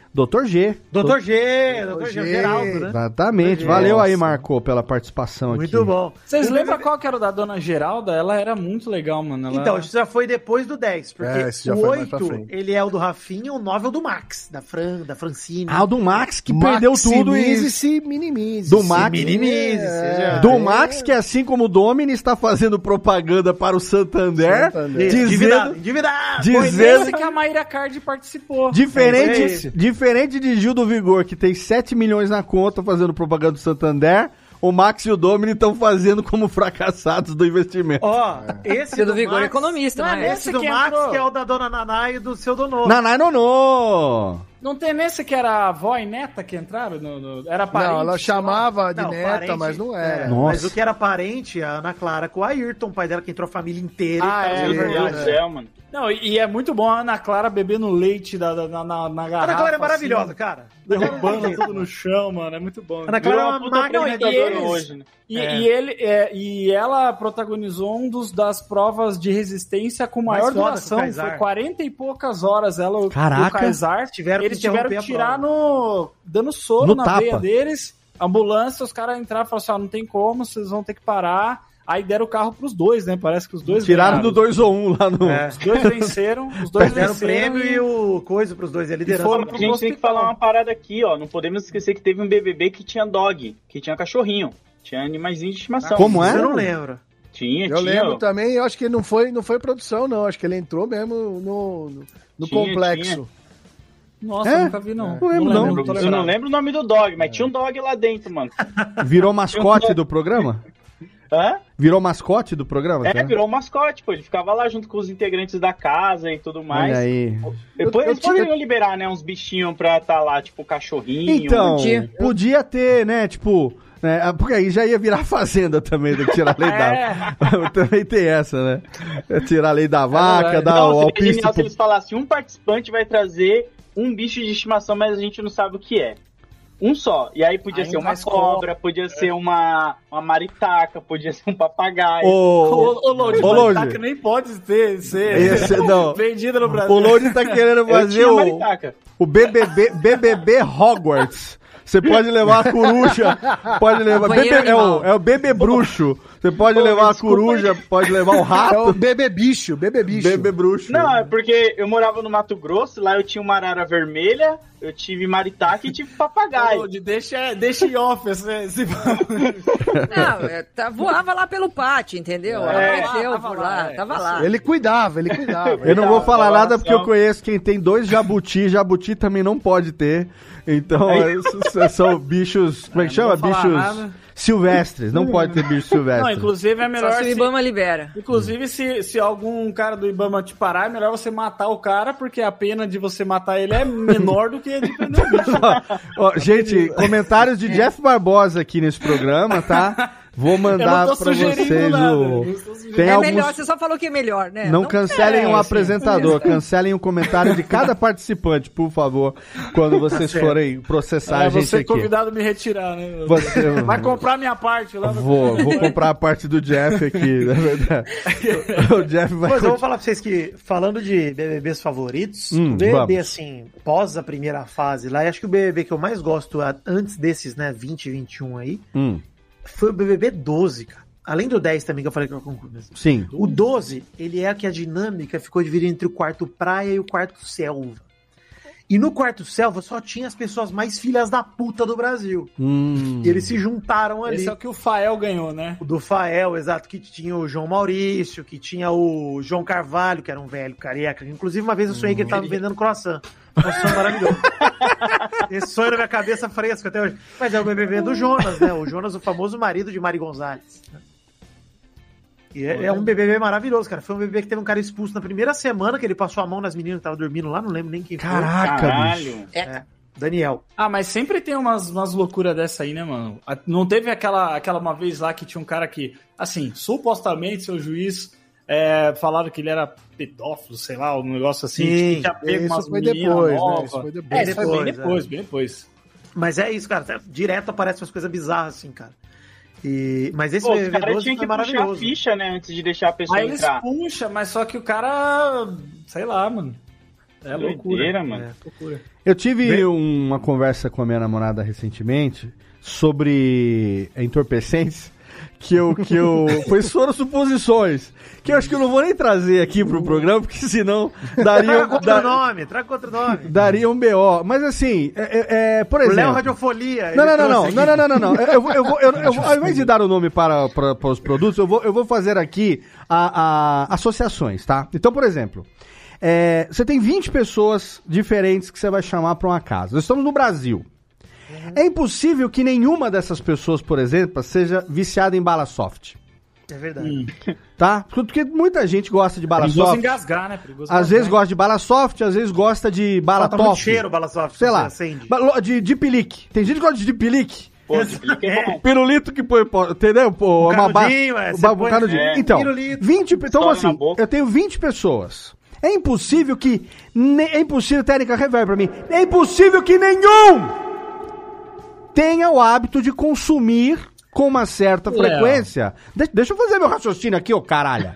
doutor G. doutor G, doutor G, Geraldo, né? Exatamente. Valeu aí, Marco, pela participação aqui. Muito bom. Vocês lembram qual que era o da Dona Geralda? Ela era muito legal, mano. Ela... Então, isso já foi depois do dez, porque É, esse já o foi mais pra oito, frente. ele é o do Rafinha, o nove é o do Max, da Fran, da Francine. Ah, o do Max, que perdeu tudo e... Maximize-se, minimize. Do Max, minimize, seja- do Max, que assim como o Domini está fazendo propaganda para o Santander, Santander. dizendo, Endividado, endividado. Foi dizendo nesse que a Mayra Card participou. diferente, É isso. diferente de Gil do Vigor, que tem sete milhões na conta fazendo propaganda do Santander, o Max e o Domini estão fazendo como fracassados do investimento. Ó, esse Seu do do Vigor é Max, economista, não não é é? esse esse do que Max, entrou. que é o da Dona Naná e do seu Dono. Nanai Nonô! Não tem nesse que era a avó e neta que entraram? No, no- Era parente? Não, ela chamava de Não, neta, parente, mas não era. é, Nossa. Mas o que era parente, a Ana Clara com o Ayrton, o pai dela que entrou a família inteira. Ah, e é, tal. Meu Deus verdade. do céu, mano. Não, e e é muito bom a Ana Clara bebendo leite da, da- na, na, na A garrafa. Ana Clara é maravilhosa, assim, cara. derrubando tudo no chão, mano. É muito bom. Ana Clara Virou é uma uma puta máquina. apresentadora eles- hoje, né? E, É. e ele, é, e ela protagonizou um dos das provas de resistência com maior Mais foda duração. com o Kaysar. Foi quarenta e poucas horas. Ela, o- Caraca. o Kaysar, Tiveram que eles tiveram que interromper a tirar no. dando soro No na tapa. veia deles. Ambulância, os caras entraram e falaram assim: ó, não tem como, vocês vão ter que parar. Aí deram o carro pros dois, né? Parece que os dois Tiraram ganharam. do dois ou um lá no... É. Os dois venceram. Os dois Deram o venceram prêmio e o coisa pros dois, a liderança. foram A gente tem que falar uma parada aqui, ó. Não podemos esquecer que teve um B B B que tinha dog, que tinha cachorrinho. Tinha animaizinhos de estimação. Como é? Eu não lembro. Tinha, Eu tinha. lembro ó. também, eu acho que não foi, não foi produção, não. Acho que ele entrou mesmo no, no, no Tinha, complexo. tinha. Nossa, É? eu nunca vi, não. Não lembro, não. tô Eu não lembrando. lembro o nome do dog, mas tinha um dog lá dentro, mano. Virou mascote do programa? Hã? Virou mascote do programa? É, tá? virou um mascote, pô. Ele ficava lá junto com os integrantes da casa e tudo mais. Olha aí. Depois Eu- eles eu- poderiam liberar, né, uns bichinhos pra tá lá, tipo, cachorrinho. Então, Podia. podia ter, né, tipo... Né, porque aí já ia virar fazenda também, tem que tirar a lei da... Também tem essa, né? É tirar a lei da vaca, dar Não, o seria alpiste... genial se pro- eles falassem, um participante vai trazer um bicho de estimação, mas a gente não sabe o que é. Um só. E aí podia Aí ser um uma mais cobra, podia ser uma, uma maritaca, podia ser um papagaio. Ô, Ô, ô, Lodi, Ô, Lodi. Maritaca nem pode ter, ser Esse não. vendida no Brasil. O Lodi tá querendo Eu fazer tinha o, maritaca. o B B B, B B B Hogwarts. Você pode levar a coruja, pode levar... Banheiro Bebê- é, o, animal. é o bebê bruxo. Você pode Pô, levar a desculpa coruja, pode levar o É o rato. bebê bicho, bebê bicho. Bebê bruxo. Não, é porque eu morava no Mato Grosso, lá eu tinha uma arara vermelha, eu tive maritaca e tive Ô, papagaio. Lodi, deixa, deixa em off esse... esse... Não, é, tá- voava lá pelo pátio, entendeu? É, Apareceu tava por lá, lá, é. tava lá. Ele cuidava, ele cuidava. Eu não vou falar Tava nada na porque eu ação. conheço quem tem dois jabuti. Jabuti também não pode ter. Então, esses são bichos. Como é que chama? não vou falar Bichos nada. silvestres. Não pode ter bicho Não, silvestre. inclusive é melhor Só se o se... Ibama libera. Inclusive, se, se algum cara do Ibama te parar, é melhor você matar o cara, porque a pena de você matar ele é menor do que a de prender o bicho. Ó, gente, comentários de Jeff Barbosa aqui nesse programa, tá? Vou mandar Eu não tô pra sugerindo vocês nada, o. eu não estou sugerindo. Tem é alguns. melhor, você só falou que é melhor, né? Não cancelem é, o sim. apresentador, cancelem o comentário de cada participante, por favor, quando vocês forem processar É, a gente você é aqui. convidado a me retirar, né? Você- Vai comprar minha parte lá no... Vou, vou comprar a parte do Jeff aqui, na verdade. O Jeff vai. Mas eu vou falar pra vocês que, falando de B B Bs favoritos, Hum, o B B B, vamos. assim, pós a primeira fase lá, e acho que o B B B que eu mais gosto a- antes desses, né, vinte e vinte e um aí, Hum, foi o B B B doze, cara. Além do dez também, que eu falei que eu concordo. sim. O doze, ele é que a dinâmica ficou dividida entre o quarto praia e o quarto selva. E no quarto selva só tinha as pessoas mais filhas da puta do Brasil. Hum. E eles se juntaram ali. Esse é o que o Fael ganhou, né? O do Fael, exato, que tinha o João Maurício, que tinha o João Carvalho, que era um velho careca. Inclusive, uma vez eu sonhei que ele tava vendendo croissant. Um sonho maravilhoso. Esse sonho na minha cabeça fresco até hoje. Mas é o B B B do Jonas, né? O Jonas, o famoso marido de Mari Gonzalez. E é, é um B B B maravilhoso, cara. Foi um B B B que teve um cara expulso na primeira semana que ele passou a mão nas meninas que estavam dormindo lá, não lembro nem quem Caraca, foi. Caralho. bicho. É, Daniel. Ah, mas sempre tem umas, umas loucuras dessa aí, né, mano? A- Não teve aquela, aquela uma vez lá que tinha um cara que, assim, supostamente seu juiz é, falaram que ele era pedófilo, sei lá, um negócio assim. Sim, que tinha pego isso umas foi meninas depois, né? novas. Isso foi depois. É, isso foi bem Depois, depois, é. bem depois. Mas é isso, cara. Direto aparece umas coisas bizarras, assim, cara. E... Mas esse Pô, B os B B caras doze tinham foi que puxar a maravilhoso. ficha, né, antes de deixar a pessoa Aí eles entrar. puxam, mas só que o cara, sei lá, mano. É loucura. Doideira, mano. É, loucura. Eu tive uma conversa com a minha namorada recentemente sobre entorpecentes, que eu, que eu, pois foram suposições, que eu acho que eu não vou nem trazer aqui pro programa, porque senão daria, Traga outro da, nome, traga outro nome. daria um B O. Mas assim, é, é, é, por O exemplo... Léo Radiofolia. Não, ele não, não, trouxe não, aqui. não, não, não, não. Eu, vou- eu, vou- eu, eu vou- ao invés de dar o nome para, para, para os produtos, eu vou, eu vou fazer aqui a, a- associações, tá? Então, por exemplo, é, você tem vinte pessoas diferentes que você vai chamar para uma casa. Nós estamos no Brasil. É impossível que nenhuma dessas pessoas, por exemplo, seja viciada em bala soft, É verdade. tá? Porque muita gente gosta de bala Perigoso soft. engasgar, né? Perigoso Às engasgar. vezes gosta de bala soft, às vezes gosta de bala Falta top. muito cheiro, bala soft. Sei você lá. acende. Ba- De, de pilique. Tem gente que gosta de pilique. Pô, de clique é bom. Pirulito que põe, pô, entendeu? Pô, Um uma ba- canudinho, é, o você ba- põe- canudinho. é, Então, pirulito. vinte, então Estoura assim, na boca. eu tenho vinte pessoas. É impossível que, ne- é impossível, técnica reverb pra mim, é impossível que nenhum tenha o hábito de consumir com uma certa Léo. frequência. De- deixa eu fazer meu raciocínio aqui, ô caralho.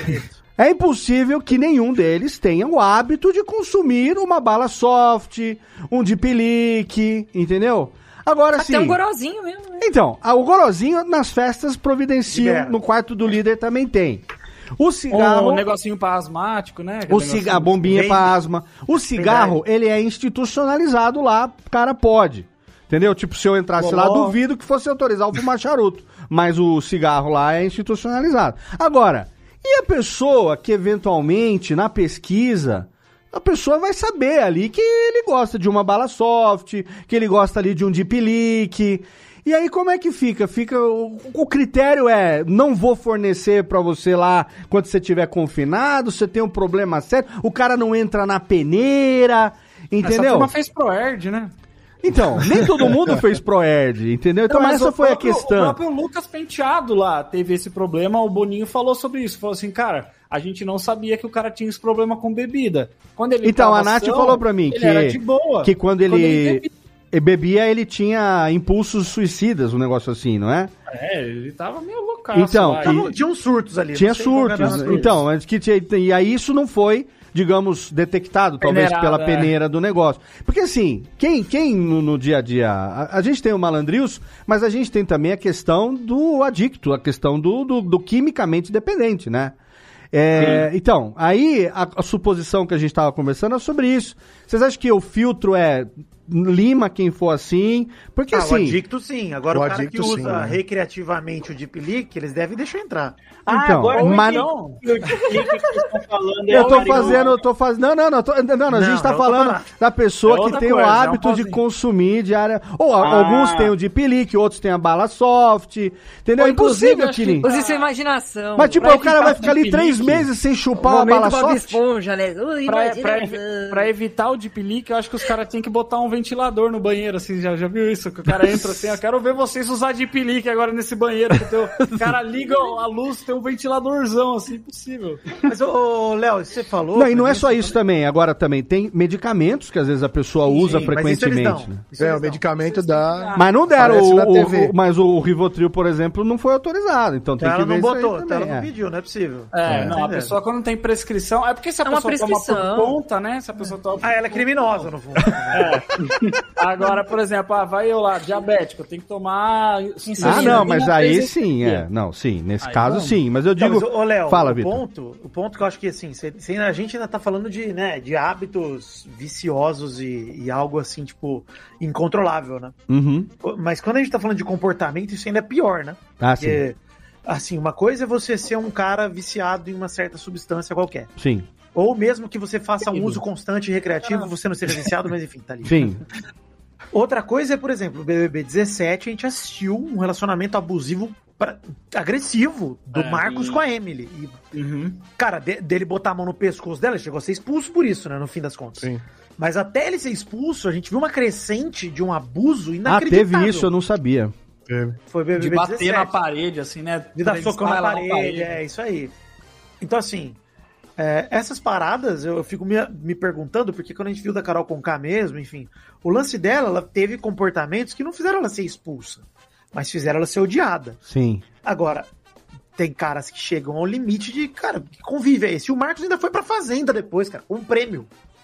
É impossível que nenhum deles tenha o hábito de consumir uma bala soft, um de pelique, entendeu? Agora sim. Até um gorozinho mesmo, né? Então, a- o gorozinho nas festas providenciam, Libera. no quarto do líder também tem. O cigarro, Um negocinho pra asmático, né? Aquele o negocinho- ciga, a bombinha Vende. pra asma. O cigarro, ele é institucionalizado lá, o cara pode. Entendeu? Tipo, se eu entrasse lá, Boló. duvido que fosse autorizar o fumar charuto. Mas o cigarro lá é institucionalizado. Agora, e a pessoa que eventualmente, na pesquisa, a pessoa vai saber ali que ele gosta de uma bala soft, que ele gosta ali de um deep leak. E aí como é que fica? Fica o, o critério é, não vou fornecer pra você lá quando você estiver confinado, você tem um problema sério, o cara não entra na peneira, Essa entendeu? turma fez ProErd, né? Então, nem todo mundo fez ProErd, entendeu? Então, Não, mas mas essa o foi a próprio- questão. O próprio Lucas Penteado lá teve esse problema, o Boninho falou sobre isso. Falou assim, cara, a gente não sabia que o cara tinha esse problema com bebida. Quando ele Então, a tava Nath são, falou pra mim ele que, era de boa. que quando ele, bebia- ele bebia, ele tinha impulsos suicidas, um negócio assim, não é? É, ele tava meio loucaço Então, lá. e- Tava- tinha uns surtos ali. Tinha não sei qual era surtos. os surtos. Então, mas que tinha, e aí isso não foi, digamos, detectado, talvez Peneirada, pela peneira do negócio. Porque assim, quem, quem no, no dia a dia. A, a gente tem o malandrios, mas a gente tem também a questão do adicto, a questão do, do, do quimicamente dependente, né? É, então, aí a, a suposição que a gente estava conversando é sobre isso. Vocês acham que o filtro é lima quem for assim? Porque Ah, assim. o adicto sim. Agora O o, cara que adicto, usa sim, né? recreativamente o Deep Leak, eles devem deixar entrar. Ah, Então, agora mas- não. O Deep Leak que vocês estão falando é Eu tô o marihuana. fazendo, eu tô fazendo. Não, não, não. tô- não, não, a Não, gente tá é outra falando parada. da pessoa É que outra tem coisa, o é um hábito de pozinho. consumir diária. Ou a- Ah. alguns têm o de pelique, outros têm a bala soft. Entendeu? Ou, É impossível acho que que nem. use sua imaginação. Mas tipo, pra o cara evitar vai ficar ali de três pelique. meses sem O chupar uma momento bala Bob soft? Esponja, né? Ui, Pra, imagina- pra evi- pra evitar o deep leak, eu acho que os caras tinham que botar um ventilador no banheiro, assim, já, já viu isso? Que o cara entra assim, eu quero ver vocês usar deep leak agora nesse banheiro, que o teu- o cara liga a luz, tem um ventiladorzão, assim, impossível. Mas, ô, ô, Léo, você falou... Não, e não é mas só isso também. Agora também tem medicamentos que às vezes a pessoa usa Sim, mas isso eles frequentemente, dão. né? Isso É, eles o dão. medicamento dá. Mas não deram Aparece o, na o- T V. o- mas o Rivotril, por exemplo, não foi autorizado. Então tem Ela que ver não isso aí botou, também, ela não é. pediu, não é possível. É, Tá não, a entendendo? pessoa quando tem prescrição, é porque se a É uma pessoa toma prescrição. por conta, né? Se a pessoa toma por Ah, ela é criminosa, no fundo. Agora, por exemplo, ah, vai eu lá, diabético, eu tenho que tomar... Ah, não, mas insulina aí três vezes sim, por dia. é. Não, sim, nesse Aí caso vamos. sim. Mas eu Não, digo. mas, ô, Léo, Fala, o Vitor. ponto, o ponto que eu acho que assim, cê- cê- a gente ainda tá falando de, né, de hábitos viciosos e, e algo assim, tipo, incontrolável, né? Uhum. Mas quando a gente tá falando de comportamento, isso ainda é pior, né? Ah, sim. Porque, assim, uma coisa é você ser um cara viciado em uma certa substância qualquer. Sim. Ou mesmo que você faça um uso constante e recreativo, você não seja viciado, mas enfim, tá ali. Sim. Outra coisa é, por exemplo, o B B B dezessete, a gente assistiu um relacionamento abusivo, pra- agressivo, do É, Marcos e- com a Emily. E, cara, de- dele botar a mão no pescoço dela, ele chegou a ser expulso por isso, né, no fim das contas. Sim. Mas até ele ser expulso, a gente viu uma crescente de um abuso Ah, inacreditável. teve isso, eu não sabia. Foi B B B De bater dezessete. na parede, assim, né? De dar Pra socão na eles parede, esfarelar é isso aí. Então, assim, é, essas paradas eu, eu fico me, me perguntando, porque quando a gente viu da Carol Conká mesmo, enfim, o lance dela, ela teve comportamentos que não fizeram ela ser expulsa, mas fizeram ela ser odiada. Sim. Agora, tem caras que chegam ao limite de, cara, que convívio é esse? E o Marcos ainda foi pra Fazenda depois, cara, com um prêmio.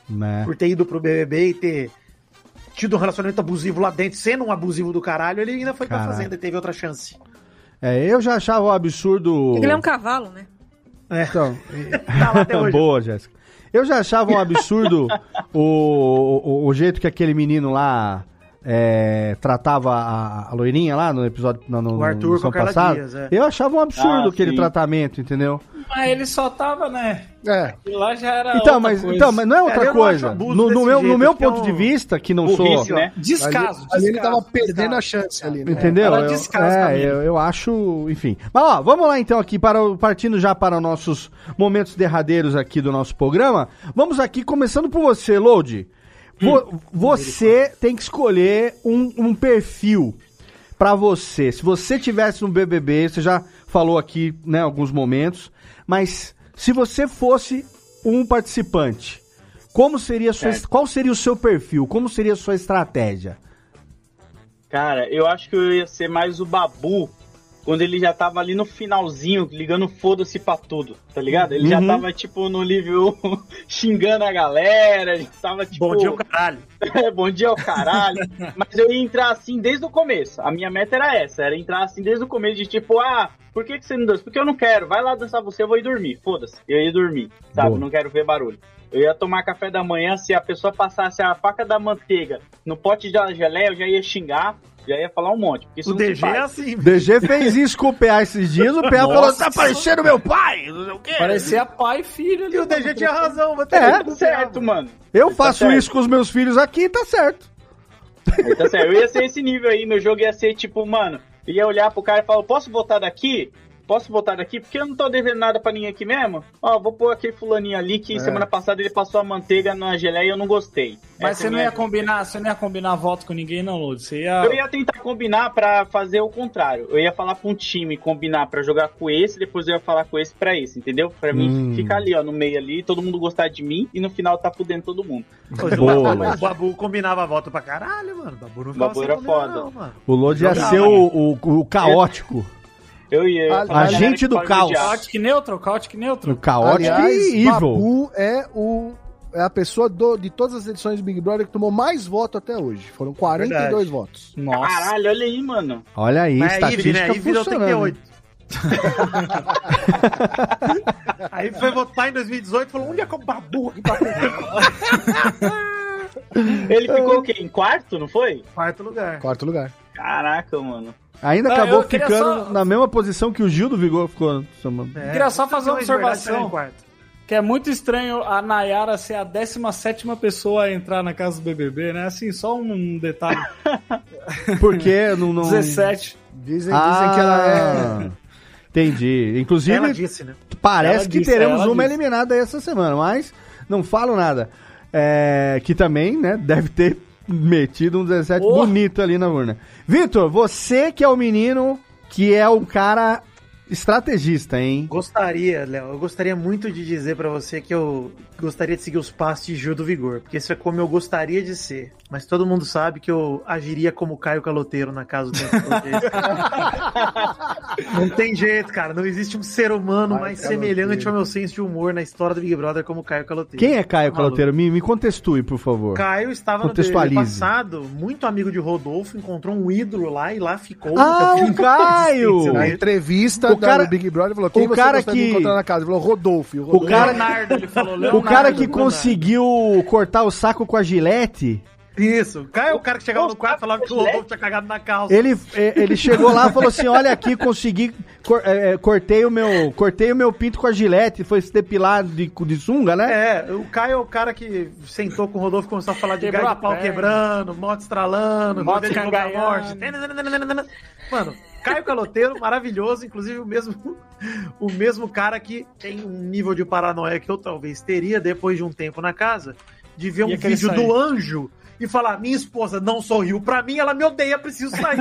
Né? Por ter ido pro B B B e ter tido um relacionamento abusivo lá dentro, sendo um abusivo do caralho, ele ainda foi Caraca. pra fazenda e teve outra chance. É, eu já achava um absurdo... Ele é um cavalo, né? É. Então, Tá lá até hoje. boa, Jéssica. Eu já achava um absurdo o, o, o jeito que aquele menino lá é, tratava a, a loirinha lá no episódio no, no, O Arthur no com a Carla passado. Dias, é. Eu achava um absurdo Ah, aquele sim. tratamento, entendeu? Mas ele só tava, né? É. Aquilo lá já era Então outra mas, coisa. então, mas não é É, outra eu não coisa. acho abuso No, no desse meu, jeito, no meu acho que é ponto um de vista, que não burrice, sou... né? Descaso, Ali, ali ele descaso, tava perdendo descaso. a chance ali, né? Entendeu? Ela Eu, descasca é, mesmo. eu, eu acho, enfim. Mas ó, vamos lá então aqui, para, o- partindo já para os nossos momentos derradeiros aqui do nosso programa. Vamos aqui, começando por você, Load. Vo- você tem que escolher um, um perfil pra você. Se você tivesse no B B B, você já falou aqui, né, alguns momentos, mas se você fosse um participante, como seria a sua, É. qual seria o seu perfil? Como seria a sua estratégia? Cara, eu acho que eu ia ser mais o Babu quando ele já tava ali no finalzinho, ligando foda-se pra tudo, tá ligado? Ele já Uhum. tava, tipo, no nível xingando a galera, já tava, tipo... Bom dia, o caralho. Bom dia ao caralho. Mas eu ia entrar assim desde o começo. A minha meta era essa, era entrar assim desde o começo, de tipo, ah, por que, que você não dança? Porque eu não quero, vai lá dançar você, eu vou ir dormir, foda-se. Eu ia dormir, sabe? Boa. Não quero ver barulho. Eu ia tomar café da manhã, se a pessoa passasse a faca da manteiga no pote de geleia, eu já ia xingar, já ia falar um monte. Porque isso O não se D G é faz. assim. D G fez isso com o P A esses dias, o P A falou, Nossa. tá parecendo meu pai, não sei o quê. Parecia pai e filho ali. E o D G tinha razão. Vai ter É. Tá certo, mano. Eu Tá faço certo. isso com os meus filhos aqui, tá certo. Aí tá certo. Eu ia ser esse nível aí, meu jogo ia ser tipo, mano, eu ia olhar pro cara e falar, posso voltar daqui? Posso voltar daqui? Porque eu não tô devendo nada pra ninguém aqui mesmo. Ó, vou pôr aquele fulaninho ali que É. semana passada ele passou a manteiga na geleia e eu não gostei. Mas Essa você é não minha- ia combinar, você não ia combinar voto com ninguém, não, Lud. Você ia. Eu ia tentar combinar pra fazer o contrário. Eu ia falar pra um time combinar pra jogar com esse, depois eu ia falar com esse pra esse, entendeu? Pra Hum. mim ficar ali, ó, no meio ali, todo mundo gostar de mim e no final tá fudendo todo mundo. Hoje o Boa, Babu, Lorde. o Babu combinava a volta pra caralho, mano. O Babu não ficava Babu sem era combinar, foda. não, mano. O Lodi ia Jogava, ser né? o, o, o caótico. Eu ia. A- falar pra galera agente que do pode caos. odiar. Chaotic neutro, Chaotic O neutro. caótico Aliás, e evil. Babu é, o, é a pessoa do- de todas as edições do Big Brother que tomou mais voto até hoje. Foram quarenta e dois Verdade. votos. Nossa. Caralho, olha aí, mano. Olha aí, Mas é estatística Ive, né? Ive deu funcionando. trinta e oito. Aí foi votar em dois mil e dezoito e falou: onde é que é o Babu aqui pra Ele ficou o quê? Em quarto, não foi? quarto lugar? Quarto lugar. Caraca, mano. Ainda Não, acabou eu queria ficando só- na mesma posição que o Gil do Vigor ficou. É, Queria só fazer uma de verdade, observação. saiu em quarto. Que é muito estranho a Nayara ser a décima sétima pessoa a entrar na casa do B B B, né? Assim, só um detalhe. Porque não... não... dezessete. Dizem, Ah, dizem que ela é. Entendi. Inclusive, Ela disse, né? parece Ela que disse, teremos ela uma disse. eliminada essa semana, mas não falo nada. É, que também, né, deve ter metido um dezessete Oh. bonito ali na urna. Vitor, você que é o menino que é um cara estrategista, hein? Gostaria, Léo, eu gostaria muito de dizer pra você que eu gostaria de seguir os passos de Gil do Vigor, porque isso é como eu gostaria de ser. Mas todo mundo sabe que eu agiria como Caio Caloteiro na casa do tempo todo. Não tem jeito, cara. Não existe um ser humano Caio mais Caloteiro. semelhante ao meu senso de humor na história do Big Brother como Caio Caloteiro. Quem é Caio Maluco. Caloteiro? Me, me contextue, por favor. Caio estava no B B B Contextualize. passado, muito amigo de Rodolfo, encontrou um ídolo lá e lá ficou. Ah, Nunca o Caio! Na entrevista O da, cara- do Big Brother, falou: quem o você cara gostaria de que- encontrar na casa? Ele falou: Rodolfo. E o O Rodolfo cara, Leonardo, ele falou o Leonardo. cara que Leonardo. conseguiu cortar o saco com a gilete, Isso, o Caio é o cara que chegava no quarto e falava que o Rodolfo tinha cagado na calça. ele, é, ele chegou lá e falou assim, olha aqui, consegui, cor- é, é, cortei, o meu, cortei o meu pinto com a gilete, foi se depilar de, de sunga, né? É, o Caio é o cara que sentou com o Rodolfo e começou a falar de Quebrou gás a de pau perna. quebrando, moto estralando, Moto cordeiro de roubar a morte. cangaiando. Mano, Caio Caloteiro, maravilhoso, inclusive o mesmo, o mesmo cara que tem um nível de paranoia que eu talvez teria depois de um tempo na casa, de ver um Ia querer vídeo sair. do anjo e falar, minha esposa não sorriu pra mim, ela me odeia, preciso sair.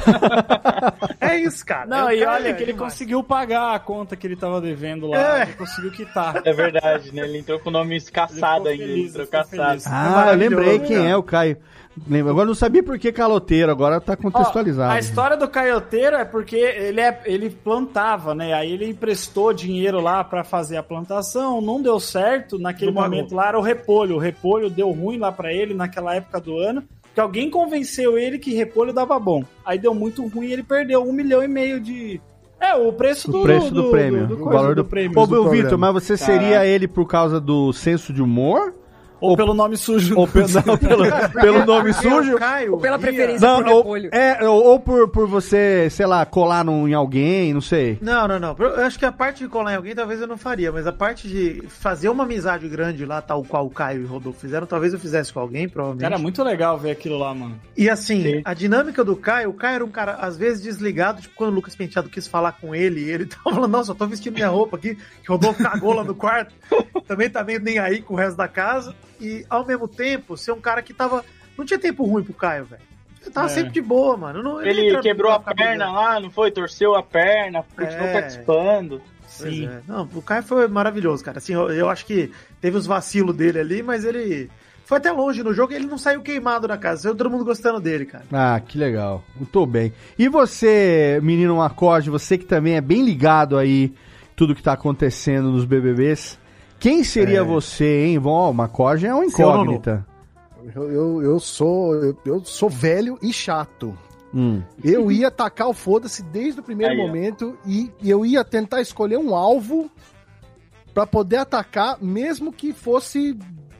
É isso, cara. Não, É o e cara, olha é que ele demais. conseguiu pagar a conta que ele tava devendo lá. É. Ele conseguiu quitar. É verdade, né? Ele entrou com o nome caçado Ele ficou ainda. feliz, ele entrou ele ficou caçado. feliz. Ah, eu Maravilhoso, lembrei quem cara. é o Caio. lembro. Agora eu não sabia por que caloteiro, agora tá contextualizado. Ó, a história do caioteiro é porque ele, é, ele plantava, né? Aí ele emprestou dinheiro lá pra fazer a plantação, não deu certo. Naquele Do momento bagulho. lá era o repolho. O repolho deu ruim lá pra ele naquela época do ano, que alguém convenceu ele que repolho dava bom. Aí deu muito ruim e ele perdeu um milhão e meio de... É, o preço do... O preço do, do prêmio. Do, do, o coisa, valor do, do prêmio. Ô, do meu programa. Vitor, mas você seria Caraca. ele por causa do senso de humor? Ou pelo nome sujo. Ou pelo, não, pelo, pelo nome sujo? Caio, Ou pela ia- preferência Não, por ou, repolho. é, ou, ou por, por você, sei lá, colar num, em alguém, não sei. Não, não, não. Eu acho que a parte de colar em alguém talvez eu não faria, mas a parte de fazer uma amizade grande lá, tal qual o Caio e o Rodolfo fizeram, talvez eu fizesse com alguém, provavelmente. Cara, é muito legal ver aquilo lá, mano. E assim, Sim. a dinâmica do Caio, o Caio era um cara, às vezes, desligado, tipo, quando o Lucas Penteado quis falar com ele, e ele tava falando, não, só tô vestindo minha roupa aqui, que o Rodolfo cagou lá no quarto, também tá meio nem aí com o resto da casa, e ao mesmo tempo, ser um cara que tava, não tinha tempo ruim pro Caio, velho. Ele tava É. sempre de boa, mano. Não, Ele entra- quebrou a ficar perna brigando. lá, não foi? Torceu a perna, continuou É. participando. Pois Sim. é. Não, o Caio foi maravilhoso, cara. Assim, eu, eu acho que teve os vacilos dele ali, mas ele foi até longe no jogo e ele não saiu queimado da casa. Saiu todo mundo gostando dele, cara. Ah, que legal. Muito bem. E você, menino Acorde, você que também é bem ligado aí tudo que tá acontecendo nos B B Bs, quem seria É. você, hein? Bom, o Macorde é uma incógnita. Eu, eu, eu sou eu, eu sou velho e chato. Hum. Eu ia tacar o foda-se desde o primeiro Aí, ó. momento e, e eu ia tentar escolher um alvo pra poder atacar, mesmo que fosse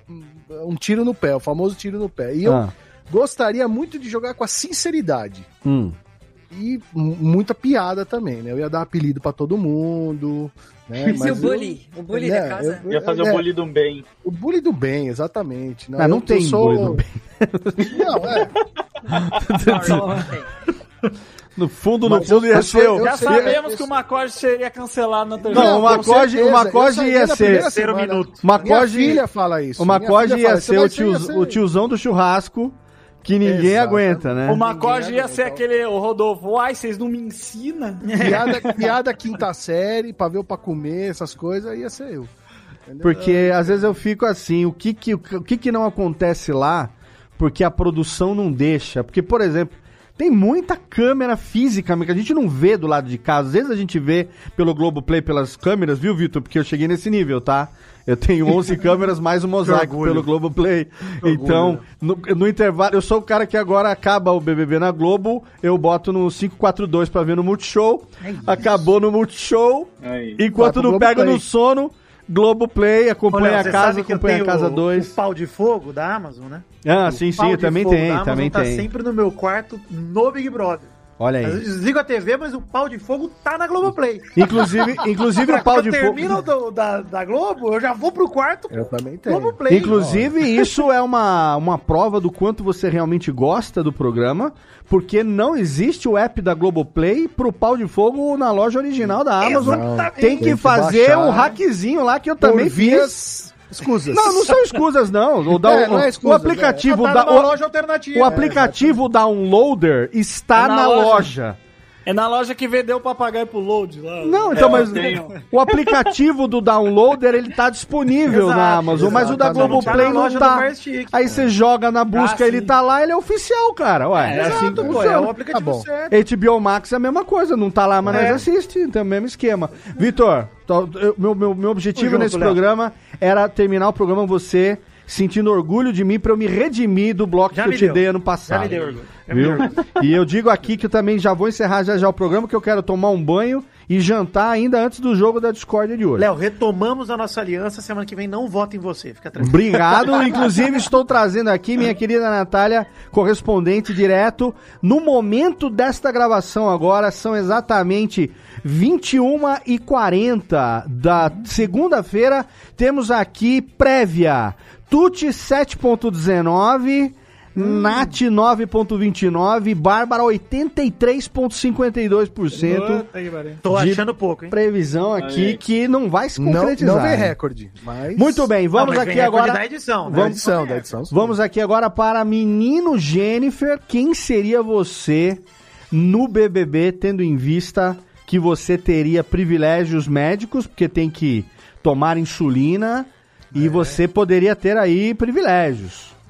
um tiro no pé, o famoso tiro no pé. E eu Ah. gostaria muito de jogar com a sinceridade. Hum. E m- muita piada também, né? Eu ia dar apelido pra todo mundo. Né? E Mas o eu- bully? O bully né, da casa? eu- Ia fazer é, o bullying do bem. O bully do bem, exatamente. Ah, não eu- tem eu sou- bully do bem. Não, é. No fundo, no Mas fundo eu- ia eu ser sou- o... eu Já seria- sabemos eu- que o Macorde seria cancelado na terceira. Não, o com Macorde, certeza. o Macorde Eu saía ia na ser... primeira Terceiro semana. minuto. O Macorde, Minha filha fala isso. o Minha Macorde filha fala, ia "Você ser vai o, tio, ia ser- o tiozão do churrasco que ninguém Exato. aguenta, né? O Macorde Ninguém ia aguenta. ser aquele, o Rodolfo, uai, vocês não me ensinam? Piada, piada quinta série, pra ver ou pra comer, essas coisas, ia ser eu. Entendeu? Porque às vezes eu fico assim, o que que, o que que não acontece lá porque a produção não deixa? Porque, por exemplo, tem muita câmera física que a gente não vê do lado de casa. Às vezes a gente vê pelo Globoplay, pelas câmeras, viu, Vitor? Porque eu cheguei nesse nível, tá? Eu tenho onze câmeras mais um mosaico orgulho. pelo Globoplay. orgulho. Então, no, no intervalo, eu sou o cara que agora acaba o B B B na Globo, eu boto no cinco quatro dois pra ver no Multishow. Acabou no Multishow. Aí. Enquanto Vai pro não pega Globoplay. no sono, Globoplay, acompanha Olha, a você casa, sabe que eu acompanha a tenho casa o- dois. O pau de fogo da Amazon, né? Ah, O sim, pau sim, eu de também fogo tem, da Amazon também tá tem. sempre no meu quarto, no Big Brother. Olha Às aí. vezes eu desligo a T V, mas o pau de fogo tá na Globoplay. Inclusive, inclusive o pau Quando de eu fogo. termino do- da, da Globo, eu já vou pro quarto Eu também tenho. Globoplay. Inclusive, isso é uma, uma prova do quanto você realmente gosta do programa, porque não existe o app da Globoplay pro pau de fogo na loja original da Amazon. Exatamente. Tem que Tem que fazer baixar um hackzinho lá que eu também Por fiz. vias escusas. Não, não são escusas, não. O, da- É, não é o- escusas, o aplicativo Tá da. numa loja alternativa. O aplicativo Downloader está É na na loja. loja. É na loja que vendeu o papagaio pro load lá. Não, então, É, mas eu tenho. o aplicativo do Downloader, ele tá disponível Exato, na Amazon, mas o da exatamente. Globoplay Tá na não loja tá. do Fire Stick. Aí você joga na busca, Ah, ele sim. tá lá, ele é oficial, cara. Ué, é, assim que Exato, pô, funciona. é o aplicativo Tá bom. certo. H B O Max é a mesma coisa, não tá lá, mas É. nós assiste, então é o mesmo esquema. Vitor, tô- eu- meu, meu, meu objetivo Junto, nesse Léo. programa era terminar o programa você sentindo orgulho de mim pra eu me redimir do bloco Já que eu me te deu. dei ano Já passado. me deu orgulho. Já me Viu? deu orgulho. E eu digo aqui que eu também já vou encerrar já já o programa, que eu quero tomar um banho e jantar ainda antes do jogo da discórdia de hoje. Léo, retomamos a nossa aliança. Semana que vem não vota em você. Fica tranquilo. Obrigado. Inclusive, estou trazendo aqui minha querida Natália, correspondente direto. No momento desta gravação agora, são exatamente vinte e uma e quarenta da segunda-feira. Temos aqui prévia Tuti sete ponto dezenove, Nath nove ponto vinte e nove, Bárbara oitenta e três ponto cinquenta e dois por cento. Puta que pariu. Tô de achando pouco, hein? Previsão aqui Aí. que não vai se Não, concretizar. não vem né? recorde, mas... Muito bem, vamos Ah, mas aqui vem recorde agora. da edição, né? Da Vamos, edição, da edição. sim. vamos aqui agora para menino Jennifer. Quem seria você no B B B, tendo em vista que você teria privilégios médicos, porque tem que tomar insulina, e você poderia ter aí privilégios.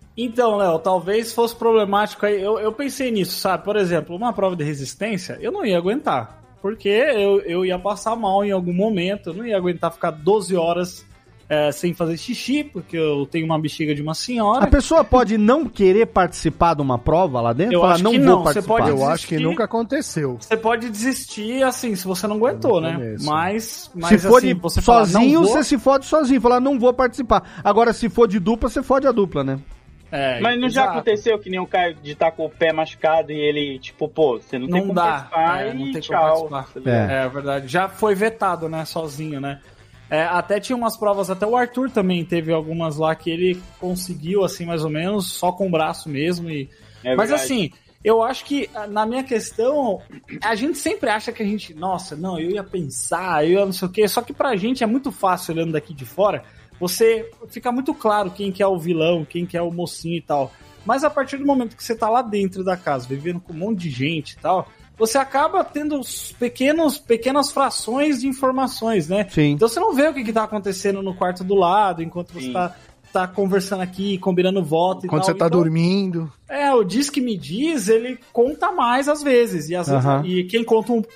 Então, Léo, talvez fosse problemático aí. Eu, eu pensei nisso, sabe? Por exemplo, uma prova de resistência, eu não ia aguentar. Porque eu, eu ia passar mal em algum momento, eu não ia aguentar ficar doze horas é, sem fazer xixi, porque eu tenho uma bexiga de uma senhora. A pessoa pode não querer participar de uma prova lá dentro? Eu Falar, acho não que vou não. participar. Você pode Eu desistir, acho que nunca aconteceu. Você pode desistir, assim, se você não aguentou, né? começo. Mas, mas se for assim, de você sozinho, falar, não você vou... se fode sozinho. Falar, não vou participar. Agora, se for de dupla, você fode a dupla, né? É, Mas não já exato. aconteceu que nem o cara de estar com o pé machucado e ele, tipo, pô, você não, tem Não como dá, participar é, e não tem tchau. como participar. tá ligado? É. é verdade. Já foi vetado, né? Sozinho, né? É, até tinha umas provas, até o Arthur também teve algumas lá que ele conseguiu, assim, mais ou menos, só com o braço mesmo. E... É Mas verdade. assim, eu acho que na minha questão, a gente sempre acha que a gente, nossa, não, eu ia pensar, eu ia não sei o quê. Só que pra gente é muito fácil olhando daqui de fora, você fica muito claro quem que é o vilão, quem que é o mocinho e tal. Mas a partir do momento que você tá lá dentro da casa, vivendo com um monte de gente e tal, você acaba tendo pequenos, pequenas frações de informações, né? Sim. Então você não vê o que, que tá acontecendo no quarto do lado, enquanto você tá, tá conversando aqui, combinando voto e Quando tal. você tá Então, dormindo. É, o Diz Que Me Diz, ele conta mais às vezes. E, às vezes, Aham. e quem conta um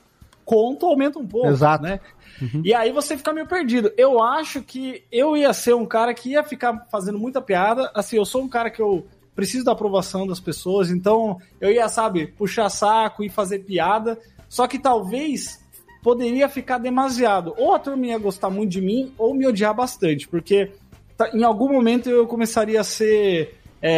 conta aumenta um pouco, Exato. né? E aí você fica meio perdido. Eu acho que eu ia ser um cara que ia ficar fazendo muita piada. Assim, eu sou um cara que eu preciso da aprovação das pessoas, então eu ia, sabe, puxar saco e fazer piada. Só que talvez poderia ficar demasiado. Ou a turma ia gostar muito de mim, ou me odiar bastante. Porque tá, em algum momento eu começaria a ser...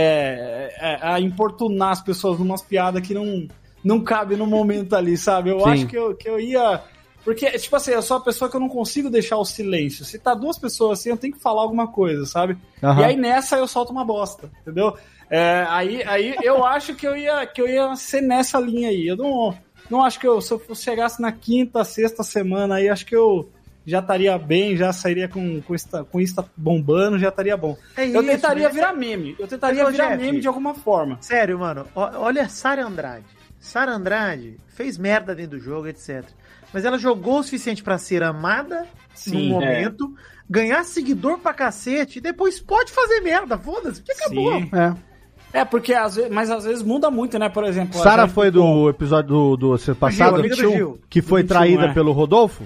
É, é, a importunar as pessoas numas piadas que não, não cabe no momento ali, sabe? Eu Sim. acho que eu, que eu ia... Porque, tipo assim, eu sou uma pessoa que eu não consigo deixar o silêncio. Se tá duas pessoas assim, eu tenho que falar alguma coisa, sabe? Aham. E aí nessa eu solto uma bosta, entendeu? É, aí, aí eu acho que eu, ia, que eu ia ser nessa linha aí. Eu não, não acho que eu, se eu chegasse na quinta, sexta semana aí, acho que eu já estaria bem, já sairia com, com, Insta, com Insta bombando, já estaria bom. É eu isso, tentaria né? virar meme. Eu tentaria Mas, ô, virar Jeff, meme de alguma forma. Sério, mano, ó- olha a Sara Andrade. Sara Andrade fez merda dentro do jogo, etcétera. Mas ela jogou o suficiente pra ser amada Sim, num momento, ganhar seguidor pra cacete, e depois pode fazer merda, foda-se, porque acabou. Sim. É. É, porque às vezes, mas às vezes muda muito, né? Por exemplo... a Sara gente foi ficou- do episódio do, do ano passado, amiga do Gil. que foi Do vinte e um, traída é. pelo Rodolfo?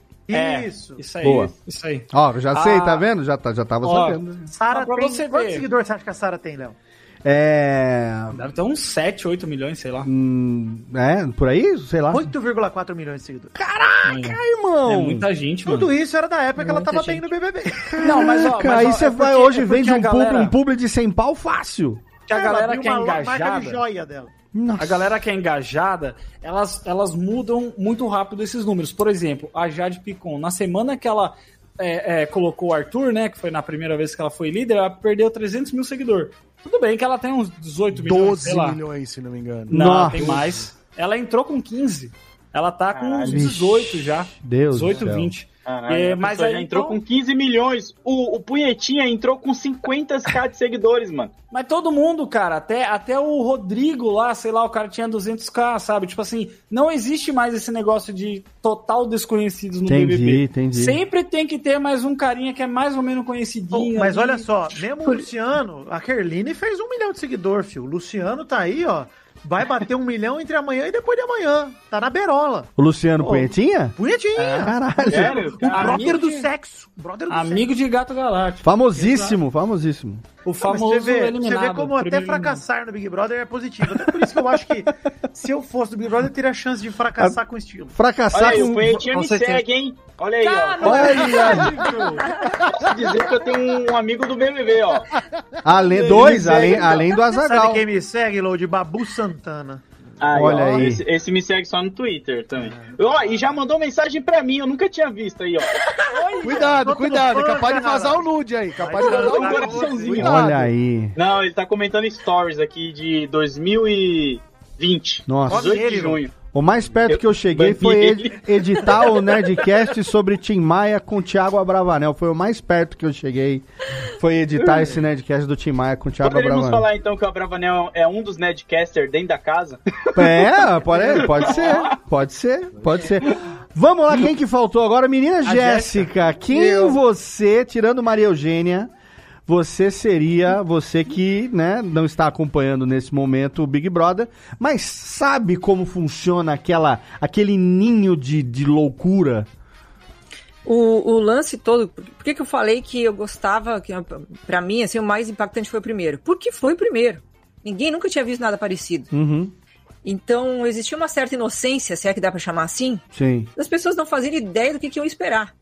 É, Isso. isso aí, Boa. isso aí. Ó, eu já sei, Ah. tá vendo? Já, tá, já tava Ó, sabendo. Sara Só pra tem... você Quantos ver. seguidores você acha que a Sara tem, Léo? É... Deve ter uns sete, oito milhões, sei lá. hum, É, por aí? Sei lá. oito vírgula quatro milhões de seguidores. Caraca, irmão! É muita gente, mano. Tudo isso era da época que ela Muita tava gente. bem no B B B. Não, mas ó, Caraca, mas, aí ó, você é vai porque- hoje é porque vende a um, galera, publi, um publi de cem pau fácil. que a Ela galera abriu que é uma marca de engajada, joia dela. a galera que é engajada, elas, elas mudam muito rápido esses números. Por exemplo, a Jade Picon, na semana que ela é, é, colocou o Arthur, né, que foi na primeira vez que ela foi líder, ela perdeu trezentos mil seguidores. Tudo bem que ela tem uns dezoito milhões, sei doze lá. milhões, se não me engano. Não, Nossa. tem mais. Ela entrou com quinze. Ela tá com uns Caralho. dezoito já. Deus do dezoito, céu. vinte. Caralho, É, a mas pessoa aí já entrou então- com quinze milhões. O, o Punhetinha entrou com cinquenta mil de seguidores, mano. Mas todo mundo, cara, até, até o Rodrigo lá, sei lá, o cara tinha duzentos mil, sabe? Tipo assim, não existe mais esse negócio de total desconhecidos no Entendi, B B B. entendi. Sempre tem que ter mais um carinha que é mais ou menos conhecidinho. Mas ali. olha só, mesmo o Luciano, a Kerline fez um milhão de seguidor, filho. O Luciano tá aí, ó. Vai bater um milhão entre amanhã e depois de amanhã. Tá na berola. O Luciano Ô, Punhetinha? Punhetinha. Caralho. Sério? O Cara, brother amigo do de- sexo. Brother do Amigo de Gato Galáctico. Famosíssimo, famosíssimo. O Mas famoso você vê, eliminado. Você vê como até primeiro fracassar no Big Brother é positivo. Até por isso que eu acho que se eu fosse do Big Brother, eu teria a chance de fracassar com estilo. Fracassar Olha aí, com... o Punhetinha me você tem- segue, hein? Olha aí, ó. Olha, Posso dizer que eu tenho um amigo do B B B, ó. além, dois, Me segue, além, então. além do Sabe Azaghal. quem me segue, Load? Babu Santana. Aí, Olha ó, aí. Esse, esse me segue só no Twitter também. Ó, e já mandou mensagem pra mim, eu nunca tinha visto aí, ó. Cuidado, Tô cuidado, é fã, capaz de cara. vazar o nude aí. Capaz de Vai vazar o dar um nude. coraçãozinho. Cuidado. Olha aí. Não, ele tá comentando stories aqui de dois mil e vinte. Nossa. dezoito de Ele, junho. O mais perto Eu que eu cheguei bani foi ele. ed- editar o Nerdcast sobre Tim Maia com Thiago Abravanel. Foi o mais perto que eu cheguei. Foi editar esse Nerdcast do Tim Maia com Thiago Poderíamos Abravanel. falar então que o Abravanel é um dos Nedcasters dentro da casa? É, pode, pode ser, pode ser, pode ser. Vamos lá, quem que faltou agora? Menina Jéssica, quem Eu. você, tirando Maria Eugênia, você seria, você que, né, não está acompanhando nesse momento o Big Brother, mas sabe como funciona aquela, aquele ninho de, de loucura? O, o lance todo, por que que eu falei que eu gostava, que pra mim, assim, o mais impactante foi o primeiro? Porque foi o primeiro. Ninguém nunca tinha visto nada parecido. Uhum. Então, existia uma certa inocência, se é que dá pra chamar assim, Sim. das pessoas não fazerem ideia do que, que iam esperar.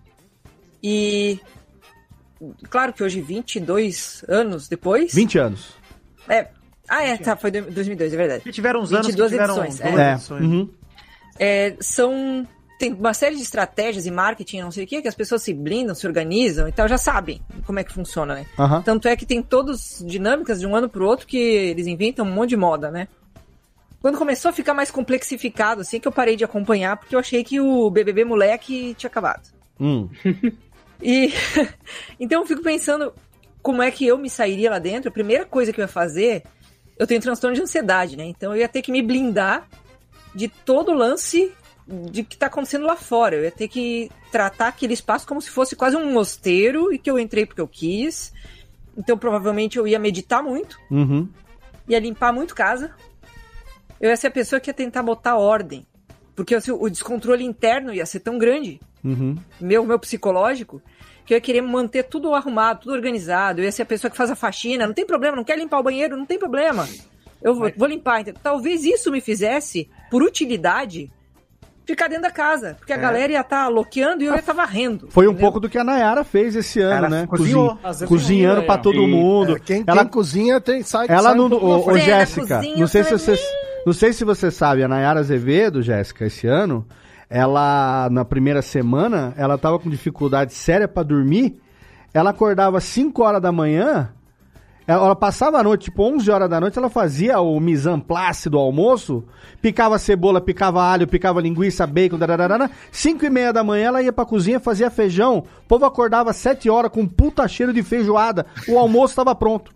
E, claro que hoje, vinte e dois anos depois... vinte anos. É, ah, é, tá, foi dois mil e dois, é verdade. E tiveram uns anos que tiveram edições. duas É. edições. Uhum. É, são... Tem uma série de estratégias e marketing, não sei o que, que as pessoas se blindam, se organizam e tal, já sabem como é que funciona, né? Uhum. Tanto é que tem todas dinâmicas de um ano pro outro que eles inventam um monte de moda, né? Quando começou a ficar mais complexificado, assim, que eu parei de acompanhar, porque eu achei que o B B B moleque tinha acabado. Hum. E então eu fico pensando como é que eu me sairia lá dentro. A primeira coisa que eu ia fazer, eu tenho transtorno de ansiedade, né? Então eu ia ter que me blindar de todo o lance de que tá acontecendo lá fora. Eu ia ter que tratar aquele espaço como se fosse quase um mosteiro e que eu entrei porque eu quis. Então provavelmente eu ia meditar muito, Uhum. ia limpar muito casa. Eu ia ser a pessoa que ia tentar botar ordem. Porque assim, o descontrole interno ia ser tão grande, Uhum. meu, meu psicológico, que eu ia querer manter tudo arrumado, tudo organizado. Eu ia ser a pessoa que faz a faxina, não tem problema, não quer limpar o banheiro, não tem problema. Eu vou, vou limpar. Então, talvez isso me fizesse, por utilidade, ficar dentro da casa. Porque a É. galera ia estar loqueando e eu ia estar varrendo. Foi um pouco do que a Nayara fez esse ano, Ela né? cozinhou. Cozi- Cozinhando pra todo mundo. É, quem, ela quem cozinha tem, sai ela sai não, um pouco ô, na ô, frente. Jéssica, não sei se você, não sei se você sabe, a Nayara Azevedo, Jéssica, esse ano, ela na primeira semana, ela tava com dificuldade séria pra dormir. Ela acordava cinco horas da manhã, ela passava a noite, tipo onze horas da noite, ela fazia o mise en place do almoço, picava cebola, picava alho, picava linguiça, bacon, dararara. cinco e meia da manhã ela ia pra cozinha, fazia feijão, o povo acordava sete horas com um puta cheiro de feijoada, o almoço tava pronto.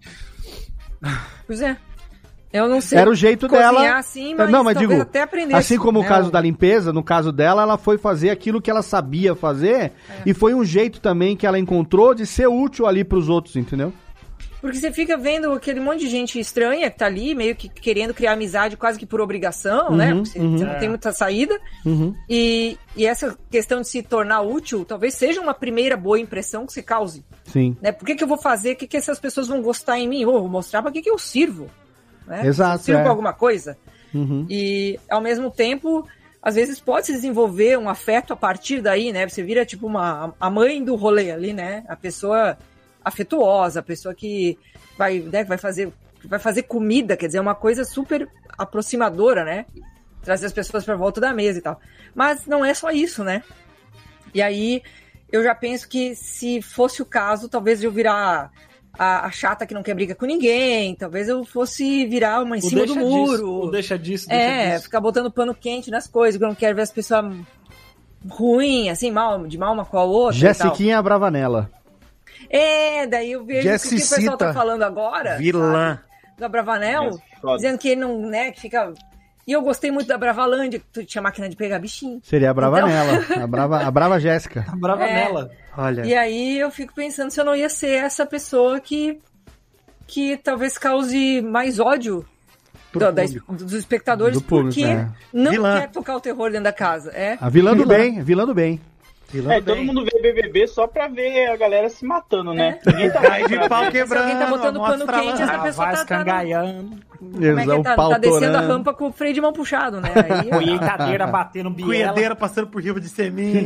Pois é. Eu não sei Era o jeito cozinhar dela. assim, mas, não, mas talvez digo, até aprender. assim como né? o caso da limpeza, no caso dela, ela foi fazer aquilo que ela sabia fazer É. e foi um jeito também que ela encontrou de ser útil ali pros outros, entendeu? Porque você fica vendo aquele monte de gente estranha que tá ali, meio que querendo criar amizade quase que por obrigação, Uhum, né? Porque você, uhum. você não tem muita saída. Uhum. E, e essa questão de se tornar útil, talvez seja uma primeira boa impressão que se cause. Sim. Né? Por que, que eu vou fazer? O que, que essas pessoas vão gostar em mim? Oh, vou mostrar pra que, que eu sirvo. Né? Exato, Eu sirvo é. pra alguma coisa. Uhum. E, ao mesmo tempo, às vezes pode se desenvolver um afeto a partir daí, né? Você vira, tipo, uma, a mãe do rolê ali, né? A pessoa afetuosa, a pessoa que vai, né, vai, fazer, vai fazer comida, quer dizer, é uma coisa super aproximadora, né? Trazer as pessoas pra volta da mesa e tal. Mas não é só isso, né? E aí, eu já penso que se fosse o caso, talvez eu virar a, a chata que não quer briga com ninguém, talvez eu fosse virar uma em O cima do deixa muro. disso, o deixa disso, deixa É, disso. ficar botando pano quente nas coisas, que eu não quero ver as pessoas ruins, assim, mal, de mal uma com a outra. e tal. Jessiquinha Bravanella. É, daí eu vejo o que, que o pessoal Jessicita. tá falando agora. Vilã. sabe? Da Bravanel, Foda. dizendo que ele não, né, que fica. E eu gostei muito da Bravalândia, que tu tinha máquina de pegar bichinho. Seria a Bravanella, Então- a, brava, a brava Jéssica. A Bravanella. Olha. E aí eu fico pensando se eu não ia ser essa pessoa que, que talvez cause mais ódio do- da- dos espectadores, Do público, porque é. não Vilã. quer tocar o terror dentro da casa. É. A vilã do bem, vilã do bem. Vilã É, do todo bem. mundo vê B B B só pra ver a galera se matando, né? Ninguém tá Aí de pau Se alguém tá botando pano mostra quente, lá. essa pessoa vai tá, tá, escangaiando. como é que tá, tá descendo a rampa com o freio de mão puxado, né? Aí, Colheitadeira batendo biela. Cunhadeira passando por riba de semente.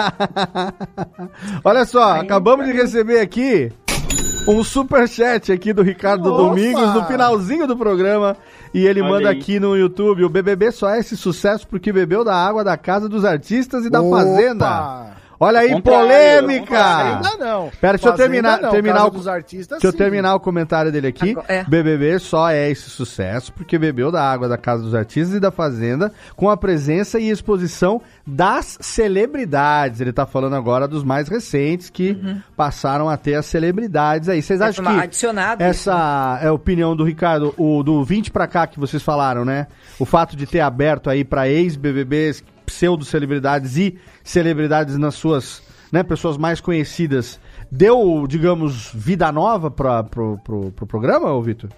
Olha só, acabamos de receber aqui um superchat aqui do Ricardo Opa! Domingos no finalzinho do programa. E ele Olha manda aí. aqui no YouTube: o B B B só é esse sucesso porque bebeu da água da casa dos artistas e da Opa! Fazenda. Olha aí, Ao contrário, polêmica! Fazenda não. Pera, deixa eu Fazenda terminar, não, terminar Casa o, dos artistas, deixa eu sim. terminar o comentário dele aqui. Agora- é. B B B só é esse sucesso porque bebeu da água da Casa dos Artistas e da Fazenda com a presença e exposição das celebridades. Ele tá falando agora dos mais recentes que passaram a ter as celebridades aí. Vocês é acham uma- que adicionado isso, essa é a opinião do Ricardo, o do vinte pra cá que vocês falaram, né? O fato de ter aberto aí pra ex-B B Bs, pseudo-celebridades e celebridades nas suas, né, pessoas mais conhecidas, deu, digamos, vida nova pra, pro, pro, pro programa, ô Vitor?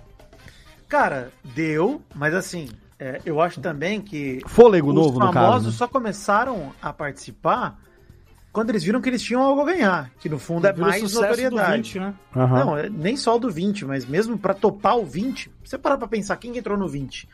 Cara, deu, mas assim, é, eu acho também que Fôlego os novo, no caso. Os famosos só começaram a participar quando eles viram que eles tinham algo a ganhar, que no fundo é mais notoriedade. vinte, né? Uhum. Não, é nem só o do vinte, mas mesmo pra topar o vinte, você parar pra pensar quem que entrou no vinte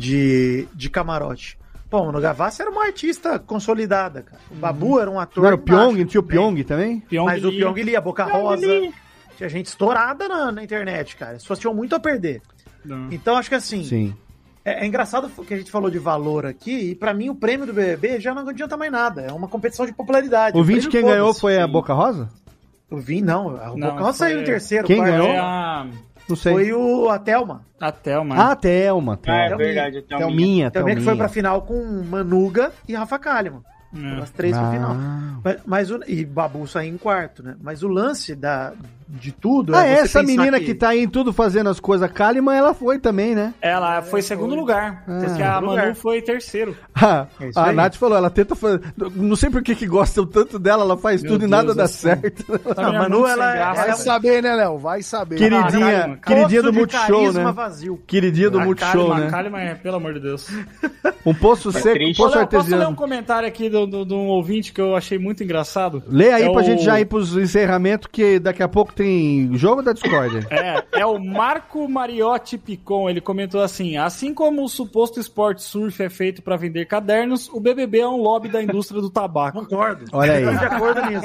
de, de camarote. Pô, o Manu Gavassi era uma artista consolidada, cara. O Babu uhum. era um ator. Não era o Pyong, tinha o Pyong também? Pyong mas Lee. O Pyong Lee, a Boca Pyong Rosa, Lee. Tinha gente estourada na, na internet, cara. As pessoas tinham muito a perder. Não. Então acho que assim, Sim. É, é engraçado que a gente falou de valor aqui, e pra mim o prêmio do B B B já não adianta mais nada, é uma competição de popularidade. O vinte quem ganhou foi sim. a Boca Rosa? O vinte não, a não, Boca Rosa foi... saiu em terceiro. Quem quarto. ganhou? A... Não sei. Foi o, a Thelma. A Thelma. Ah, a Thelma. Thelma. Ah, é verdade, a Thelminha. Thelminha, Também que Thelminha. foi pra final com Manuga e Rafa Kalimann. Hum. As três ah. pro final. Mas, mas o, e Babu saiu em quarto, né? Mas o lance da, de tudo... Ah, é essa menina que... que tá aí em tudo fazendo as coisas, Kalimann, ela foi também, né? Ela foi segundo foi. lugar. Ah. Porque a Manu lugar. foi terceiro. Ah, é a Nath falou, ela tenta fazer... Não sei por que que gostam tanto dela, ela faz Meu tudo Deus, e nada dá assim. certo. A Manu, ela... ela vai saber, né, Léo? Vai saber. Queridinha, ah, queridinha do Multishow, né? Vazio. Queridinha do a Multishow, Kalimann, né? Kalimann, é, pelo amor de Deus. Um poço seco, um poço Olha, artesiano. Posso ler um comentário aqui de do, do, do um ouvinte que eu achei muito engraçado? Lê aí é pra o... gente já ir pros encerramentos, que daqui a pouco tem jogo da Discord. É, é o Marco Mariotti Picon, ele comentou assim, assim como o suposto esporte surf é feito pra vender cadernos, o B B B é um lobby da indústria do tabaco. Concordo. Olha aí. Estou de acordo nisso.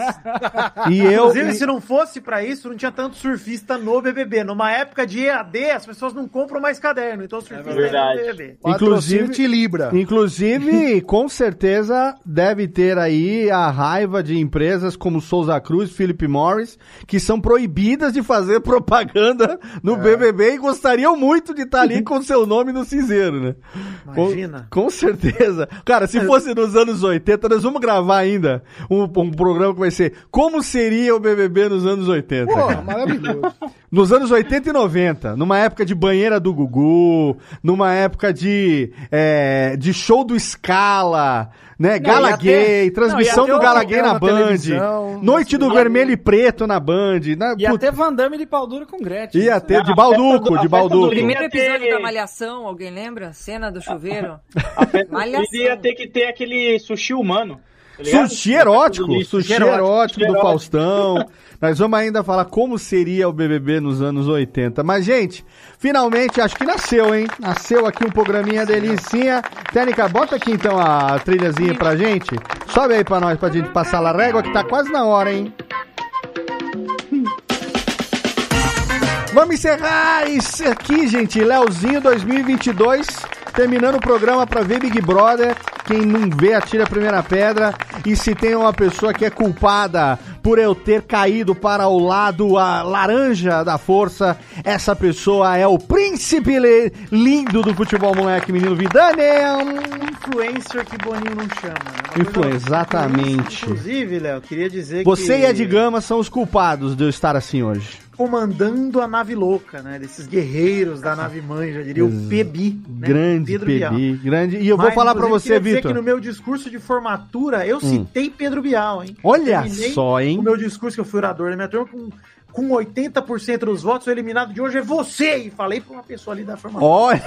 E eu, Inclusive, e... se não fosse pra isso, não tinha tanto surfista no B B B. Numa época de E A D, as pessoas não compram mais caderno, então o surfista é verdade. no B B B. Inclusive, Libra. Inclusive, com certeza, deve ter aí a raiva de empresas como Souza Cruz, Philip Morris, que são proibidas de fazer propaganda no é. B B B e gostariam muito de estar ali com seu nome no cinzeiro, né? Imagina. Com, com certeza. Cara, se fosse nos anos oitenta, nós vamos gravar ainda um, um programa que vai ser Como Seria o B B B nos anos oitenta. Pô, maravilhoso. Nos anos oitenta e noventa, numa época de banheira do Gugu, numa época de, é, de show do Scala, né? Não, Gala Gay, até, transmissão não, do Gala Gay na Band, Noite do Vermelho e Preto na Band. Na, ia ter Van Damme de pau duro com Gretchen. Ia ter, não, de Balduco, de Balduco. O primeiro episódio da Malhação, alguém lembra? Cena do chuveiro. Malhação. Ia ter que ter aquele sushi humano. Sushi erótico, sushi erótico do Faustão. Nós vamos ainda falar como seria o B B B nos anos oitenta. Mas, gente, finalmente, acho que nasceu, hein? Nasceu aqui um programinha delicinha. Técnica, bota aqui então a trilhazinha pra gente. Sobe aí pra nós, pra gente passar a régua, que tá quase na hora, hein? Vamos encerrar isso aqui, gente. Leozinho dois mil e vinte e dois. Terminando o programa pra ver Big Brother. Quem não vê, atira a primeira pedra. E se tem uma pessoa que é culpada por eu ter caído para o lado a laranja da força, essa pessoa é o príncipe lindo do futebol, moleque, menino Vidane. Influencer que Boninho não chama, né? Influencer, exatamente. Inclusive, Léo, queria dizer Você que... Você e Ed Gama são os culpados de eu estar assim hoje. Comandando a nave louca, né? Desses guerreiros da nave mãe, já diria o Pebi. Né? Grande Pedro Pebi, Bial. Grande. E eu Mas, vou falar pra você, Vitor. Que no meu discurso de formatura eu hum. citei Pedro Bial, hein? Olha só, hein? O meu discurso que eu fui orador da minha turma com, com oitenta por cento dos votos, o eliminado de hoje é você! E falei pra uma pessoa ali da formatura. Olha!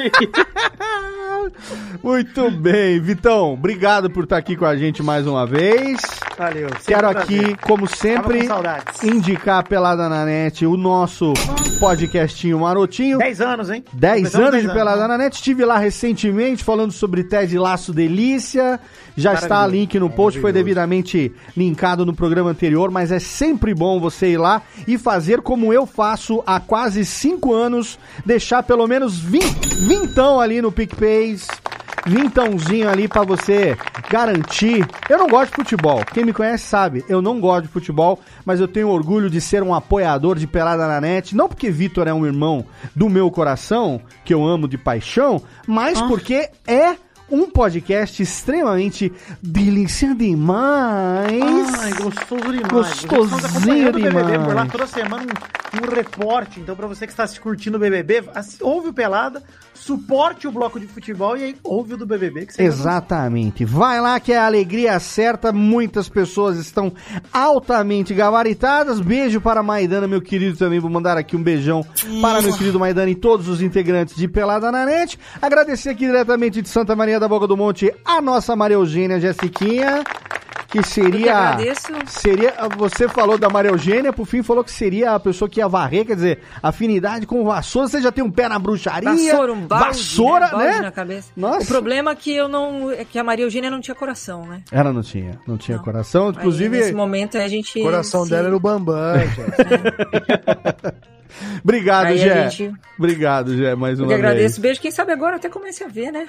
Muito bem, Vitão, obrigado por estar aqui com a gente mais uma vez. Valeu. Quero aqui, como sempre, indicar a Pelada na Net, o nosso podcastinho marotinho. dez anos, hein? dez anos de Pelada na Net. Estive lá recentemente falando sobre Ted Laço Delícia. Já está link no post, foi devidamente linkado no programa anterior, mas é sempre bom você ir lá e fazer como eu faço há quase cinco anos, deixar pelo menos vinte, vintão ali no PicPay, vintãozinho ali pra você garantir. Eu não gosto de futebol, quem me conhece sabe, eu não gosto de futebol, mas eu tenho orgulho de ser um apoiador de Pelada na Net, não porque Vitor é um irmão do meu coração, que eu amo de paixão, mas ah. porque é um podcast extremamente delícia demais. Ai, gostoso demais. Gostosinho demais. B B B, por lá toda semana um, um reporte. Então, pra você que está se curtindo o B B B, ouve o Pelada, suporte o bloco de futebol e aí ouve o do B B B. Que você Exatamente. Vai lá que é a alegria certa. Muitas pessoas estão altamente gabaritadas. Beijo para a Maidana, meu querido, também. Vou mandar aqui um beijão para meu querido Maidana e todos os integrantes de Pelada na Net. Agradecer aqui diretamente de Santa Maria da Boca do Monte a nossa Maria Eugênia Jessiquinha. Que seria, seria, você falou da Maria Eugênia, por fim falou que seria a pessoa que ia varrer, quer dizer, afinidade com vassoura, você já tem um pé na bruxaria, vassoura, um balde, vassoura, né? Balde né? na cabeça. Nossa. O problema é que eu não, é que a Maria Eugênia não tinha coração, né? Ela não tinha, não tinha não. coração, inclusive... Aí, nesse momento a gente... O coração se... dela era o Bambam, Obrigado, Aí Gé. Gente... Obrigado, Gé, mais uma eu vez. agradeço, beijo. Quem sabe agora até comece a ver, né?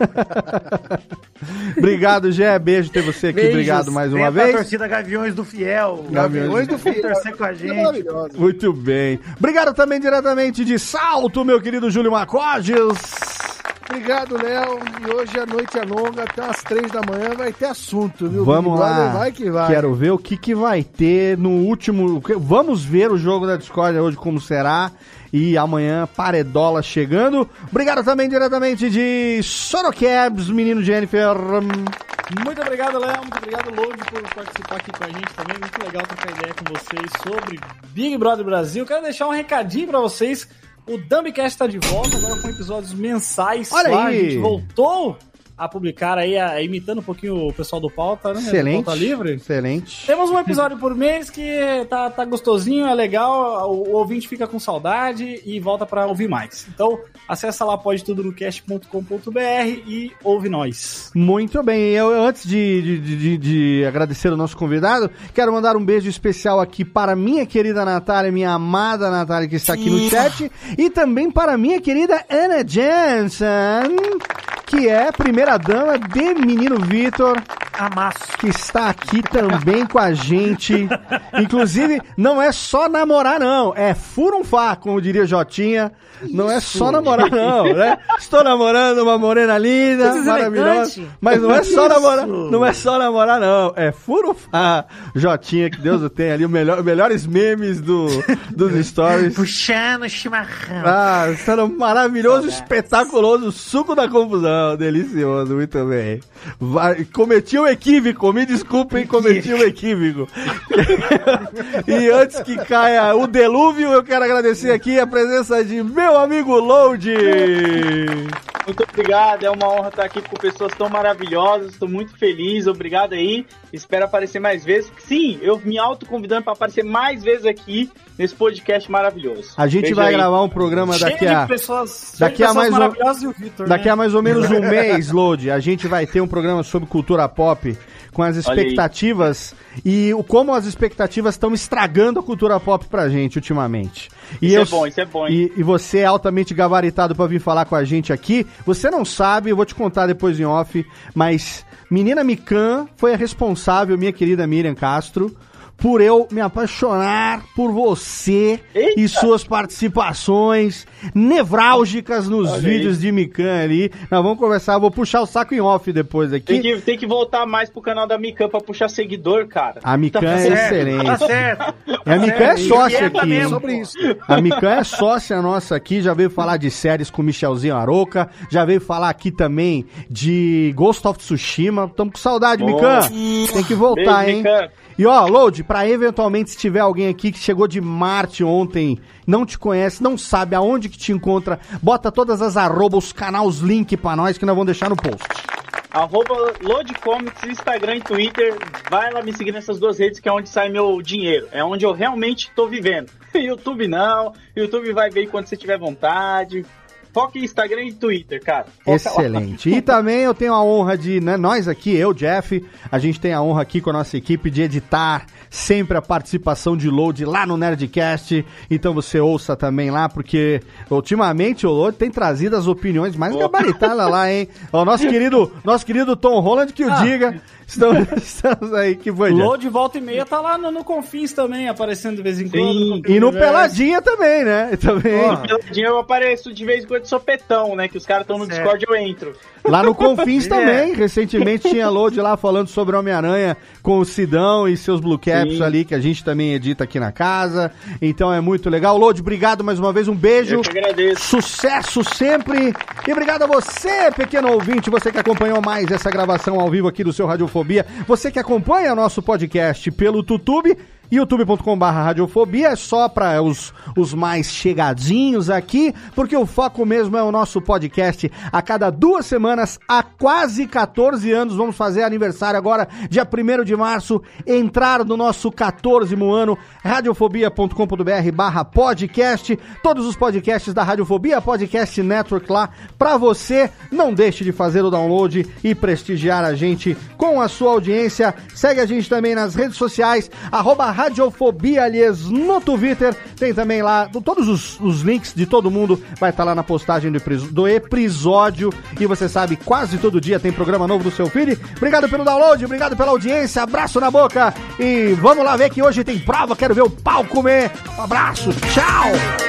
Obrigado, Gé. Beijo ter você aqui. Beijos. Obrigado mais uma Vem vez. A torcida Gaviões do Fiel. Gaviões do Fiel. Torcer com a gente. Muito bem. Obrigado também diretamente de Salto, meu querido Júlio Macoges. Obrigado, Léo. E hoje a noite é longa, até as três da manhã vai ter assunto, viu? Vamos lá. Vai que vai. Quero ver o que, que vai ter no último... Vamos ver o jogo da Discord hoje como será. E amanhã, Paredola chegando. Obrigado também diretamente de Sorocabs, menino Jennifer. Muito obrigado, Léo. Muito obrigado, Load, por participar aqui com a gente também. Muito legal trocar ideia com vocês sobre Big Brother Brasil. Quero deixar um recadinho pra vocês. O Dumbcast tá de volta, agora com episódios mensais. Olha lá, aí. A gente voltou a publicar aí, a, imitando um pouquinho o pessoal do Pauta, né? Excelente. Pauta Livre. Excelente. Temos um episódio por mês que tá, tá gostosinho, é legal, o, o ouvinte fica com saudade e volta pra ouvir mais. Então, acessa lá pode tudo no cast ponto com ponto b r e ouve nós. Muito bem. Eu, antes de, de, de, de agradecer o nosso convidado, quero mandar um beijo especial aqui para minha querida Natália, minha amada Natália, que está aqui no chat, e também para minha querida Anna Jensen, que é primeira dama de Menino Vitor, Amasso, que está aqui também com a gente. Inclusive, não é só namorar, não. É furunfá, como diria Jotinha. Não é só namorar, não, né? Estou namorando uma morena linda, Coisa maravilhosa. elegante. Mas não é só Isso. namorar, não é só namorar, não. É furunfá. Jotinha, que Deus o tenha ali, os melhor, melhores memes do, dos stories. Puxando o chimarrão. Ah, sendo maravilhoso, espetaculoso, suco da confusão, delicioso, muito bem. Vai, cometi um equívoco, me desculpem, cometi um equívoco. E antes que caia o delúvio, eu quero agradecer aqui a presença de meu amigo Load. Muito obrigado, é uma honra estar aqui com pessoas tão maravilhosas, estou muito feliz, obrigado aí, espero aparecer mais vezes. Sim, eu me autoconvidando para aparecer mais vezes aqui nesse podcast maravilhoso. A gente Beijo vai aí. gravar um programa Cheio daqui de a pessoas, daqui cheio a de pessoas mais um, maravilhosas e o Vitor, daqui né? a mais ou menos um mês, Load, a gente vai ter um programa sobre cultura pop com as expectativas e o como as expectativas estão estragando a cultura pop pra gente ultimamente. E Isso eu, é bom, isso é bom, hein? E, e você é altamente gabaritado pra vir falar com a gente aqui. Você não sabe, eu vou te contar depois em off, mas Menina Mikan foi a responsável, minha querida Miriam Castro, por eu me apaixonar por você. Eita. E suas participações nevrálgicas nos Olha vídeos aí. De Mikan ali. Nós vamos conversar, vou puxar o saco em off depois aqui. Tem que, tem que voltar mais pro canal da Mikan pra puxar seguidor, cara. A Mikan tá é certo, excelente. Tá certo. A Mikan é sócia aqui. Mesmo, sobre isso. A Mikan é sócia nossa aqui, já veio falar de séries com o Michelzinho Aroca, já veio falar aqui também de Ghost of Tsushima. Tamo com saudade, Bom. Mikan. Tem que voltar, Beijo, hein? Mikan. E ó, Load, pra eventualmente se tiver alguém aqui que chegou de Marte ontem, não te conhece, não sabe aonde que te encontra, bota todas as arrobas, os canais, os links pra nós que nós vamos deixar no post. Arroba LoadComics, Instagram e Twitter, vai lá me seguir nessas duas redes que é onde sai meu dinheiro, é onde eu realmente tô vivendo. YouTube não, YouTube vai ver quando você tiver vontade. Foca em Instagram e Twitter, cara. Foca Excelente. Lá. E também eu tenho a honra de, né, nós aqui, eu, Jeff, a gente tem a honra aqui com a nossa equipe de editar sempre a participação de Load lá no Nerdcast. Então você ouça também lá, porque ultimamente o Load tem trazido as opiniões mais gabaritadas lá, hein? O nosso querido, nosso querido Tom Holland que o ah. diga. Estamos, estamos aí, que foi, Load volta e meia tá lá no, no Confins também, aparecendo de vez em quando. E no Peladinha também, né? Também. Oh. No Peladinha eu apareço de vez em quando de sopetão, né? Que os caras estão no Discord e eu entro. Lá no Confins É. também, recentemente tinha load lá falando sobre Homem-Aranha com o Sidão e seus Blue Caps Sim. ali, que a gente também edita aqui na casa. Então é muito legal. Load, obrigado mais uma vez, um beijo. Eu que agradeço. Sucesso sempre. E obrigado a você, pequeno ouvinte, você que acompanhou mais essa gravação ao vivo aqui do seu Radiofobia. Você que acompanha nosso podcast pelo YouTube, youtube ponto com barra radiofobia, é só para os, os mais chegadinhos aqui, porque o foco mesmo é o nosso podcast. A cada duas semanas, há quase catorze anos, vamos fazer aniversário agora, dia primeiro de março, entrar no nosso quatorzemo ano, radiofobia ponto com ponto br barra podcast, todos os podcasts da Radiofobia Podcast Network lá, pra você. Não deixe de fazer o download e prestigiar a gente com a sua audiência. Segue a gente também nas redes sociais, arroba Radiofobia, aliás, no Twitter, tem também lá, todos os, os links de todo mundo, vai estar lá na postagem do, do episódio, e você sabe, quase todo dia tem programa novo do seu feed. Obrigado pelo download, obrigado pela audiência, abraço na boca, e vamos lá ver que hoje tem prova, quero ver o pau comer. Um abraço, tchau!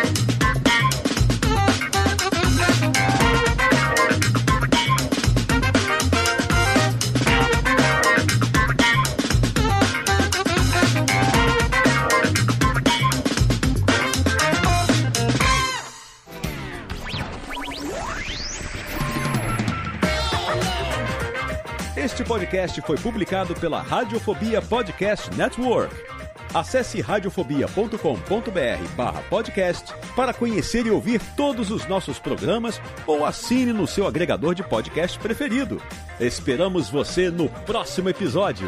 Este podcast foi publicado pela Radiofobia Podcast Network. Acesse radiofobia ponto com ponto br barra podcast para conhecer e ouvir todos os nossos programas ou assine no seu agregador de podcast preferido. Esperamos você no próximo episódio.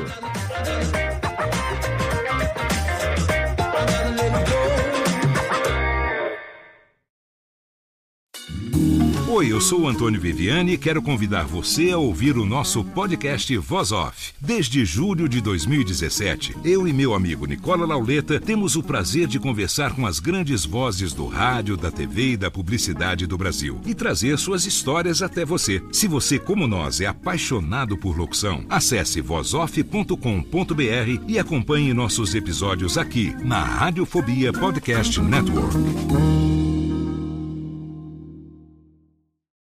Oi, eu sou o Antônio Viviani e quero convidar você a ouvir o nosso podcast Voz Off. Desde julho de dois mil e dezessete, eu e meu amigo Nicola Lauleta temos o prazer de conversar com as grandes vozes do rádio, da T V e da publicidade do Brasil e trazer suas histórias até você. Se você, como nós, é apaixonado por locução, acesse voz off ponto com ponto br e acompanhe nossos episódios aqui na Radiofobia Podcast Network.